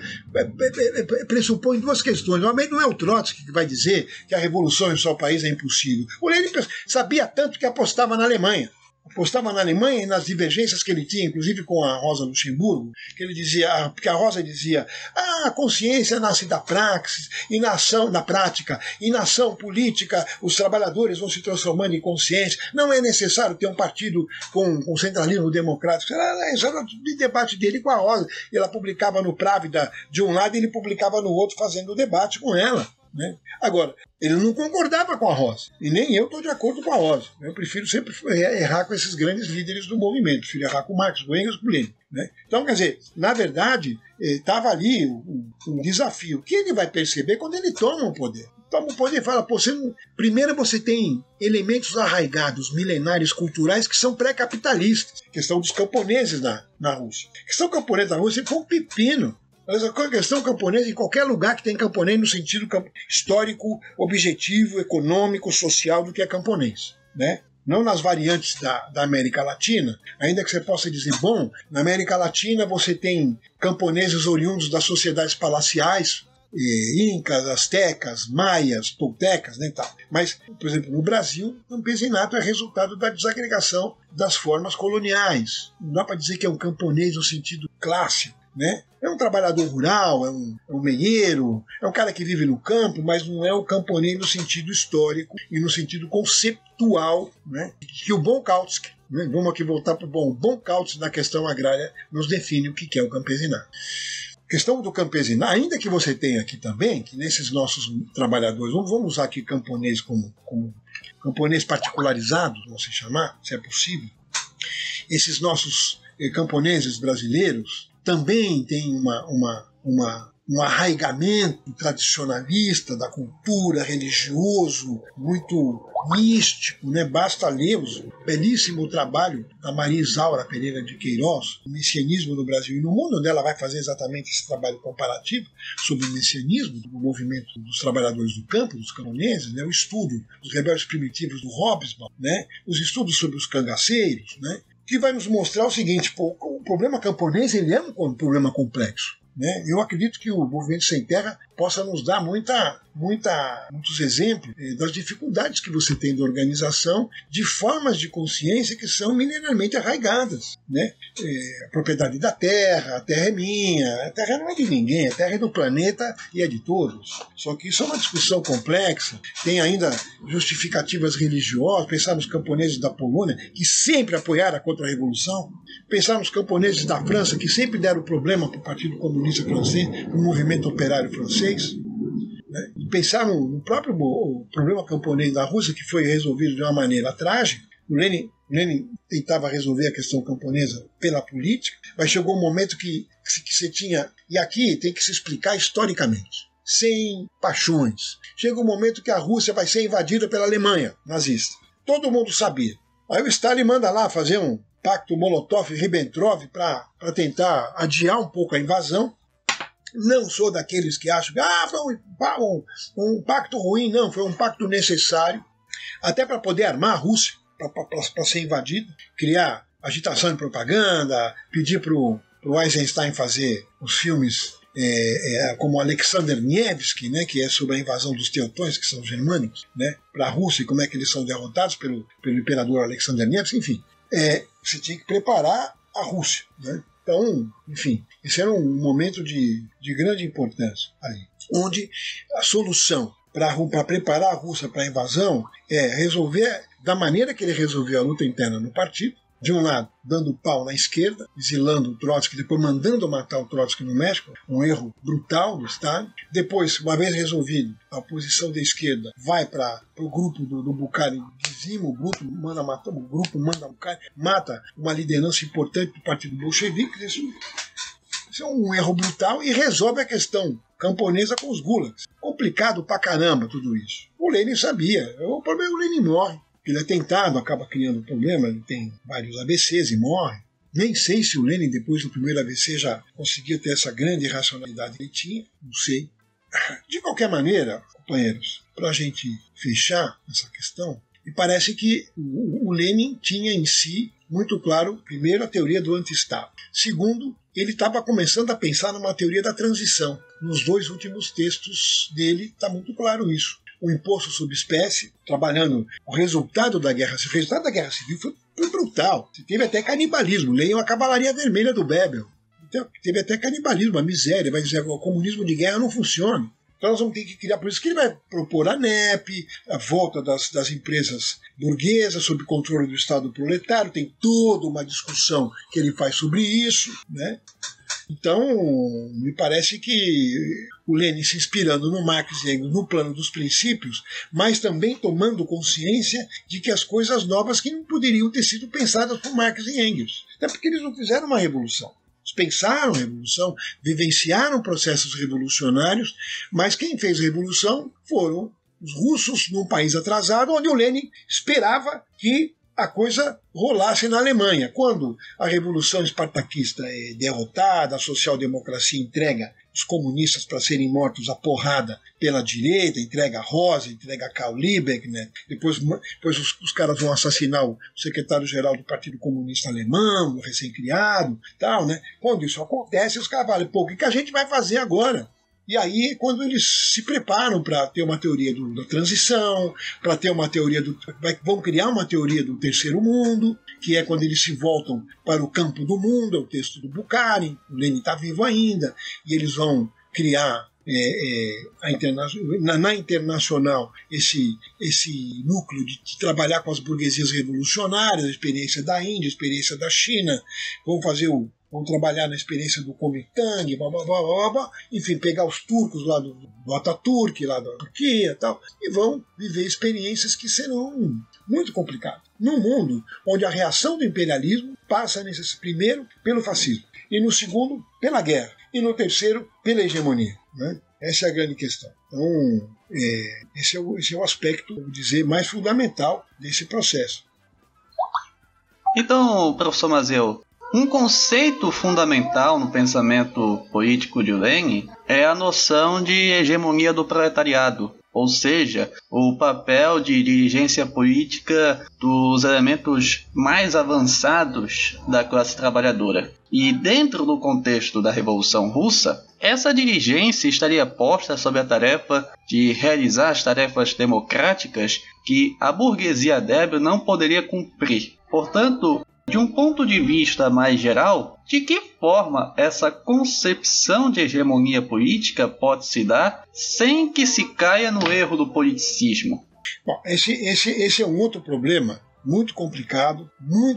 pressupõe duas questões. Normalmente não é o Trotsky que vai dizer que a revolução em seu país é impossível. O Lenin sabia tanto que apostava na Alemanha. Apostava na Alemanha e nas divergências que ele tinha, inclusive com a Rosa Luxemburgo, que ele dizia, porque a Rosa dizia, a consciência nasce da praxis, e na prática, e na ação política os trabalhadores vão se transformando em consciência, não é necessário ter um partido com centralismo democrático. Isso era o debate dele com a Rosa. Ela publicava no Právida de um lado e ele publicava no outro, fazendo o debate com ela. Né? Agora, ele não concordava com a Rosa, e nem eu estou de acordo com a Rosa. Eu prefiro sempre errar com esses grandes líderes do movimento, prefiro errar com Marx, com Engels, com Lenin. Né? Então, quer dizer, na verdade, estava ali um desafio que ele vai perceber quando ele toma o poder. Toma o poder e fala, primeiro você tem elementos arraigados, milenares, culturais, que são pré-capitalistas. A questão dos camponeses na Rússia. A questão camponesa na Rússia foi um pepino. Mas a questão camponesa, em qualquer lugar que tem camponês no sentido histórico, objetivo, econômico, social do que é camponês, né? Não nas variantes da América Latina, ainda que você possa dizer, bom, na América Latina você tem camponeses oriundos das sociedades palaciais, incas, astecas, maias, toltecas, né, tal. Mas, por exemplo, no Brasil, o campesinato é resultado da desagregação das formas coloniais. Não dá para dizer que é um camponês no sentido clássico. Né? É um trabalhador rural, é um meieiro, é um cara que vive no campo, mas não é o camponês no sentido histórico e no sentido conceptual, né? Que o von Kautsky, né? Vamos aqui voltar para o von Kautsky na questão agrária, nos define o que é o campesinato. A questão do campesinato, ainda que você tenha aqui também, que nesses nossos trabalhadores, vamos usar aqui camponês como camponês particularizado, vamos se chamar, se é possível, esses nossos camponeses brasileiros também tem um arraigamento tradicionalista da cultura, religioso, muito místico, né? Basta ler o belíssimo trabalho da Maria Isaura Pereira de Queiroz, o messianismo no Brasil e no mundo, onde ela vai fazer exatamente esse trabalho comparativo sobre o messianismo, do movimento dos trabalhadores do campo, dos camponeses, né? O estudo dos rebeldes primitivos do Hobsbawm, né? Os estudos sobre os cangaceiros, né? Que vai nos mostrar o seguinte, o problema camponês ele é um problema complexo. Né? Eu acredito que o Movimento Sem Terra possa nos dar muitos exemplos das dificuldades que você tem da organização, de formas de consciência que são mineralmente arraigadas. Né? A propriedade da terra, a terra é minha, a terra não é de ninguém, a terra é do planeta e é de todos. Só que isso é uma discussão complexa, tem ainda justificativas religiosas, pensar nos camponeses da Polônia, que sempre apoiaram a contra-revolução, pensar nos camponeses da França, que sempre deram problema para o Partido Comunista Francês, para o movimento operário francês, né? E pensar no próprio problema camponês da Rússia, que foi resolvido de uma maneira trágica. O Lenin tentava resolver a questão camponesa pela política, mas chegou um momento que você tinha, e aqui tem que se explicar historicamente, sem paixões. Chega um momento que a Rússia vai ser invadida pela Alemanha nazista. todo mundo sabia. Aí o Stalin manda lá fazer um pacto Molotov-Ribbentrop para tentar adiar um pouco a invasão. Não sou daqueles que acham que foi um pacto ruim, não, foi um pacto necessário, até para poder armar a Rússia, para ser invadida, criar agitação e propaganda, pedir para o Eisenstein fazer os filmes como Alexander Nevsky, né, que é sobre a invasão dos teutões, que são germânicos, né, para a Rússia e como é que eles são derrotados pelo imperador Alexander Nevsky, enfim. Você tinha que preparar a Rússia, né? Então, enfim, esse era um momento de grande importância ali, onde a solução para preparar a Rússia para a invasão é resolver da maneira que ele resolveu a luta interna no partido, de um lado, dando pau na esquerda, exilando o Trotsky, depois mandando matar o Trotsky no México, um erro brutal do Stalin. Depois, uma vez resolvido, a oposição da esquerda vai para o grupo do Bukharin, dizima o grupo, manda matar o grupo, manda o Bukharin, mata uma liderança importante do Partido Bolchevique. Isso é um erro brutal e resolve a questão camponesa com os gulags. Complicado pra caramba tudo isso. O Lenin sabia. O problema é o Lenin morre. Ele é tentado, acaba criando problema, ele tem vários AVCs e morre. Nem sei se o Lenin, depois do primeiro AVC, já conseguiu ter essa grande racionalidade que ele tinha, não sei. De qualquer maneira, companheiros, para a gente fechar essa questão, me parece que o Lenin tinha em si, muito claro, primeiro, a teoria do anti-Estado. Segundo, ele estava começando a pensar numa teoria da transição. Nos 2 últimos textos dele está muito claro isso. O imposto sobre espécie, trabalhando o resultado da guerra civil. O resultado da guerra civil foi brutal. Teve até canibalismo. Leiam a Cavalaria Vermelha do Bebel. Então, teve até canibalismo, a miséria. Vai dizer que o comunismo de guerra não funciona. Então nós vamos ter que criar, por isso que ele vai propor a NEP, a volta das empresas burguesas sob controle do Estado proletário. Tem toda uma discussão que ele faz sobre isso, né? Então, me parece que o Lenin se inspirando no Marx e Engels no plano dos princípios, mas também tomando consciência de que as coisas novas que não poderiam ter sido pensadas por Marx e Engels. Até porque eles não fizeram uma revolução. Eles pensaram a revolução, vivenciaram processos revolucionários, mas quem fez revolução foram os russos num país atrasado, onde o Lenin esperava que a coisa rolasse na Alemanha. Quando a Revolução Espartaquista é derrotada, a social-democracia entrega os comunistas para serem mortos à porrada pela direita, entrega Rosa, entrega Karl Liebknecht, né? Depois os caras vão assassinar o secretário-geral do Partido Comunista Alemão, o recém-criado, tal, né? Quando isso acontece, os caras falam, o que a gente vai fazer agora? E aí, quando eles se preparam para ter uma teoria da transição, para ter uma teoria vão criar uma teoria do terceiro mundo, que é quando eles se voltam para o campo do mundo, é o texto do Bukharin, o Lenin está vivo ainda, e eles vão criar na Internacional esse núcleo de trabalhar com as burguesias revolucionárias, a experiência da Índia, a experiência da China, vão trabalhar na experiência do Kuomintang, enfim, pegar os turcos lá do Ataturk, lá da Turquia e tal, e vão viver experiências que serão muito complicadas. Num mundo onde a reação do imperialismo passa, primeiro, pelo fascismo, e no segundo, pela guerra, e no terceiro, pela hegemonia, né? Essa é a grande questão. Então, esse é o aspecto, vou dizer, mais fundamental desse processo. Então, professor Mazzeo, um conceito fundamental no pensamento político de Lenin é a noção de hegemonia do proletariado, ou seja, o papel de dirigência política dos elementos mais avançados da classe trabalhadora. E dentro do contexto da Revolução Russa, essa dirigência estaria posta sob a tarefa de realizar as tarefas democráticas que a burguesia débil não poderia cumprir. Portanto, de um ponto de vista mais geral, de que forma essa concepção de hegemonia política pode se dar sem que se caia no erro do politicismo? Bom, esse é um outro problema muito complicado,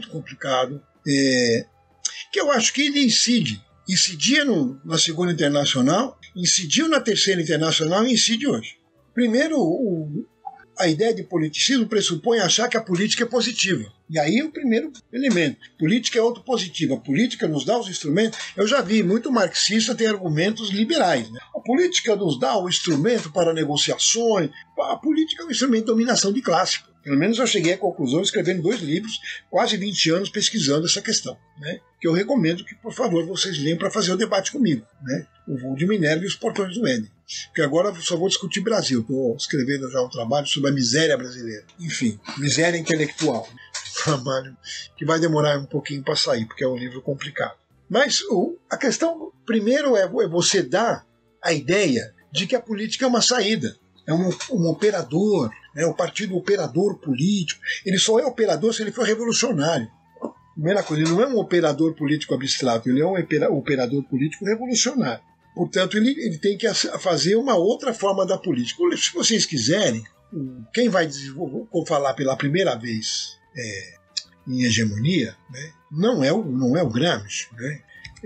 que eu acho que ele incidia na Segunda Internacional, incidiu na Terceira Internacional e incide hoje. Primeiro, a ideia de politicismo pressupõe achar que a política é positiva. E aí é o primeiro elemento. Política é autopositiva. A política nos dá os instrumentos. Eu já vi muito marxista ter argumentos liberais, né? A política nos dá o instrumento para negociações. A política é um instrumento de dominação de classe. Pelo menos eu cheguei à conclusão escrevendo 2 livros, quase 20 anos pesquisando essa questão, né? Que eu recomendo que, por favor, vocês leiam para fazer o debate comigo, né? O Voo de Minerva e os Portões do Éden. Porque agora eu só vou discutir Brasil. Estou escrevendo já um trabalho sobre a miséria brasileira. Enfim, miséria intelectual. Trabalho que vai demorar um pouquinho para sair, porque é um livro complicado. Mas a questão, primeiro, é você dar a ideia de que a política é uma saída. É um operador, né? O partido operador político. Ele só é operador se ele for revolucionário. Primeira coisa, ele não é um operador político abstrato, ele é um operador político revolucionário. Portanto, ele tem que fazer uma outra forma da política. Se vocês quiserem, quem vai falar pela primeira vez em hegemonia, né, não é o Gramsci, né,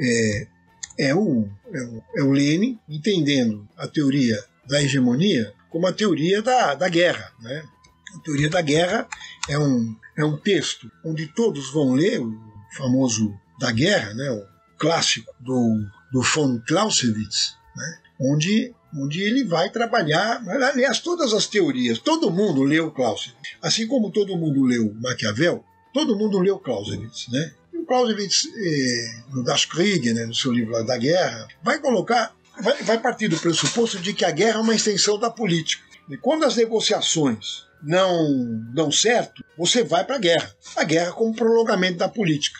é o Lenin, entendendo a teoria da hegemonia como a teoria da guerra. Né? A teoria da guerra é um texto onde todos vão ler, o famoso da guerra, né, o clássico do von Clausewitz, né, onde ele vai trabalhar, aliás, todas as teorias, todo mundo leu Clausewitz, assim como todo mundo leu Maquiavel, todo mundo leu Clausewitz, né? E o Clausewitz, no Das Krieg, né, no seu livro da guerra, vai partir do pressuposto de que a guerra é uma extensão da política. E quando as negociações não dão certo, você vai para a guerra. A guerra como prolongamento da política.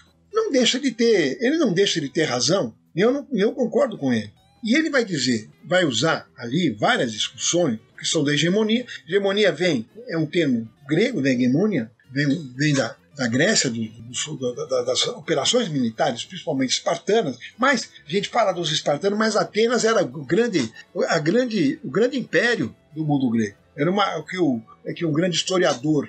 Ele não deixa de ter razão, e eu concordo com ele. E ele vai usar ali várias discussões que são da hegemonia. Hegemonia é um termo grego da hegemonia, vem da Grécia, das operações militares, principalmente espartanas, mas a gente fala dos espartanos, mas Atenas era o grande império do mundo grego. Era um grande historiador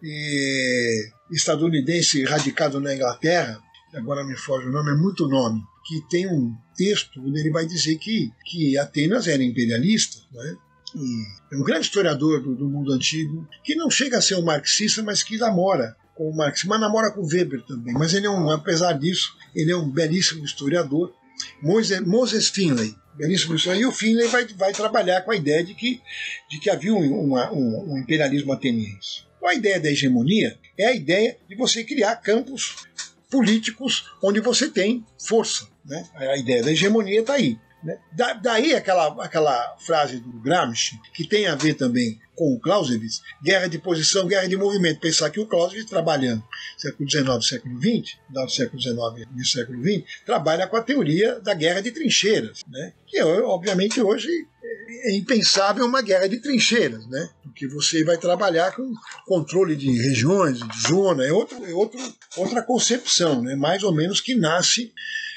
estadunidense radicado na Inglaterra, agora me foge o nome, é muito nome, que tem um texto onde ele vai dizer que Atenas era imperialista, né? E é um grande historiador do mundo antigo, que não chega a ser um marxista, mas que namora com o Marx, mas namora com Weber também. Mas apesar disso, ele é um belíssimo historiador. Moses Finley, belíssimo historiador. E o Finley vai trabalhar com a ideia de que havia um imperialismo ateniense. Então, a ideia da hegemonia é a ideia de você criar campos políticos onde você tem força. Né? A ideia da hegemonia está aí. Né? Daí aquela frase do Gramsci, que tem a ver também com o Clausewitz, guerra de posição, guerra de movimento. Pensar que o Clausewitz, trabalhando século XIX, século XX, final do século XIX e século XX, trabalha com a teoria da guerra de trincheiras, né? Que obviamente hoje é impensável uma guerra de trincheiras, né? Porque você vai trabalhar com controle de regiões, de zona, é outra concepção, né? Mais ou menos que nasce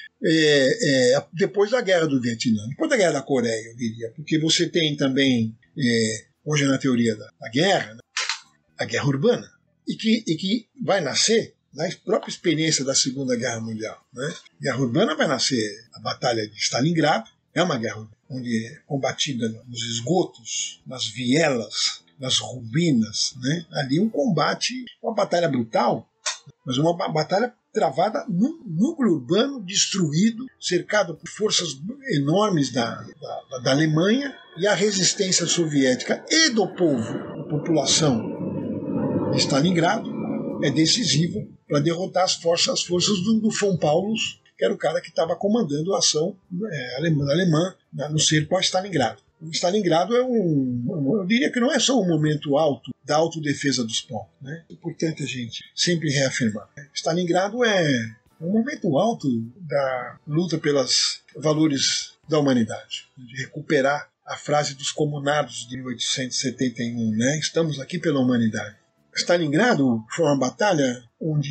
depois da Guerra do Vietnã, depois da Guerra da Coreia, eu diria, porque você tem também, hoje na teoria da guerra, né, a guerra urbana, e que vai nascer na própria experiência da Segunda Guerra Mundial. Né? A guerra urbana vai nascer a Batalha de Stalingrado, é uma guerra onde é combatida nos esgotos, nas vielas, nas ruínas, né? Ali um combate, uma batalha brutal, mas uma batalha travada num núcleo urbano destruído, cercado por forças enormes da Alemanha, e a resistência soviética e do povo, da população de Stalingrado, é decisiva para derrotar as forças do von Paulus, que era o cara que estava comandando a ação alemã no cerco a Stalingrado. O Stalingrado eu diria que não é só um momento alto da autodefesa dos povos. Né? É importante a gente sempre reafirmar. Stalingrado é um momento alto da luta pelos valores da humanidade, de recuperar a frase dos comunados de 1871, né? Estamos aqui pela humanidade. Stalingrado foi uma batalha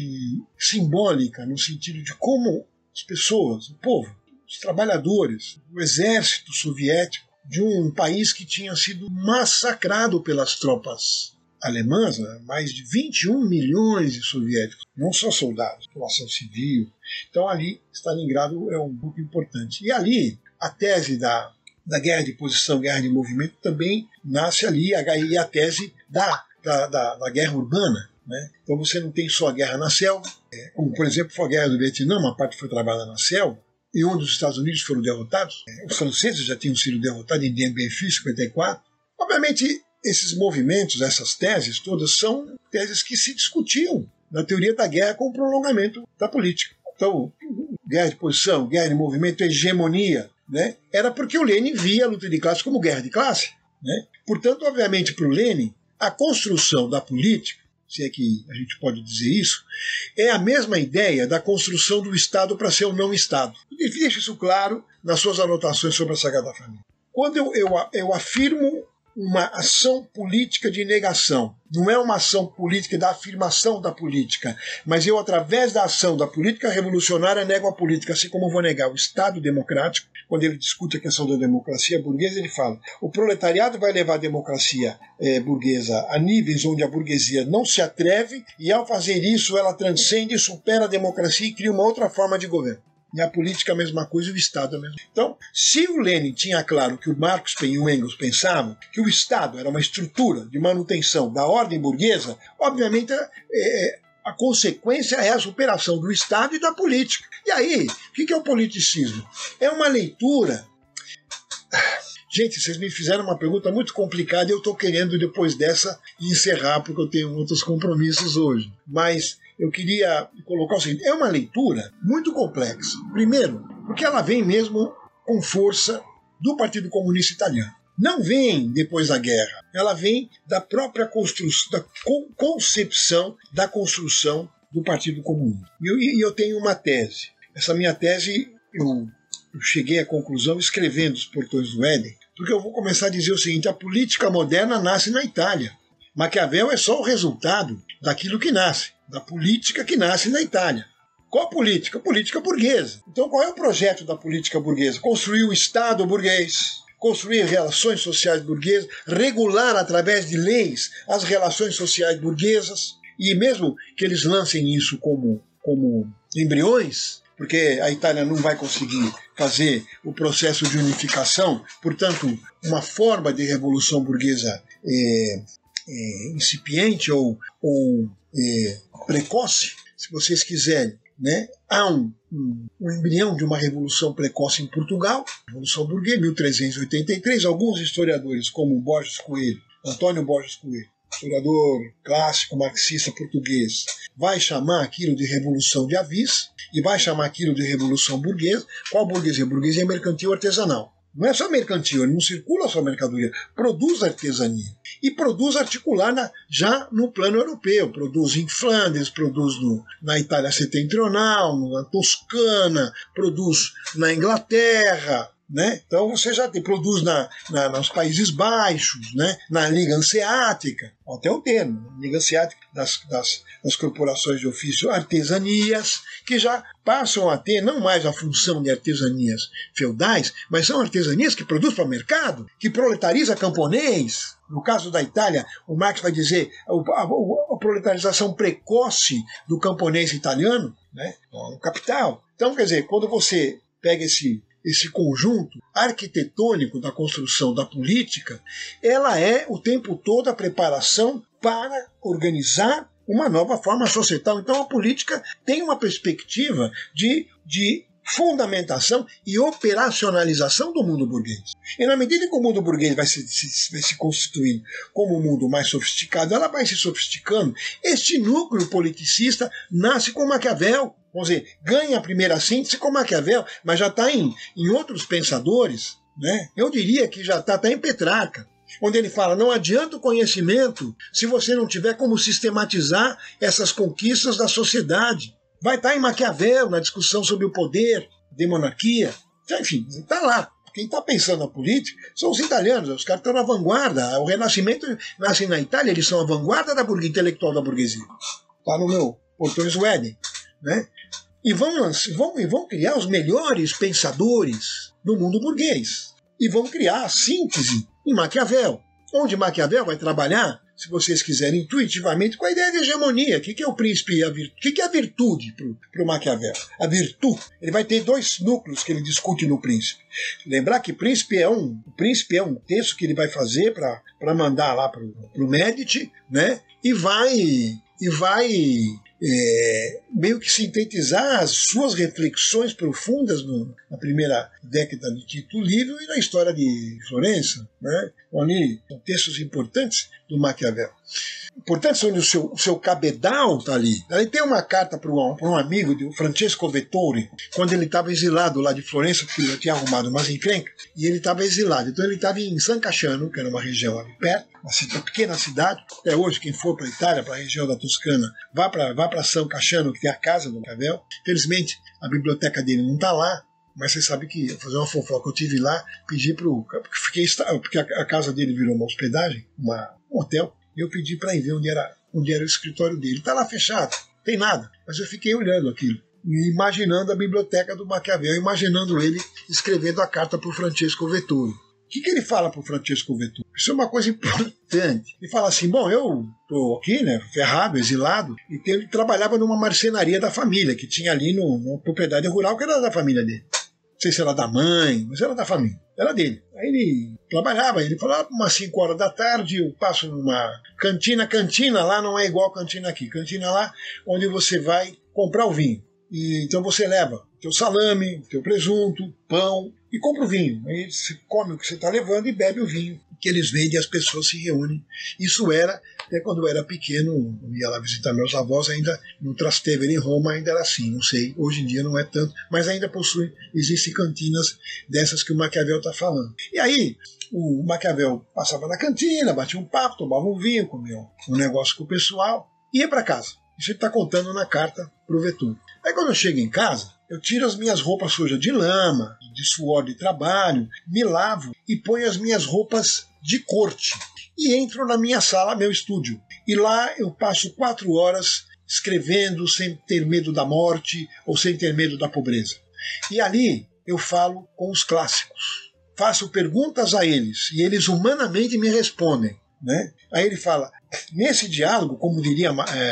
simbólica, no sentido de como as pessoas, o povo, os trabalhadores, o exército soviético, de um país que tinha sido massacrado pelas tropas alemãs, né? Mais de 21 milhões de soviéticos, não só soldados, população civil. Então ali, Stalingrado é um grupo importante. E ali, a tese da guerra de posição, guerra de movimento, também nasce ali, e a tese da guerra urbana. Né? Então você não tem só a guerra na selva, como por exemplo foi a guerra do Vietnã, uma parte foi trabalhada na selva, e onde os Estados Unidos foram derrotados. Os franceses já tinham sido derrotados em Dien Bien Phu, 54. Obviamente, esses movimentos, essas teses todas, são teses que se discutiam na teoria da guerra com o prolongamento da política. Então, guerra de posição, guerra de movimento, hegemonia, né? Era porque o Lenin via a luta de classe como guerra de classe, né? Portanto, obviamente, para o Lenin, a construção da política, se é que a gente pode dizer isso, é a mesma ideia da construção do Estado para ser o não-Estado. E deixa isso claro nas suas anotações sobre a Sagrada Família. Quando eu afirmo uma ação política de negação, não é uma ação política da afirmação da política, mas eu, através da ação da política revolucionária, nego a política, assim como eu vou negar o Estado democrático. Quando ele discute a questão da democracia burguesa, ele fala: o proletariado vai levar a democracia burguesa a níveis onde a burguesia não se atreve, e ao fazer isso ela transcende e supera a democracia e cria uma outra forma de governo. E a política é a mesma coisa e o Estado é a mesma coisa. Então, se o Lenin tinha claro que o Marx e o Engels pensavam que o Estado era uma estrutura de manutenção da ordem burguesa, obviamente a consequência é a superação do Estado e da política. E aí, o que é o politicismo? É uma leitura... Gente, vocês me fizeram uma pergunta muito complicada e eu estou querendo, depois dessa, encerrar, porque eu tenho outros compromissos hoje. Mas eu queria colocar o seguinte: é uma leitura muito complexa. Primeiro, porque ela vem mesmo com força do Partido Comunista Italiano. Não vem depois da guerra, ela vem da própria construção, da concepção da construção do Partido Comunista. E eu tenho uma tese. Essa minha tese, eu cheguei à conclusão escrevendo Os Portões do Éden, porque eu vou começar a dizer o seguinte: a política moderna nasce na Itália. Maquiavel é só o resultado daquilo que nasce, da política que nasce na Itália. Qual política? Política burguesa. Então qual é o projeto da política burguesa? Construir o Estado burguês, construir relações sociais burguesas, regular através de leis as relações sociais burguesas, e mesmo que eles lancem isso como embriões, porque a Itália não vai conseguir fazer o processo de unificação, portanto, uma forma de revolução burguesa incipiente ou precoce, se vocês quiserem, né? Há um embrião de uma revolução precoce em Portugal, Revolução Burguesa, 1383. Alguns historiadores, como Borges Coelho, Antônio Borges Coelho, historiador clássico marxista português, vai chamar aquilo de Revolução de Avis e vai chamar aquilo de Revolução Burguesa. Qual burguesia? Burguesia mercantil artesanal. Não é só mercantil, ele não circula só mercadoria, produz artesania. E produz articulada já no plano europeu. Produz em Flandres, produz na Itália setentrional, na Toscana, produz na Inglaterra, né? Então você já produz nos Países Baixos, né? Na Liga Hanseática, até o termo, Liga Hanseática das corporações de ofício, artesanias, que já passam a ter não mais a função de artesanias feudais, mas são artesanias que produzem para o mercado, que proletariza camponês. No caso da Itália, o Marx vai dizer a proletarização precoce do camponês italiano, né? No capital. Então, quer dizer, quando você pega esse conjunto arquitetônico da construção da política, ela é o tempo todo a preparação para organizar uma nova forma societal. Então a política tem uma perspectiva de fundamentação e operacionalização do mundo burguês. E na medida que o mundo burguês vai se constituindo como um mundo mais sofisticado, ela vai se sofisticando. Este núcleo politicista nasce com Maquiavel. Vamos dizer, ganha a primeira síntese com Maquiavel, mas já está em outros pensadores, né? Eu diria que já está até em Petrarca, onde ele fala: não adianta o conhecimento se você não tiver como sistematizar essas conquistas da sociedade. Vai estar em Maquiavel, na discussão sobre o poder, de monarquia. Enfim, está lá. Quem está pensando na política são os italianos, os caras estão na vanguarda. O Renascimento nasce na Itália, eles são a vanguarda intelectual da burguesia. Está no meu Portões do Éden, né? E vão criar os melhores pensadores do mundo burguês. E vão criar a síntese em Maquiavel, onde Maquiavel vai trabalhar, se vocês quiserem, intuitivamente, com a ideia de hegemonia. O que é o príncipe e a virtude? O que é a virtude para o Maquiavel? A virtude. Ele vai ter dois núcleos que ele discute no Príncipe. Lembrar que o Príncipe é um texto que ele vai fazer para mandar lá para o Médici, né? E vai meio que sintetizar as suas reflexões profundas na primeira década de Tito Livio e na história de Florença, né? Ali são textos importantes do Maquiavel. Importantes onde o seu cabedal está ali. Aí tem uma carta para um amigo, de Francesco Vettori, quando ele estava exilado lá de Florença, porque ele tinha arrumado umas encrencas, e ele estava exilado. Então ele estava em San Casciano, que era uma região ali perto, uma pequena cidade. Até hoje, quem for para a Itália, para a região da Toscana, vá para San Casciano, que tem a casa do Maquiavel. Felizmente, a biblioteca dele não está lá, mas você sabe que, vou fazer uma fofoca, eu tive lá, pedi porque a casa dele virou uma hospedagem, um hotel, e eu pedi para ir ver onde era o escritório dele. Está lá fechado, não tem nada, mas eu fiquei olhando aquilo, imaginando a biblioteca do Maquiavel, imaginando ele escrevendo a carta para o Francesco Vettori. O que ele fala para o Francesco Vettori? Isso é uma coisa importante. Ele fala assim, bom, eu estou aqui, né, ferrado, exilado, e ele trabalhava numa marcenaria da família, que tinha ali numa propriedade rural que era da família dele. Não sei se era da mãe, mas era da família, era dele. Aí ele trabalhava, ele falava umas 5 horas da tarde, eu passo numa cantina lá não é igual cantina aqui, cantina lá onde você vai comprar o vinho. E então você leva teu salame, teu presunto, pão e compra o vinho. Aí você come o que você está levando e bebe o vinho que eles vendem e as pessoas se reúnem. Isso era, até quando eu era pequeno, eu ia lá visitar meus avós, ainda no Trastevere em Roma ainda era assim, não sei, hoje em dia não é tanto, mas ainda existem cantinas dessas que o Maquiavel está falando. E aí, o Maquiavel passava na cantina, batia um papo, tomava um vinho, comia um negócio com o pessoal, ia para casa. Isso ele está contando na carta para o Vettori. Aí quando eu chego em casa, eu tiro as minhas roupas sujas de lama, de suor de trabalho, me lavo e ponho as minhas roupas de corte. E entro na minha sala, meu estúdio. E lá eu passo 4 horas escrevendo sem ter medo da morte ou sem ter medo da pobreza. E ali eu falo com os clássicos. Faço perguntas a eles e eles humanamente me respondem. Né? Aí ele fala, nesse diálogo, como diria,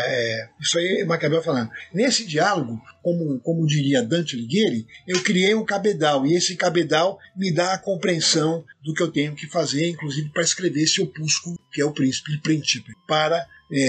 isso aí é Maquiavel falando, nesse diálogo, como diria Dante Alighieri, eu criei um cabedal, e esse cabedal me dá a compreensão do que eu tenho que fazer, inclusive para escrever esse opúsculo, que é o Príncipe, para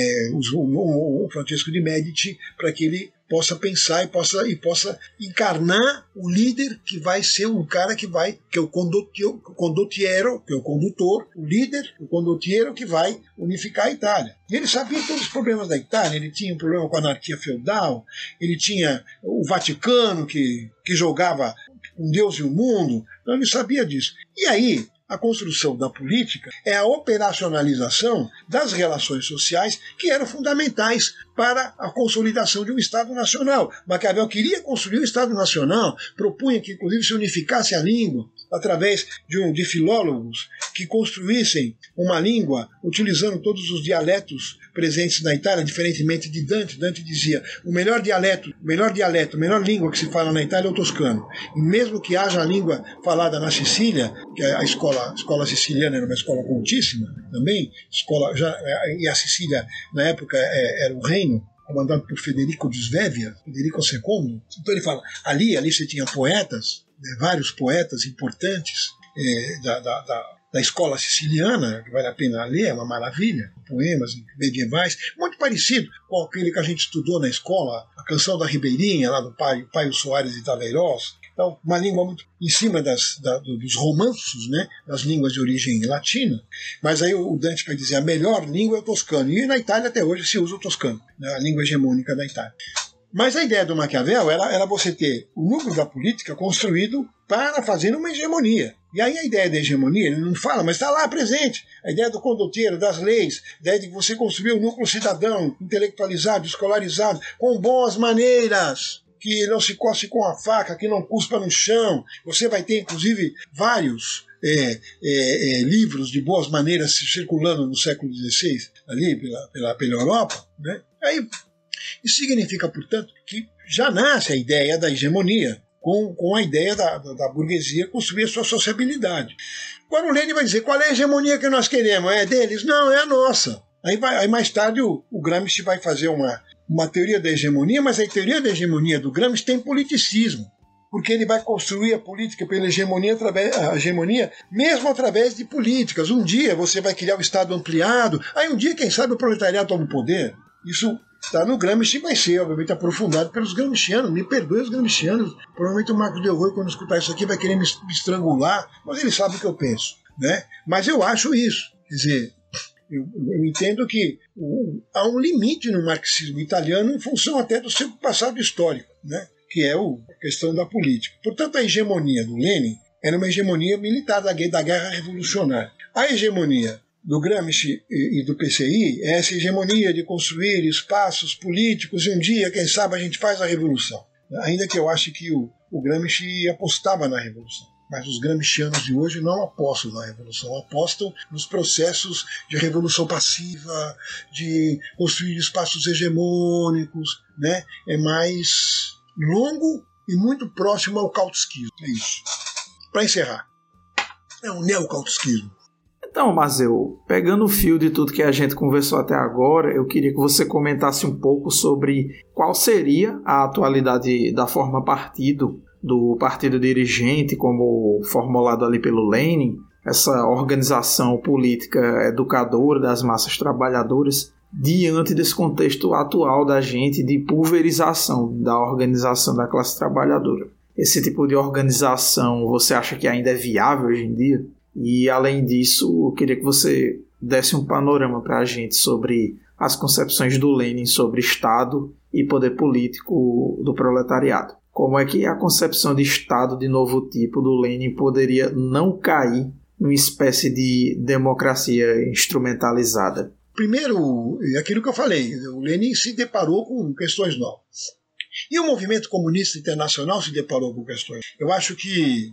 o Francesco de Medici, para que ele possa pensar e possa encarnar o líder que vai ser o cara que é o condottiero, que é o condutor, o líder, o condottiero que vai unificar a Itália. E ele sabia todos os problemas da Itália, ele tinha um problema com a anarquia feudal, ele tinha o Vaticano que jogava um Deus e o mundo, então ele sabia disso. E aí, a construção da política é a operacionalização das relações sociais que eram fundamentais para a consolidação de um Estado nacional. Maquiavel queria construir um Estado nacional, propunha que, inclusive, se unificasse a língua através de filólogos que construíssem uma língua utilizando todos os dialetos presentes na Itália, diferentemente de Dante. Dante dizia, a melhor melhor língua que se fala na Itália é o toscano. E mesmo que haja a língua falada na Sicília, que a escola siciliana era uma escola cultíssima também, e a Sicília, na época, era o reino, comandado por Federico de Svevia, Federico II. Então ele fala, ali você tinha poetas, vários poetas importantes da escola siciliana, que vale a pena ler, é uma maravilha, poemas medievais, muito parecido com aquele que a gente estudou na escola, a canção da Ribeirinha, lá do Paio Soares de Taveirós. Então, uma língua muito em cima dos romanços, né, das línguas de origem latina, mas aí o Dante vai dizer a melhor língua é o toscano, e na Itália até hoje se usa o toscano, né, a língua hegemônica da Itália. Mas a ideia do Maquiavel era você ter o núcleo da política construído para fazer uma hegemonia. E aí a ideia da hegemonia, ele não fala, mas está lá presente. A ideia do condottiero, das leis, a ideia de você construir um núcleo cidadão, intelectualizado, escolarizado, com boas maneiras, que não se coce com a faca, que não cuspa no chão. Você vai ter, inclusive, vários livros de boas maneiras circulando no século XVI, ali pela Europa. Né? Aí, isso significa, portanto, que já nasce a ideia da hegemonia, com a ideia da burguesia construir a sua sociabilidade. Agora o Lenin vai dizer, qual é a hegemonia que nós queremos? É deles? Não, é a nossa. Aí mais tarde o Gramsci vai fazer uma teoria da hegemonia, mas a teoria da hegemonia do Gramsci tem politicismo, porque ele vai construir a política pela hegemonia, mesmo através de políticas. Um dia você vai criar o Estado ampliado, aí um dia, quem sabe, o proletariado toma o poder. Isso Tá no Gramsci, vai ser, obviamente, aprofundado pelos gramscianos. Me perdoe os gramscianos. Provavelmente o Marcos Del Rey, quando escutar isso aqui, vai querer me estrangular, mas ele sabe o que eu penso. Né? Mas eu acho isso. Quer dizer, eu entendo que há um limite no marxismo italiano em função até do seu passado histórico, né? Que é a questão da política. Portanto, a hegemonia do Lenin era uma hegemonia militar da guerra revolucionária. A hegemonia do Gramsci e do PCI é essa hegemonia de construir espaços políticos e um dia, quem sabe, a gente faz a revolução. Ainda que eu ache que o Gramsci apostava na revolução. Mas os gramscianos de hoje não apostam na revolução, apostam nos processos de revolução passiva, de construir espaços hegemônicos, né? É mais longo e muito próximo ao kautsquismo. É isso. Para encerrar, é um neocautsquismo. Então, Mazeu, pegando o fio de tudo que a gente conversou até agora, eu queria que você comentasse um pouco sobre qual seria a atualidade da forma partido, do partido dirigente, como formulado ali pelo Lenin, essa organização política educadora das massas trabalhadoras, diante desse contexto atual da gente de pulverização da organização da classe trabalhadora. Esse tipo de organização você acha que ainda é viável hoje em dia? E, além disso, eu queria que você desse um panorama para a gente sobre as concepções do Lenin sobre Estado e poder político do proletariado. Como é que a concepção de Estado de novo tipo do Lenin poderia não cair numa espécie de democracia instrumentalizada? Primeiro, aquilo que eu falei, o Lenin se deparou com questões novas. E o movimento comunista internacional se deparou com questões. Eu acho que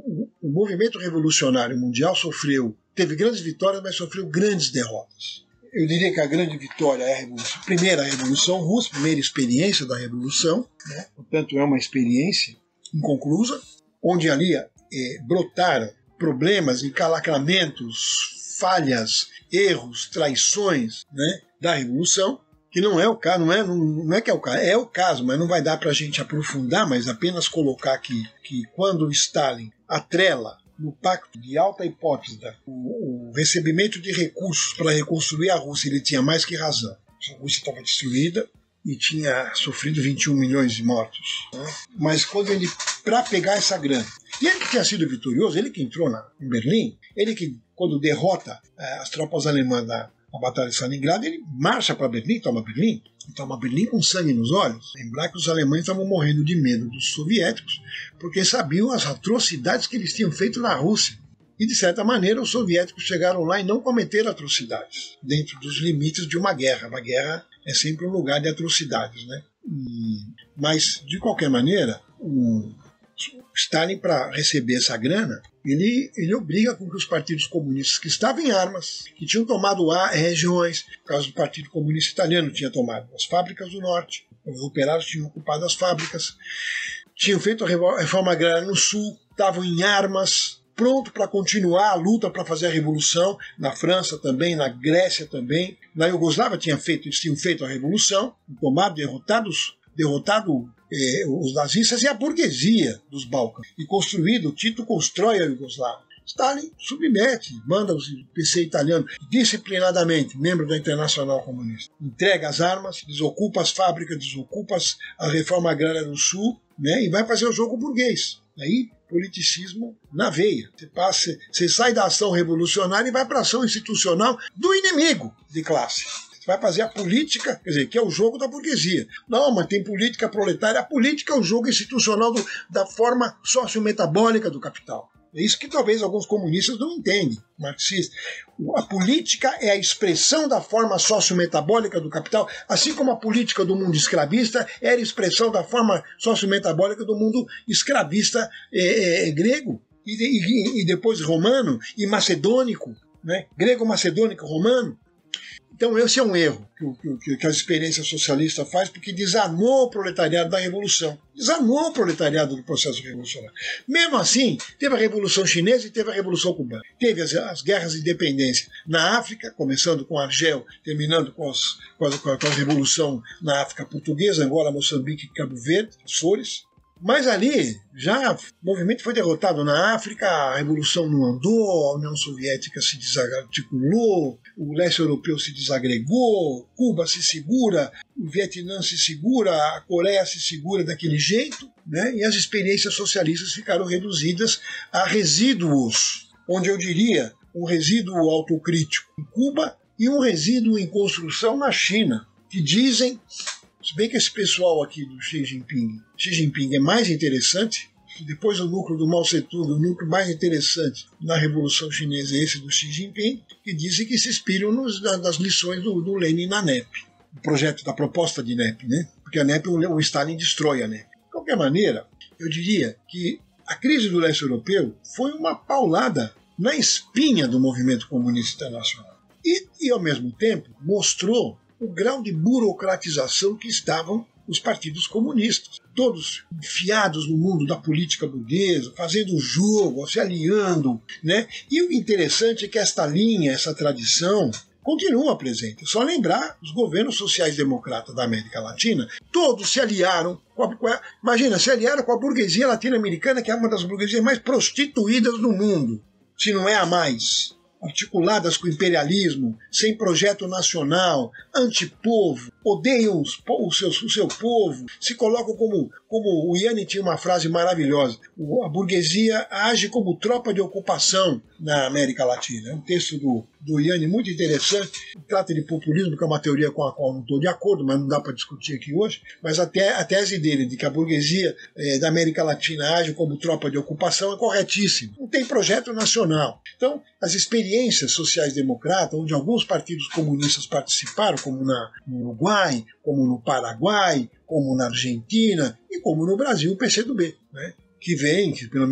o movimento revolucionário mundial teve grandes vitórias, mas sofreu grandes derrotas. Eu diria que a grande vitória é a primeira Revolução Russa, a primeira experiência da Revolução, né? Portanto, é uma experiência inconclusa, onde ali brotaram problemas, encalacramentos, falhas, erros, traições, né, da Revolução, que não é o caso, não é que é o caso, é o caso, mas não vai dar para a gente aprofundar, mas apenas colocar aqui que quando o Stalin atrela no pacto de alta hipótese o recebimento de recursos para reconstruir a Rússia, ele tinha mais que razão. A Rússia estava destruída e tinha sofrido 21 milhões de mortos. Né? Mas quando ele, para pegar essa grana, e ele que tinha sido vitorioso, ele que entrou em Berlim, ele que, quando derrota as tropas alemãs na Batalha de Stalingrado, ele marcha para Berlim, toma Berlim com sangue nos olhos. Lembrar que os alemães estavam morrendo de medo dos soviéticos, porque sabiam as atrocidades que eles tinham feito na Rússia. E, de certa maneira, os soviéticos chegaram lá e não cometeram atrocidades, dentro dos limites de uma guerra. Uma guerra é sempre um lugar de atrocidades, né? Mas, de qualquer maneira, o Stalin, para receber essa grana, ele obriga com que os partidos comunistas que estavam em armas, que tinham tomado regiões, no caso do Partido Comunista Italiano, tinha tomado as fábricas do norte, os operários tinham ocupado as fábricas, tinham feito a reforma agrária no sul, estavam em armas, pronto para continuar a luta para fazer a revolução, na França também, na Grécia também, na Iugoslávia eles tinham feito a revolução, tomado, derrotado os nazistas e a burguesia dos Balcãs. E Tito constrói a Iugoslávia. Stalin submete, manda o PC italiano disciplinadamente, membro da Internacional Comunista. Entrega as armas, desocupa as fábricas, desocupa a reforma agrária no sul, né, e vai fazer o jogo burguês. Aí, politicismo na veia. Você sai da ação revolucionária e vai para a ação institucional do inimigo de classe. Você vai fazer a política, quer dizer, que é o jogo da burguesia. Não, mas tem política proletária. A política é o jogo institucional da forma sociometabólica do capital. É isso que talvez alguns comunistas não entendem, marxistas. A política é a expressão da forma sociometabólica do capital, assim como a política do mundo escravista era a expressão da forma sociometabólica do mundo escravista grego e depois romano e macedônico, né? Grego, macedônico, romano. Então esse é um erro que a experiência socialista faz, porque desarmou o proletariado da revolução, desarmou o proletariado do processo revolucionário. Mesmo assim, teve a Revolução Chinesa e teve a Revolução Cubana. Teve as guerras de independência na África, começando com Argel, terminando com a Revolução na África Portuguesa, Angola, Moçambique e Cabo Verde, as Flores. Mas ali, já o movimento foi derrotado na África, a revolução não andou, a União Soviética se desarticulou, o leste europeu se desagregou, Cuba se segura, o Vietnã se segura, a Coreia se segura daquele jeito, né? E as experiências socialistas ficaram reduzidas a resíduos, onde eu diria um resíduo autocrítico em Cuba e um resíduo em construção na China, que dizem, se bem que esse pessoal aqui do Xi Jinping é mais interessante, depois do núcleo do Mao Tse-tung, o núcleo mais interessante na Revolução Chinesa é esse do Xi Jinping, que dizem que se inspiram das lições do Lenin na NEP, o projeto da proposta de NEP, né? Porque a NEP, o Stalin destrói a NEP. De qualquer maneira, eu diria que a crise do leste europeu foi uma paulada na espinha do movimento comunista internacional e ao mesmo tempo, mostrou o grau de burocratização que estavam os partidos comunistas, todos enfiados no mundo da política burguesa, fazendo jogo, se aliando, né? E o interessante é que esta linha, essa tradição, continua presente. É só lembrar, os governos sociais-democratas da América Latina, todos se aliaram, se aliaram com a burguesia latino-americana, que é uma das burguesias mais prostituídas do mundo, se não é a mais. Articuladas com o imperialismo, sem projeto nacional, antipovo, odeiam o seu povo, se colocam como o Yanni tinha uma frase maravilhosa, a burguesia age como tropa de ocupação na América Latina. É um texto do Yanni muito interessante, trata de populismo, que é uma teoria com a qual não estou de acordo, mas não dá para discutir aqui hoje, mas até a tese dele de que a burguesia da América Latina age como tropa de ocupação é corretíssima. Não tem projeto nacional. Então, as experiências sociais-democratas, onde alguns partidos comunistas participaram, como no Uruguai, como no Paraguai, como na Argentina e como no Brasil o PCdoB, né? que pelo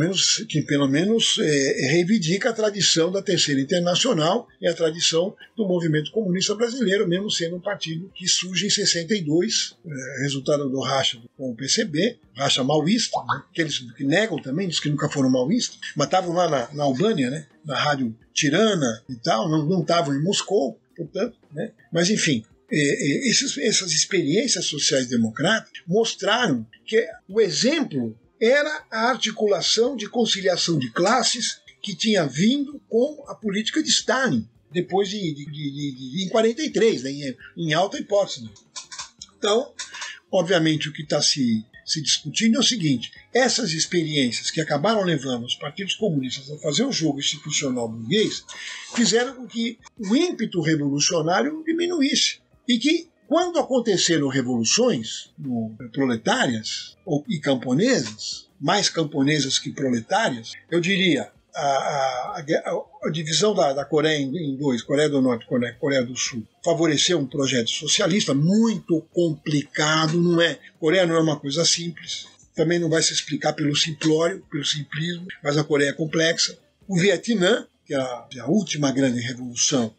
menos reivindica a tradição da Terceira Internacional e a tradição do movimento comunista brasileiro, mesmo sendo um partido que surge em 62, resultado do racha com o PCB, racha maoísta, né? Que eles que negam também, dizem que nunca foram maoístas, mas estavam lá na Albânia, né? Na Rádio Tirana e tal, não estavam em Moscou, portanto, né? Mas enfim, essas experiências sociais-democratas mostraram que o exemplo era a articulação de conciliação de classes que tinha vindo com a política de Stalin, depois em 43, né, em alta hipótese. Então, obviamente, o que está se discutindo é o seguinte: essas experiências que acabaram levando os partidos comunistas a fazer o jogo institucional burguês fizeram com que o ímpeto revolucionário diminuísse. E que, quando aconteceram revoluções proletárias e camponesas, mais camponesas que proletárias, eu diria, a divisão da Coreia em dois, Coreia do Norte e Coreia do Sul, favoreceu um projeto socialista muito complicado, não é? Coreia não é uma coisa simples, também não vai se explicar pelo simplório, pelo simplismo, mas a Coreia é complexa. O Vietnã, que é a última grande revolução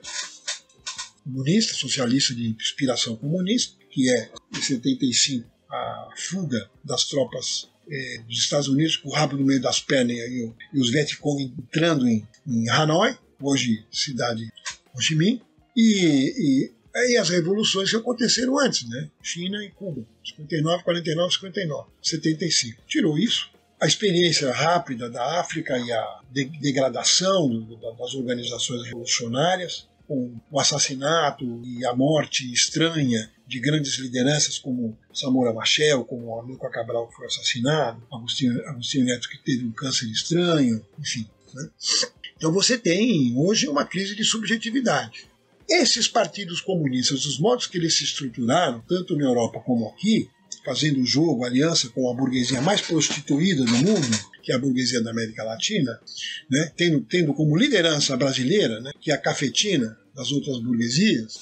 comunista, socialista de inspiração comunista, que é em 75 a fuga das tropas dos Estados Unidos com o rabo no meio das pernas e os Vietcong entrando em Hanoi, hoje cidade Ho Chi Minh, e as revoluções que aconteceram antes, né? China e Cuba, 59, 49, 59, 75. Tirou isso, a experiência rápida da África e a degradação das organizações revolucionárias, com o assassinato e a morte estranha de grandes lideranças como Samora Machel, como Amílcar Cabral, que foi assassinado, Agostinho Neto, que teve um câncer estranho, enfim. Né? Então você tem hoje uma crise de subjetividade. Esses partidos comunistas, os modos que eles se estruturaram, tanto na Europa como aqui, fazendo jogo, aliança com a burguesia mais prostituída do mundo, que é a burguesia da América Latina, né, tendo como liderança brasileira, né, que é a cafetina das outras burguesias,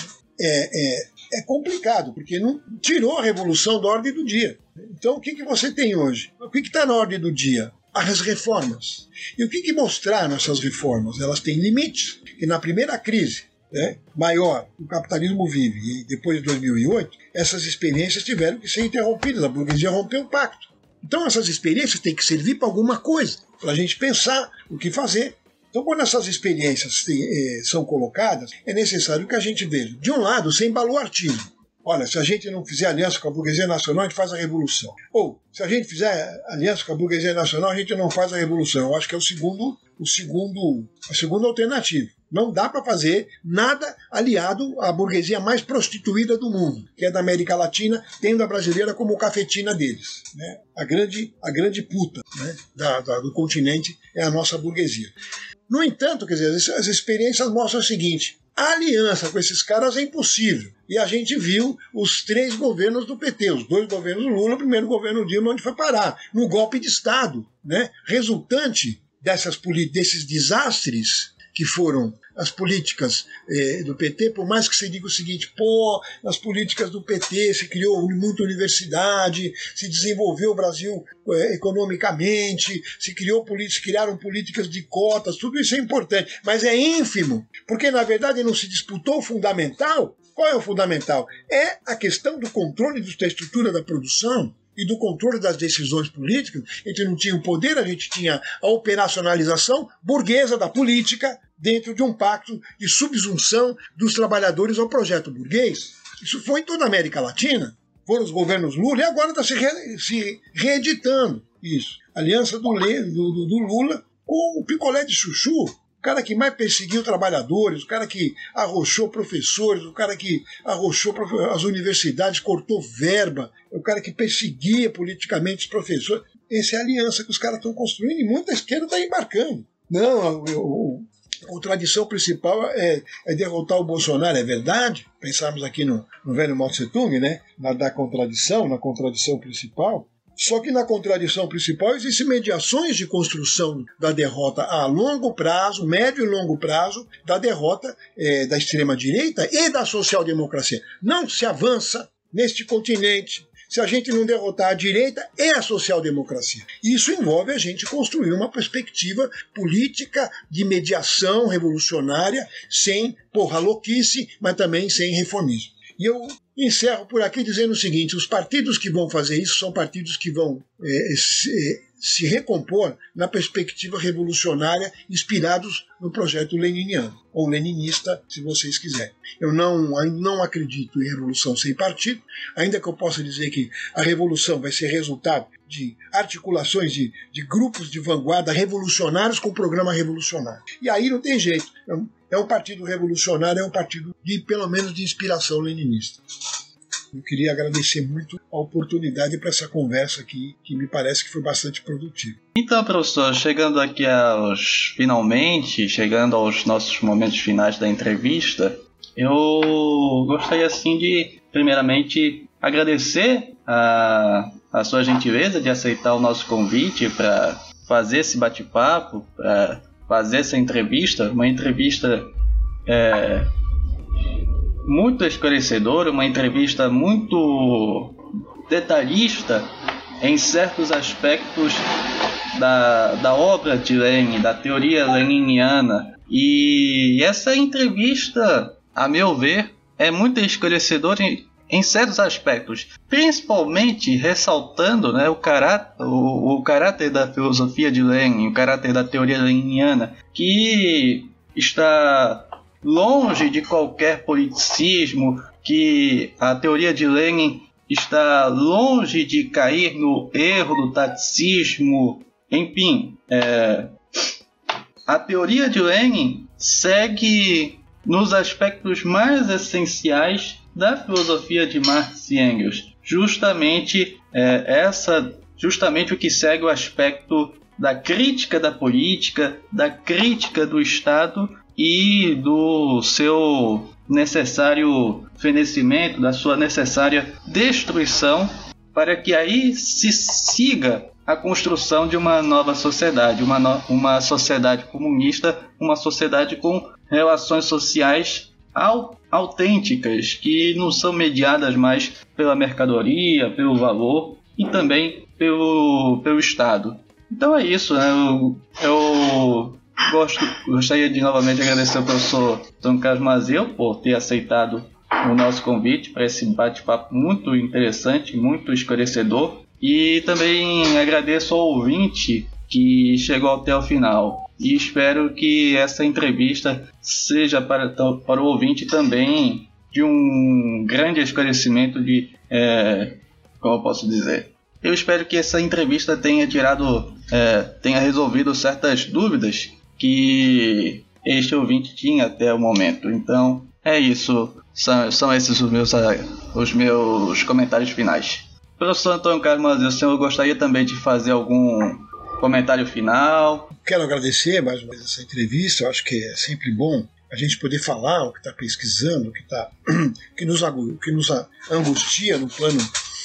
é complicado, porque não tirou a revolução da ordem do dia. Então, o que você tem hoje? O que está na ordem do dia? As reformas. E o que mostraram essas reformas? Elas têm limites. E na primeira crise, né, maior que o capitalismo vive, e depois de 2008, essas experiências tiveram que ser interrompidas. A burguesia rompeu o pacto. Então essas experiências têm que servir para alguma coisa, para a gente pensar o que fazer. Então, quando essas experiências são colocadas, é necessário que a gente veja, de um lado, sem baluartismo, olha, se a gente não fizer aliança com a burguesia nacional, a gente faz a revolução. Ou, se a gente fizer aliança com a burguesia nacional, a gente não faz a revolução. Eu acho que é a segunda alternativa. Não dá para fazer nada aliado à burguesia mais prostituída do mundo, que é da América Latina, tendo a brasileira como cafetina deles. Né? A grande puta, né, do continente é a nossa burguesia. No entanto, quer dizer, as experiências mostram o seguinte: a aliança com esses caras é impossível. E a gente viu os 3 governos do PT, os 2 governos Lula, o primeiro governo Dilma, onde foi parar, no golpe de Estado, né, resultante desses desastres que foram as políticas do PT, por mais que você diga o seguinte, nas políticas do PT se criou muita universidade, se desenvolveu o Brasil economicamente, se criaram políticas de cotas, tudo isso é importante, mas é ínfimo, porque na verdade não se disputou o fundamental. Qual é o fundamental? É a questão do controle da estrutura da produção e do controle das decisões políticas. A gente não tinha o poder, a gente tinha a operacionalização burguesa da política dentro de um pacto de subsunção dos trabalhadores ao projeto burguês. Isso foi em toda a América Latina, foram os governos Lula, e agora está se reeditando isso. A aliança do Lula com o picolé de chuchu, o cara que mais perseguiu trabalhadores, o cara que arrochou professores, o cara que arrochou as universidades, cortou verba, o cara que perseguia politicamente os professores. Essa é a aliança que os caras estão construindo e muita esquerda está embarcando. Não, a contradição principal é derrotar o Bolsonaro, é verdade? Pensarmos aqui no velho Mao Tse Tung, né? Na contradição principal. Só que na contradição principal existem mediações de construção da derrota a longo prazo, médio e longo prazo, da derrota da extrema-direita e da social-democracia. Não se avança neste continente se a gente não derrotar a direita e a social-democracia. Isso envolve a gente construir uma perspectiva política de mediação revolucionária sem louquice, mas também sem reformismo. E eu encerro por aqui dizendo o seguinte: os partidos que vão fazer isso são partidos que vão se recompor na perspectiva revolucionária, inspirados no projeto leniniano, ou leninista, se vocês quiserem. Eu não acredito em revolução sem partido, ainda que eu possa dizer que a revolução vai ser resultado de articulações de grupos de vanguarda revolucionários com programa revolucionário. E aí não tem jeito. É um partido revolucionário, é um partido pelo menos de inspiração leninista. Eu queria agradecer muito a oportunidade para essa conversa aqui, que me parece que foi bastante produtiva. Então, professor, chegando aos nossos momentos finais da entrevista, eu gostaria assim de, primeiramente, agradecer a sua gentileza de aceitar o nosso convite para fazer esse bate-papo, para fazer essa entrevista, uma entrevista muito esclarecedora, uma entrevista muito detalhista em certos aspectos da obra de Lenin, da teoria leniniana. E essa entrevista, a meu ver, é muito esclarecedora em certos aspectos, principalmente ressaltando, né, o caráter da filosofia de Lenin, o caráter da teoria leniniana, que está longe de qualquer politicismo, que a teoria de Lenin está longe de cair no erro do taticismo. Enfim, a teoria de Lenin segue nos aspectos mais essenciais da filosofia de Marx e Engels, justamente o que segue o aspecto da crítica da política, da crítica do Estado e do seu necessário fenecimento, da sua necessária destruição, para que aí se siga a construção de uma nova sociedade, uma sociedade comunista, uma sociedade com relações sociais autênticas, que não são mediadas mais pela mercadoria, pelo valor e também pelo Estado. Então é isso, né? Eu gostaria de novamente agradecer ao professor Tom Carlos Mazzeo por ter aceitado o nosso convite para esse bate-papo muito interessante, muito esclarecedor. E também agradeço ao ouvinte que chegou até o final. E espero que essa entrevista seja para o ouvinte também de um grande esclarecimento como eu posso dizer? Eu espero que essa entrevista tenha resolvido certas dúvidas que este ouvinte tinha até o momento. Então, é isso. São esses os meus comentários finais. Professor Antônio Carlos, o senhor gostaria também de fazer algum comentário final? Quero agradecer mais uma vez essa entrevista. Eu acho que é sempre bom a gente poder falar o que está pesquisando, que nos angustia no plano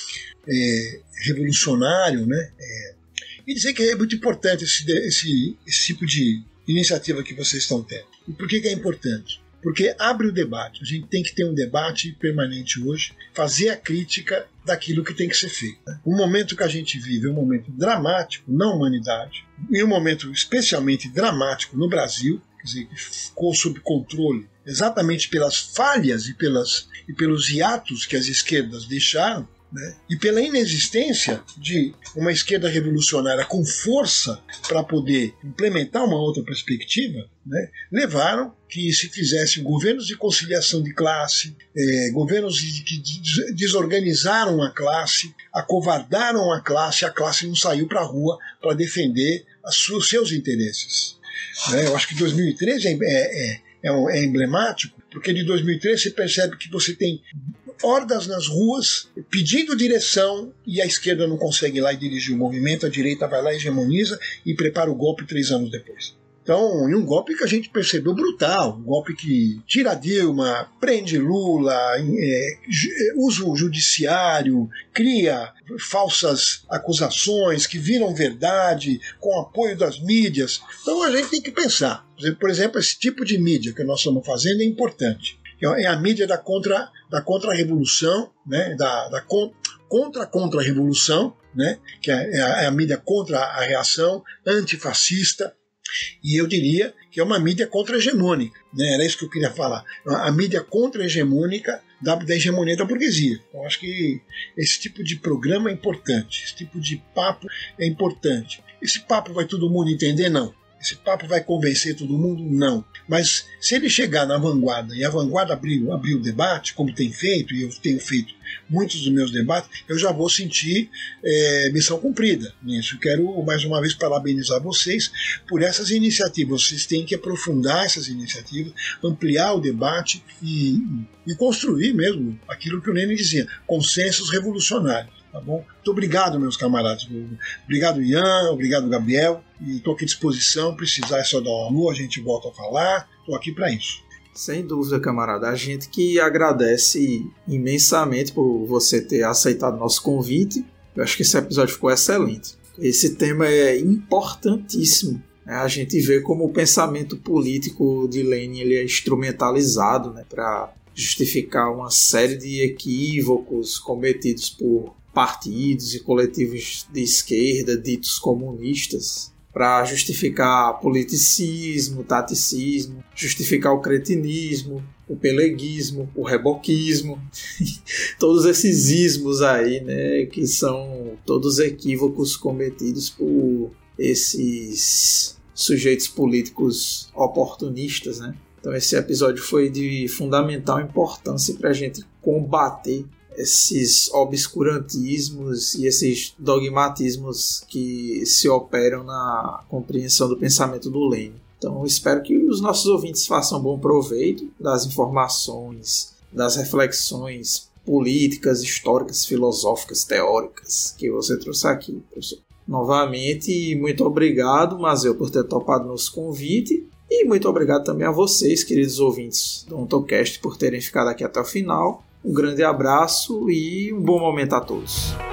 revolucionário, né? E dizer que é muito importante esse tipo de iniciativa que vocês estão tendo. E por que é importante? Porque abre o debate. A gente tem que ter um debate permanente hoje, fazer a crítica daquilo que tem que ser feito. O momento que a gente vive é um momento dramático na humanidade, e um momento especialmente dramático no Brasil, quer dizer, que ficou sob controle exatamente pelas falhas e pelos hiatos que as esquerdas deixaram, né? E pela inexistência de uma esquerda revolucionária com força para poder implementar uma outra perspectiva, né? Levaram que se fizessem governos de conciliação de classe, governos que desorganizaram a classe, acovardaram a classe não saiu para a rua para defender os seus interesses. Eu acho que 2013 é emblemático, porque de 2013 você percebe que você tem hordas nas ruas pedindo direção e a esquerda não consegue ir lá e dirigir o movimento, a direita vai lá, hegemoniza e prepara o golpe 3 anos depois. Então, e um golpe que a gente percebeu brutal, um golpe que tira Dilma, prende Lula, usa o judiciário, cria falsas acusações que viram verdade com apoio das mídias. Então a gente tem que pensar. Por exemplo, esse tipo de mídia que nós estamos fazendo é importante. É a mídia da contra-revolução, né? da contra-revolução, né? Que é a mídia contra a reação antifascista. E eu diria que é uma mídia contra-hegemônica, né? Era isso que eu queria falar. A mídia contra-hegemônica da hegemonia da burguesia. Então, acho que esse tipo de programa é importante, esse tipo de papo é importante. Esse papo vai todo mundo entender? Não. Esse papo vai convencer todo mundo? Não. Mas se ele chegar na vanguarda e a vanguarda abrir o debate, como tem feito, e eu tenho feito muitos dos meus debates, eu já vou sentir missão cumprida nisso. Quero mais uma vez parabenizar vocês por essas iniciativas. Vocês têm que aprofundar essas iniciativas, ampliar o debate e construir mesmo aquilo que o Lenin dizia, consensos revolucionários. Tá bom? Muito obrigado, meus camaradas. Obrigado, Ian. Obrigado, Gabriel. E estou aqui à disposição. Precisar é só dar uma lua, a gente volta a falar. Estou aqui para isso. Sem dúvida, camarada. A gente que agradece imensamente por você ter aceitado nosso convite. Eu acho que esse episódio ficou excelente. Esse tema é importantíssimo. A gente vê como o pensamento político de Lenin ele é instrumentalizado, né, para justificar uma série de equívocos cometidos por partidos e coletivos de esquerda, ditos comunistas, para justificar politicismo, taticismo, justificar o cretinismo, o peleguismo, o reboquismo, todos esses ismos aí, né, que são todos equívocos cometidos por esses sujeitos políticos oportunistas, né? Então esse episódio foi de fundamental importância para a gente combater esses obscurantismos e esses dogmatismos que se operam na compreensão do pensamento do Lenin. Então espero que os nossos ouvintes façam bom proveito das informações, das reflexões políticas, históricas, filosóficas, teóricas que você trouxe aqui, professor. Novamente, muito obrigado, Mazeu, por ter topado nosso convite. E muito obrigado também a vocês, queridos ouvintes do OntoCast, por terem ficado aqui até o final. Um grande abraço e um bom momento a todos.